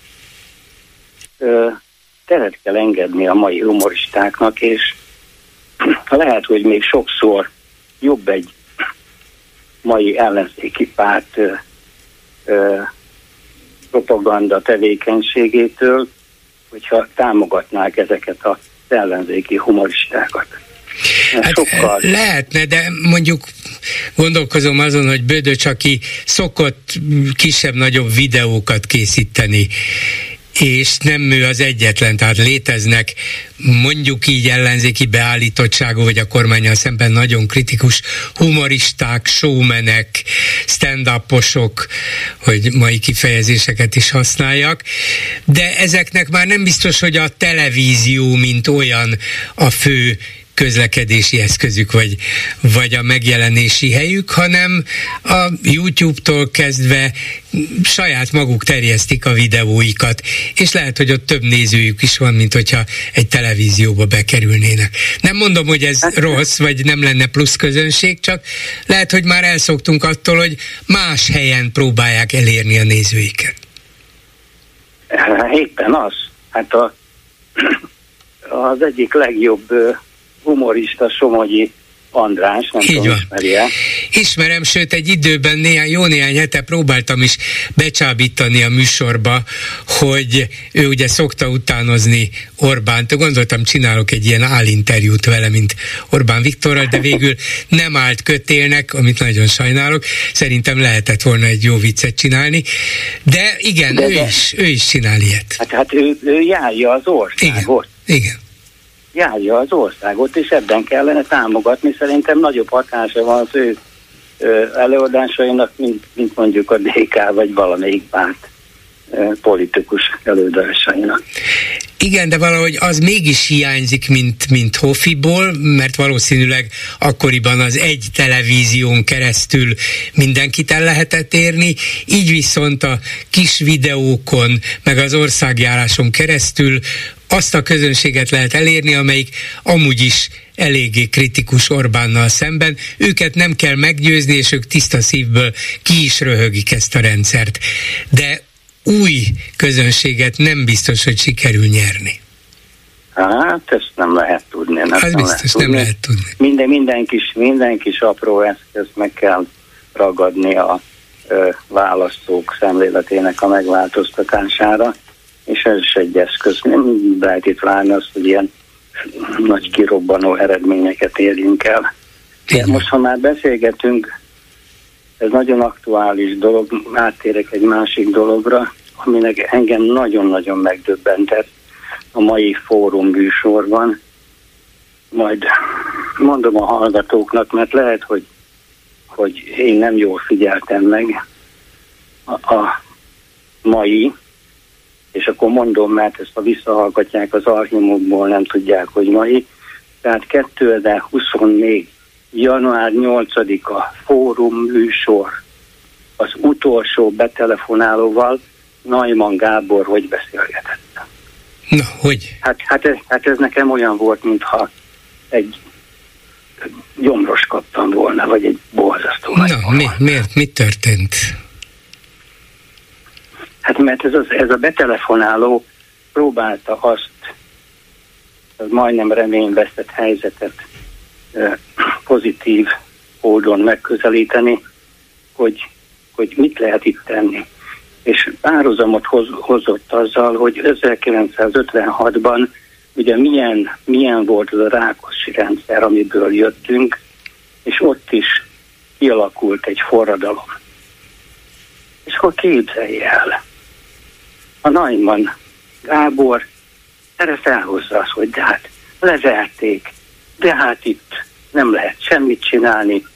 teret kell engedni a mai humoristáknak, és lehet, hogy még sokszor jobb egy mai ellenzéki párt propaganda tevékenységétől, hogyha támogatnák ezeket az ellenzéki humoristákat. Hát lehetne, de mondjuk gondolkozom azon, hogy Bödöcs, aki szokott kisebb-nagyobb videókat készíteni, és nem ő az egyetlen, tehát léteznek mondjuk így ellenzéki beállítottságú, vagy a kormánnyal szemben nagyon kritikus humoristák, showmenek, stand-uposok, hogy mai kifejezéseket is használjak, de ezeknek már nem biztos, hogy a televízió, mint olyan a fő közlekedési eszközük, vagy a megjelenési helyük, hanem a YouTube-tól kezdve saját maguk terjesztik a videóikat, és lehet, hogy ott több nézőjük is van, mint hogyha egy televízióba bekerülnének. Nem mondom, hogy ez rossz, vagy nem lenne plusz közönség, csak lehet, hogy már elszoktunk attól, hogy más helyen próbálják elérni a nézőiket. Éppen az. Hát az egyik legjobb humorista Somogyi András, nem tudom, ismeri-e? Ismerem, sőt egy időben néhány hete próbáltam is becsábítani a műsorba, hogy ő ugye szokta utánozni Orbánt. Gondoltam, csinálok egy ilyen álinterjút vele, mint Orbán Viktorral, de végül nem állt kötélnek, amit nagyon sajnálok. Szerintem lehetett volna egy jó viccet csinálni. De igen, ő is csinál ilyet. Hát ő járja az országot. Igen. Járja az országot, és ebben kellene támogatni. Szerintem nagyobb hatása van az ő előadásainak, mint mondjuk a DK vagy valamelyik párt politikus előadásainak. Igen, de valahogy az mégis hiányzik, mint Hofiból, mert valószínűleg akkoriban az egy televízión keresztül mindenkit el lehetett érni, így viszont a kis videókon, meg az országjáráson keresztül azt a közönséget lehet elérni, amelyik amúgy is eléggé kritikus Orbánnal szemben. Őket nem kell meggyőzni, és ők tiszta szívből ki is röhögik ezt a rendszert. De új közönséget nem biztos, hogy sikerül nyerni. Hát, ezt nem lehet tudni. Az biztos, nem lehet tudni. Minden kis apró eszközt meg kell ragadni a választók szemléletének a megváltoztatására, és ez is egy eszköz. Nem lehet itt várni azt, hogy ilyen nagy kirobbanó eredményeket érjünk el. De most, ha már beszélgetünk, ez nagyon aktuális dolog, áttérek egy másik dologra, aminek engem nagyon-nagyon megdöbbentett a mai fórum műsorban. Majd mondom a hallgatóknak, mert lehet, hogy én nem jól figyeltem meg a mai, és akkor mondom, mert ezt ha visszahallgatják az archívumból, nem tudják, hogy mai. Tehát 2024. január 8-a fórum műsor az utolsó betelefonálóval, Neumann Gábor hogy beszélgetett. Na, hogy? Hát ez nekem olyan volt, mintha egy gyomros kaptam volna, vagy egy borzasztó. Na, miért? Mi történt? Hát mert ez a betelefonáló próbálta azt, az majdnem reményvesztett helyzetet pozitív módon megközelíteni, hogy mit lehet itt tenni. És párhuzamot hozott azzal, hogy 1956-ban ugye milyen volt az a Rákosi rendszer, amiből jöttünk, és ott is kialakult egy forradalom. És akkor képzelj el, a Neumann Gábor erre felhozza azt, hogy de hát leverték, de hát itt nem lehet semmit csinálni.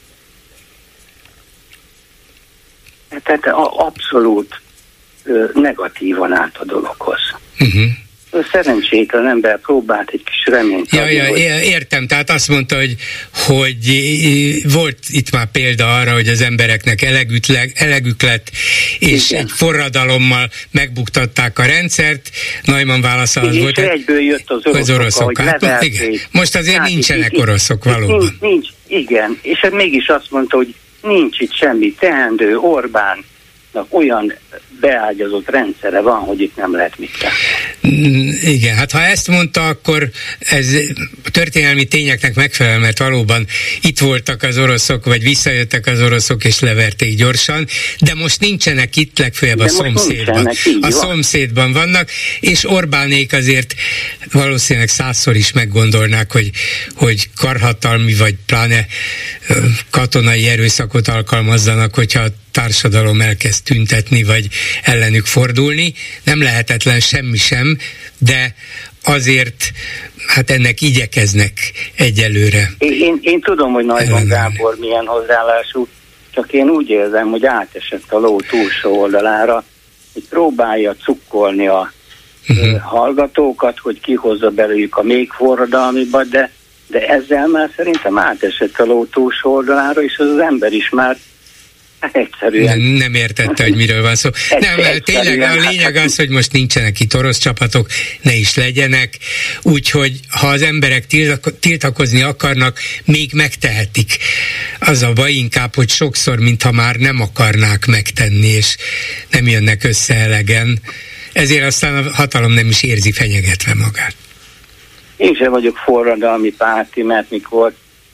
Tehát abszolút negatívan állt a dologhoz. Szerencsétlen ember próbált egy kis reményt adni. Értem, tehát azt mondta, hogy volt itt már példa arra, hogy az embereknek elegük lett, és egy forradalommal megbuktatták a rendszert. Neumann válasza az volt, egyből jött az oroszok. Hát, igen. Most azért nincsenek oroszok valóban. Nincs, igen, és mégis azt mondta, hogy nincs itt semmi teendő, Orbánnak olyan beágyazott rendszere van, hogy itt nem lehet mit tenni. Igen, hát ha ezt mondta, akkor ez történelmi tényeknek megfelel, mert valóban itt voltak az oroszok, vagy visszajöttek az oroszok, és leverték gyorsan, de most nincsenek itt, legfőjebb a szomszédban. A szomszédban vannak, és Orbánék azért valószínűleg 100-szor is meggondolnák, hogy karhatalmi, vagy pláne katonai erőszakot alkalmazzanak, hogyha a társadalom elkezd tüntetni, vagy ellenük fordulni. Nem lehetetlen semmi sem, de azért hát ennek igyekeznek egyelőre. Én tudom, hogy Neumann Gábor milyen hozzáállású, csak én úgy érzem, hogy átesett a ló túlsó oldalára, hogy próbálja cukkolni a hallgatókat, hogy kihozza belőjük a még forradalmiba, de ezzel már szerintem átesett a ló túlsó oldalára, és az ember is már egyszerűen. Nem értette, hogy miről van szó. Nem, tényleg a lényeg az, hogy most nincsenek itt orosz csapatok, ne is legyenek, úgyhogy ha az emberek tiltakozni akarnak, még megtehetik. Az a baj inkább, hogy sokszor, mintha már nem akarnák megtenni, és nem jönnek össze elegen, ezért aztán a hatalom nem is érzi fenyegetve magát. Én sem vagyok forradalmi párti, mert mikor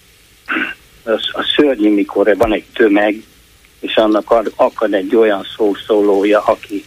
a szörnyű, mikor van egy tömeg, és annak akad egy olyan szószólója,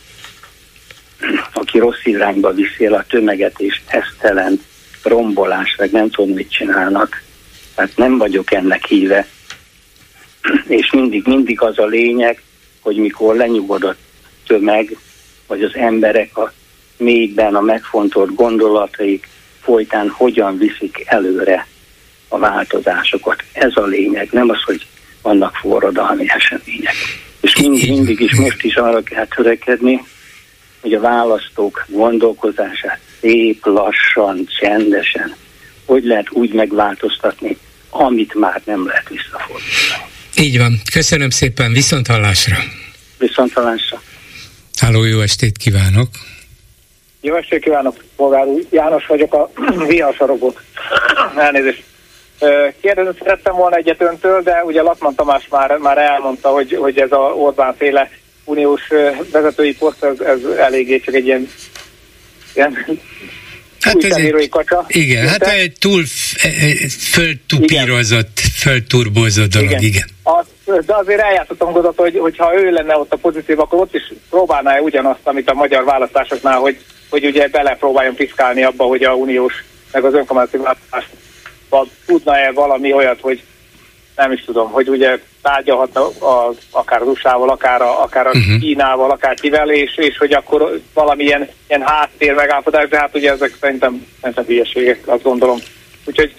aki rossz irányba viszi el a tömeget, és esztelen rombolás, meg nem tudom, mit csinálnak. Tehát nem vagyok ennek híve. És mindig az a lényeg, hogy mikor lenyugodott tömeg, vagy az emberek a mélyben a megfontolt gondolataik folytán hogyan viszik előre a változásokat. Ez a lényeg, nem az, hogy vannak forradalmi események. És mindig is, most is arra kell törekedni, hogy a választók gondolkozását szép, lassan, csendesen, hogy lehet úgy megváltoztatni, amit már nem lehet visszafordítani. Így van. Köszönöm szépen, viszonthallásra. Viszonthallásra. Háló, jó estét kívánok. Jó estét kívánok, Polgár úr. János vagyok, a Viharsarokból. Elnézést. Kérdezni szerettem volna egyet öntől, de ugye Latman Tamás már elmondta, hogy ez a Orbán-féle uniós vezetői poszt, ez eléggé csak egy ilyen újságírói kacsa. Igen, hát egy túl föltupírozott, fölturbózott dolog, igen. De azért eljátszottam gondot, hogyha ő lenne ott a pozíció, akkor ott is próbálná ugyanazt, amit a magyar választásoknál, hogy ugye belepróbáljon piszkálni abba, hogy a uniós, meg az önkormányzati választásban tudna-e valami olyat, hogy nem is tudom, hogy ugye tárgyalhatna akár az USA-val, akár a Kínával, akár kivel, és hogy akkor valamilyen ilyen háttér megállapodás, de hát ugye ezek szerintem hülyeségek, azt gondolom. Úgyhogy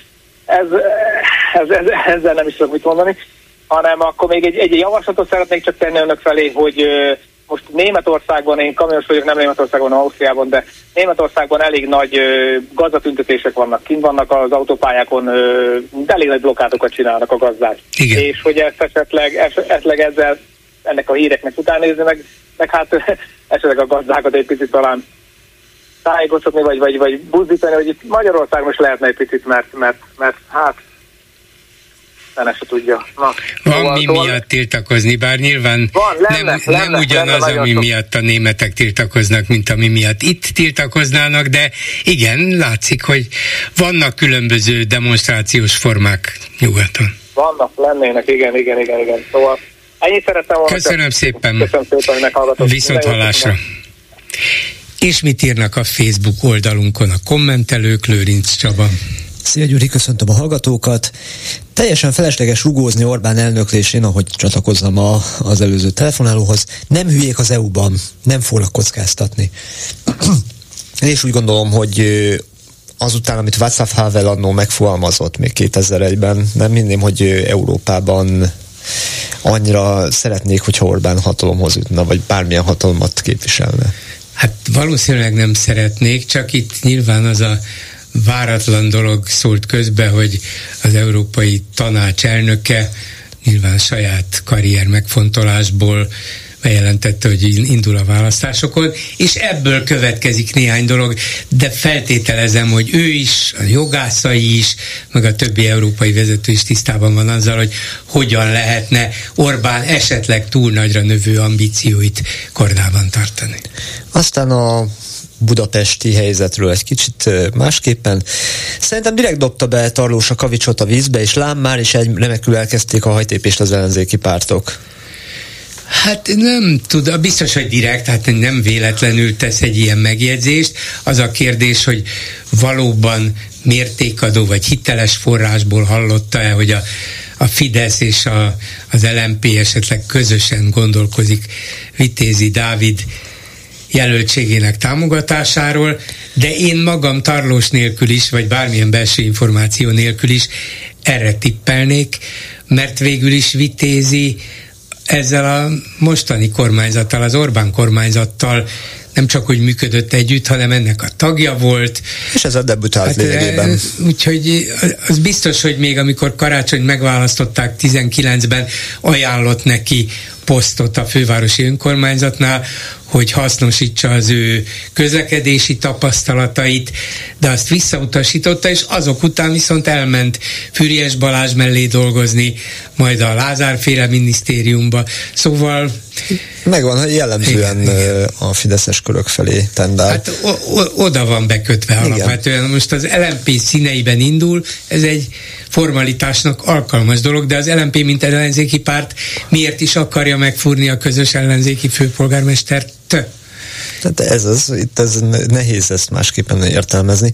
ezzel nem is tudok mit mondani, hanem akkor még egy javaslatot szeretnék csak tenni önök felé, hogy most Németországban, én kamionos vagyok, nem Németországban, Ausztriában, de Németországban elég nagy gazdatüntetések vannak, kint vannak az autópályákon, de elég nagy blokkádokat csinálnak a gazdák. Igen. És hogy ezt esetleg ezzel ennek a híreknek utánézni, meg hát esetleg a gazdákat egy picit talán tájékoztatni, vagy buzdítani, hogy itt Magyarországon is lehetne egy picit, mert hát ne se tudja. Van mi miatt tiltakozni, bár nyilván nem ugyanaz, ami miatt a németek tiltakoznak, mint ami miatt itt tiltakoznának, de igen, látszik, hogy vannak különböző demonstrációs formák nyugaton. Vannak, lennének, igen. Szóval ennyit szerettem volna. Köszönöm szépen. Köszönöm szépen, hogy meghallgatott. Viszont hallásra. És mit írnak a Facebook oldalunkon a kommentelők? Lőrinc Csaba. Szia Gyuri, köszöntöm a hallgatókat. Teljesen felesleges rugózni Orbán elnöklésén, ahogy csatlakozom az előző telefonálóhoz. Nem hülyék az EU-ban, nem fognak kockáztatni. És úgy gondolom, hogy azután, amit Václav Havel annó megfogalmazott még 2001-ben, nem hinném, hogy Európában annyira szeretnék, hogyha Orbán hatalomhoz jutna, vagy bármilyen hatalmat képviselne. Hát valószínűleg nem szeretnék, csak itt nyilván az a váratlan dolog szólt közbe, hogy az Európai Tanács elnöke nyilván saját karrier megfontolásból bejelentette, hogy indul a választásokon, és ebből következik néhány dolog, de feltételezem, hogy ő is, a jogászai is, meg a többi európai vezető is tisztában van azzal, hogy hogyan lehetne Orbán esetleg túl nagyra növő ambícióit kordában tartani. Aztán a budapesti helyzetről egy kicsit másképpen. Szerintem direkt dobta be Tarlós a kavicsot a vízbe, és lám már is remekül elkezdték a hajtépést az ellenzéki pártok. Hát nem tudom, biztos, hogy direkt, hát nem véletlenül tesz egy ilyen megjegyzést. Az a kérdés, hogy valóban mértékadó vagy hiteles forrásból hallotta-e, hogy a Fidesz és az LMP esetleg közösen gondolkozik Vitézi Dávid jelöltségének támogatásáról, de én magam Tarlós nélkül is, vagy bármilyen belső információ nélkül is erre tippelnék, mert végül is Vitézi ezzel a mostani kormányzattal, az Orbán kormányzattal nem csak hogy működött együtt, hanem ennek a tagja volt. És ez a debütált lényegében. Úgyhogy az biztos, hogy még amikor Karácsonyt megválasztották 19-ben, ajánlott neki posztot a fővárosi önkormányzatnál, hogy hasznosítsa az ő közlekedési tapasztalatait, de azt visszautasította, és azok után viszont elment Füriyes Balázs mellé dolgozni, majd a Lázár-féle minisztériumba. Szóval megvan, hogy jellemzően a fideszes körök felé tendál. Hát oda van bekötve alapvetően. Most az LMP színeiben indul, ez egy formalitásnak alkalmas dolog, de az LMP, mint ellenzéki párt, miért is akarja megfúrni a közös ellenzéki főpolgármestert? Tehát ez nehéz ezt másképpen értelmezni.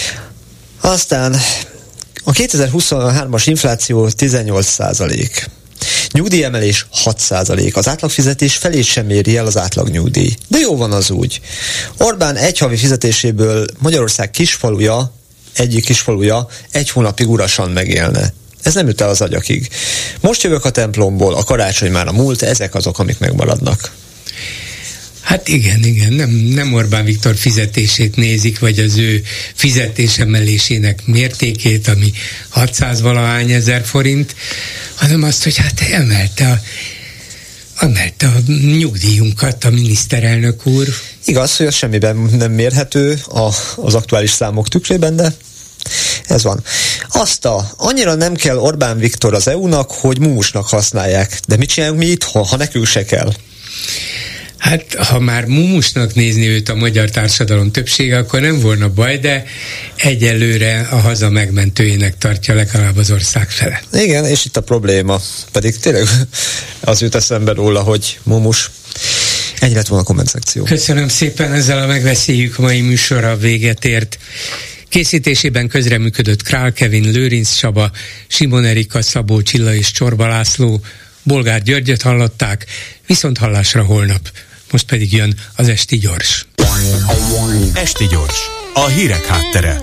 Aztán a 2023-as infláció 18%. Nyugdíjemelés 6%. Az átlagfizetés felét sem éri el az átlagnyugdíj. De jó van az úgy. Orbán egy havi fizetéséből Magyarország egyik kisfaluja egy hónapig urasan megélne. Ez nem jut el az agyakig. Most jövök a templomból, a karácsony már a múlt, ezek azok, amik megmaradnak. Hát igen, nem Orbán Viktor fizetését nézik, vagy az ő fizetésemelésének mértékét, ami 600-valahány ezer forint, hanem azt, hogy hát emelte a nyugdíjunkat a miniszterelnök úr. Igaz, hogy az semmiben nem mérhető az aktuális számok tükrében, de ez van. Annyira nem kell Orbán Viktor az EU-nak, hogy mumusnak használják. De mit csináljunk mi itthon, ha nekünk se kell? Hát, ha már mumusnak nézni őt a magyar társadalom többsége, akkor nem volna baj, de egyelőre a haza megmentőjének tartja legalább az ország fele. Igen, és itt a probléma. Pedig tényleg az jut eszembe róla, hogy mumus. Ennyi lett volna a komment szekció. Köszönöm szépen, ezzel a Megbeszéljük mai műsora véget ért. Készítésében közreműködött Král Kevin, Lőrinc Csaba, Simon Erika, Szabó Csilla és Csorba László. Bolgár Györgyöt hallották, viszont hallásra holnap. Most pedig jön az Esti Gyors. Esti Gyors, a hírek háttere.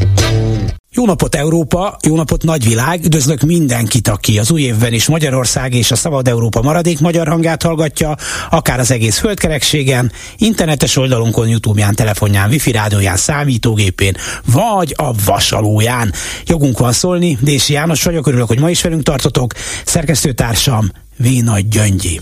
Jó napot Európa, jó napot nagyvilág, üdvözlök mindenkit, aki az új évben is Magyarország és a Szabad Európa maradék magyar hangját hallgatja, akár az egész földkerekségen, internetes oldalunkon, YouTube-ján, telefonján, wifi rádióján, számítógépén, vagy a vasalóján. Jogunk van szólni, Dési János vagyok, örülök, hogy ma is velünk tartotok, szerkesztőtársam Vénagy Gyöngyi.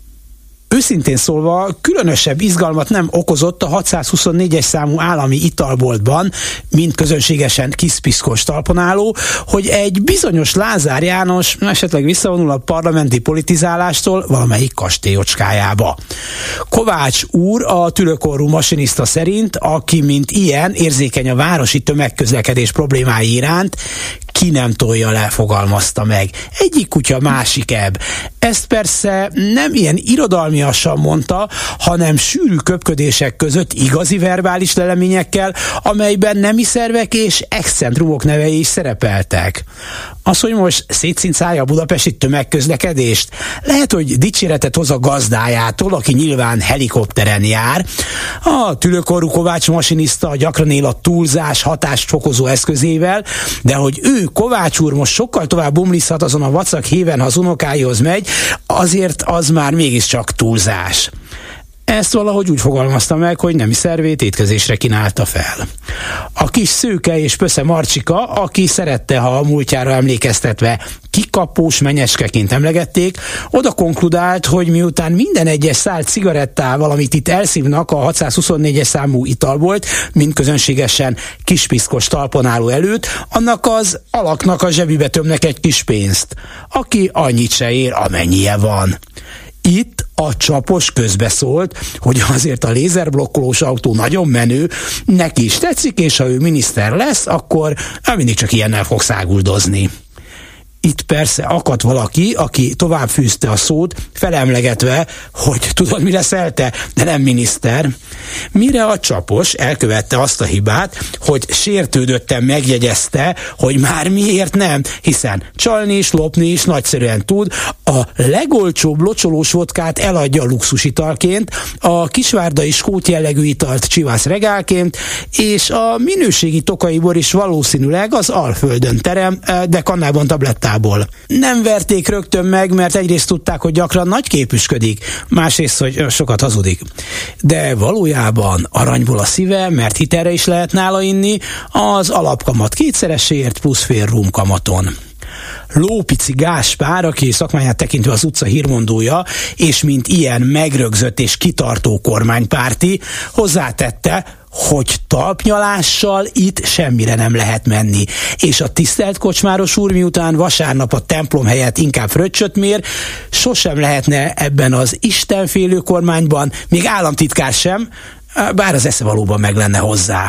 Őszintén szólva, különösebb izgalmat nem okozott a 624-es számú állami italboltban, mint közönségesen kiszpiszkos talpon álló, hogy egy bizonyos Lázár János esetleg visszavonul a parlamenti politizálástól valamelyik kastélyocskájába. Kovács úr a tülökorú masinista szerint, aki mint ilyen érzékeny a városi tömegközlekedés problémái iránt, ki nem tolja le, fogalmazta meg. Egyik kutya, másik ebb. Ezt persze nem ilyen irodalmiasan mondta, hanem sűrű köpködések között igazi verbális leleményekkel, amelyben nemi szervek és excentrumok nevei is szerepeltek. Az, hogy most szétszincálja a budapesti tömegközlekedést, lehet, hogy dicséretet hoz a gazdájától, aki nyilván helikopteren jár. A tülökorú Kovács masinista gyakran él a túlzás hatást fokozó eszközével, de hogy ő Kovács úr most sokkal tovább bomlizhat azon a vacak héven, ha az unokáihoz megy, azért az már mégiscsak túlzás. Ezt valahogy úgy fogalmazta meg, hogy nemi szervét étkezésre kínálta fel. A kis szőke és pösze Marcsika, aki szerette, ha a múltjára emlékeztetve kikapós menyeskeként emlegették, oda konkludált, hogy miután minden egyes szál cigarettával, amit itt elszívnak a 624-es számú italbolt, mint közönségesen kispiszkos talpon álló előtt, annak az alaknak a zsebébe tömnek egy kis pénzt, aki annyit se ér, amennyie van. Itt a Csapos közbeszólt, hogy azért a lézerblokkolós autó nagyon menő, neki is tetszik, és ha ő miniszter lesz, akkor mindig csak ilyennel fog száguldozni. Itt persze akadt valaki, aki tovább fűzte a szót, felemlegetve, hogy tudod, mi leszel te, de nem miniszter. Mire a Csapos elkövette azt a hibát, hogy sértődötten megjegyezte, hogy már miért nem, hiszen csalni is, lopni is nagyszerűen tud, a legolcsóbb locsolós vodkát eladja luxusitalként, a kisvárdai skót jellegű italt csivász regálként, és a minőségi tokai bor is valószínűleg az Alföldön terem, de kannában tablettában. Nem verték rögtön meg, mert egyrészt tudták, hogy gyakran nagyképűsködik, másrészt, hogy sokat hazudik. De valójában aranyból a szíve, mert hitelre is lehet nála inni, az alapkamat kétszereséért plusz fél rumkamaton. Lópici Gáspár, aki szakmáját tekintve az utca hírmondója, és mint ilyen megrögzött és kitartó kormánypárti, hozzátette, hogy talpnyalással itt semmire nem lehet menni. És a tisztelt kocsmáros úr, miután vasárnap a templom helyett inkább fröccsöt mér, sosem lehetne ebben az istenfélő kormányban, még államtitkár sem, bár az esze valóban meg lenne hozzá.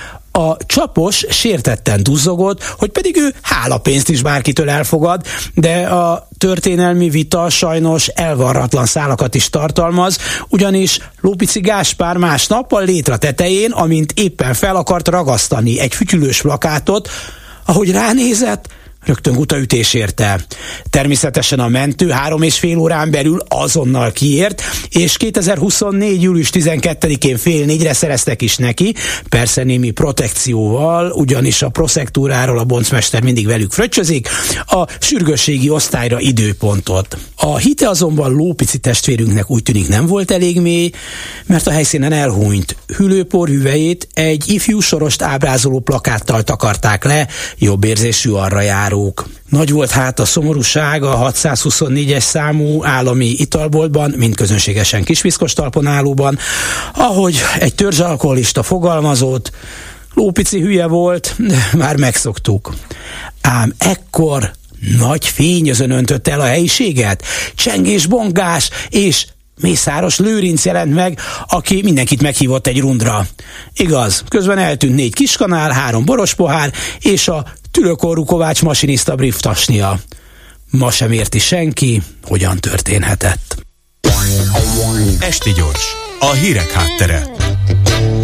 A Csapos sértetten duzzogott, hogy pedig ő hálapénzt is bárkitől elfogad, de a történelmi vita sajnos elvarratlan szálakat is tartalmaz, ugyanis Lópici Gáspár másnap a létre tetején, amint éppen fel akart ragasztani egy fütyülős plakátot, ahogy ránézett, Rögtön gutaütés érte. Természetesen a mentő 3,5 órán belül azonnal kiért, és 2024. július 12-én fél 4-re szereztek is neki, persze némi protekcióval, ugyanis a proszektúráról a boncmester mindig velük fröccsözik, a sürgősségi osztályra időpontot. A hite azonban Lópici testvérünknek úgy tűnik nem volt elég mély, mert a helyszínen elhunyt. Hüllőpor hüvelyét egy ifjú sorost ábrázoló plakáttal takarták le, jobb érzésű arra járók. Nagy volt hát a szomorúság a 624-es számú állami italboltban, mind közönségesen Kisviszkos talpon állóban, ahogy egy törzsalkoholista fogalmazott, Lópici hülye volt, már megszoktuk. Ám ekkor nagy fényözön öntött el a helyiséget, csengés, bongás és Mészáros Lőrinc jelent meg, aki mindenkit meghívott egy rundra. Igaz, közben eltűnt 4 kiskanál, 3 boros pohár, és a tülökorú Kovács masinista brieftasnia. Ma sem érti senki, hogyan történhetett. Esti Gyors, a hírek háttere.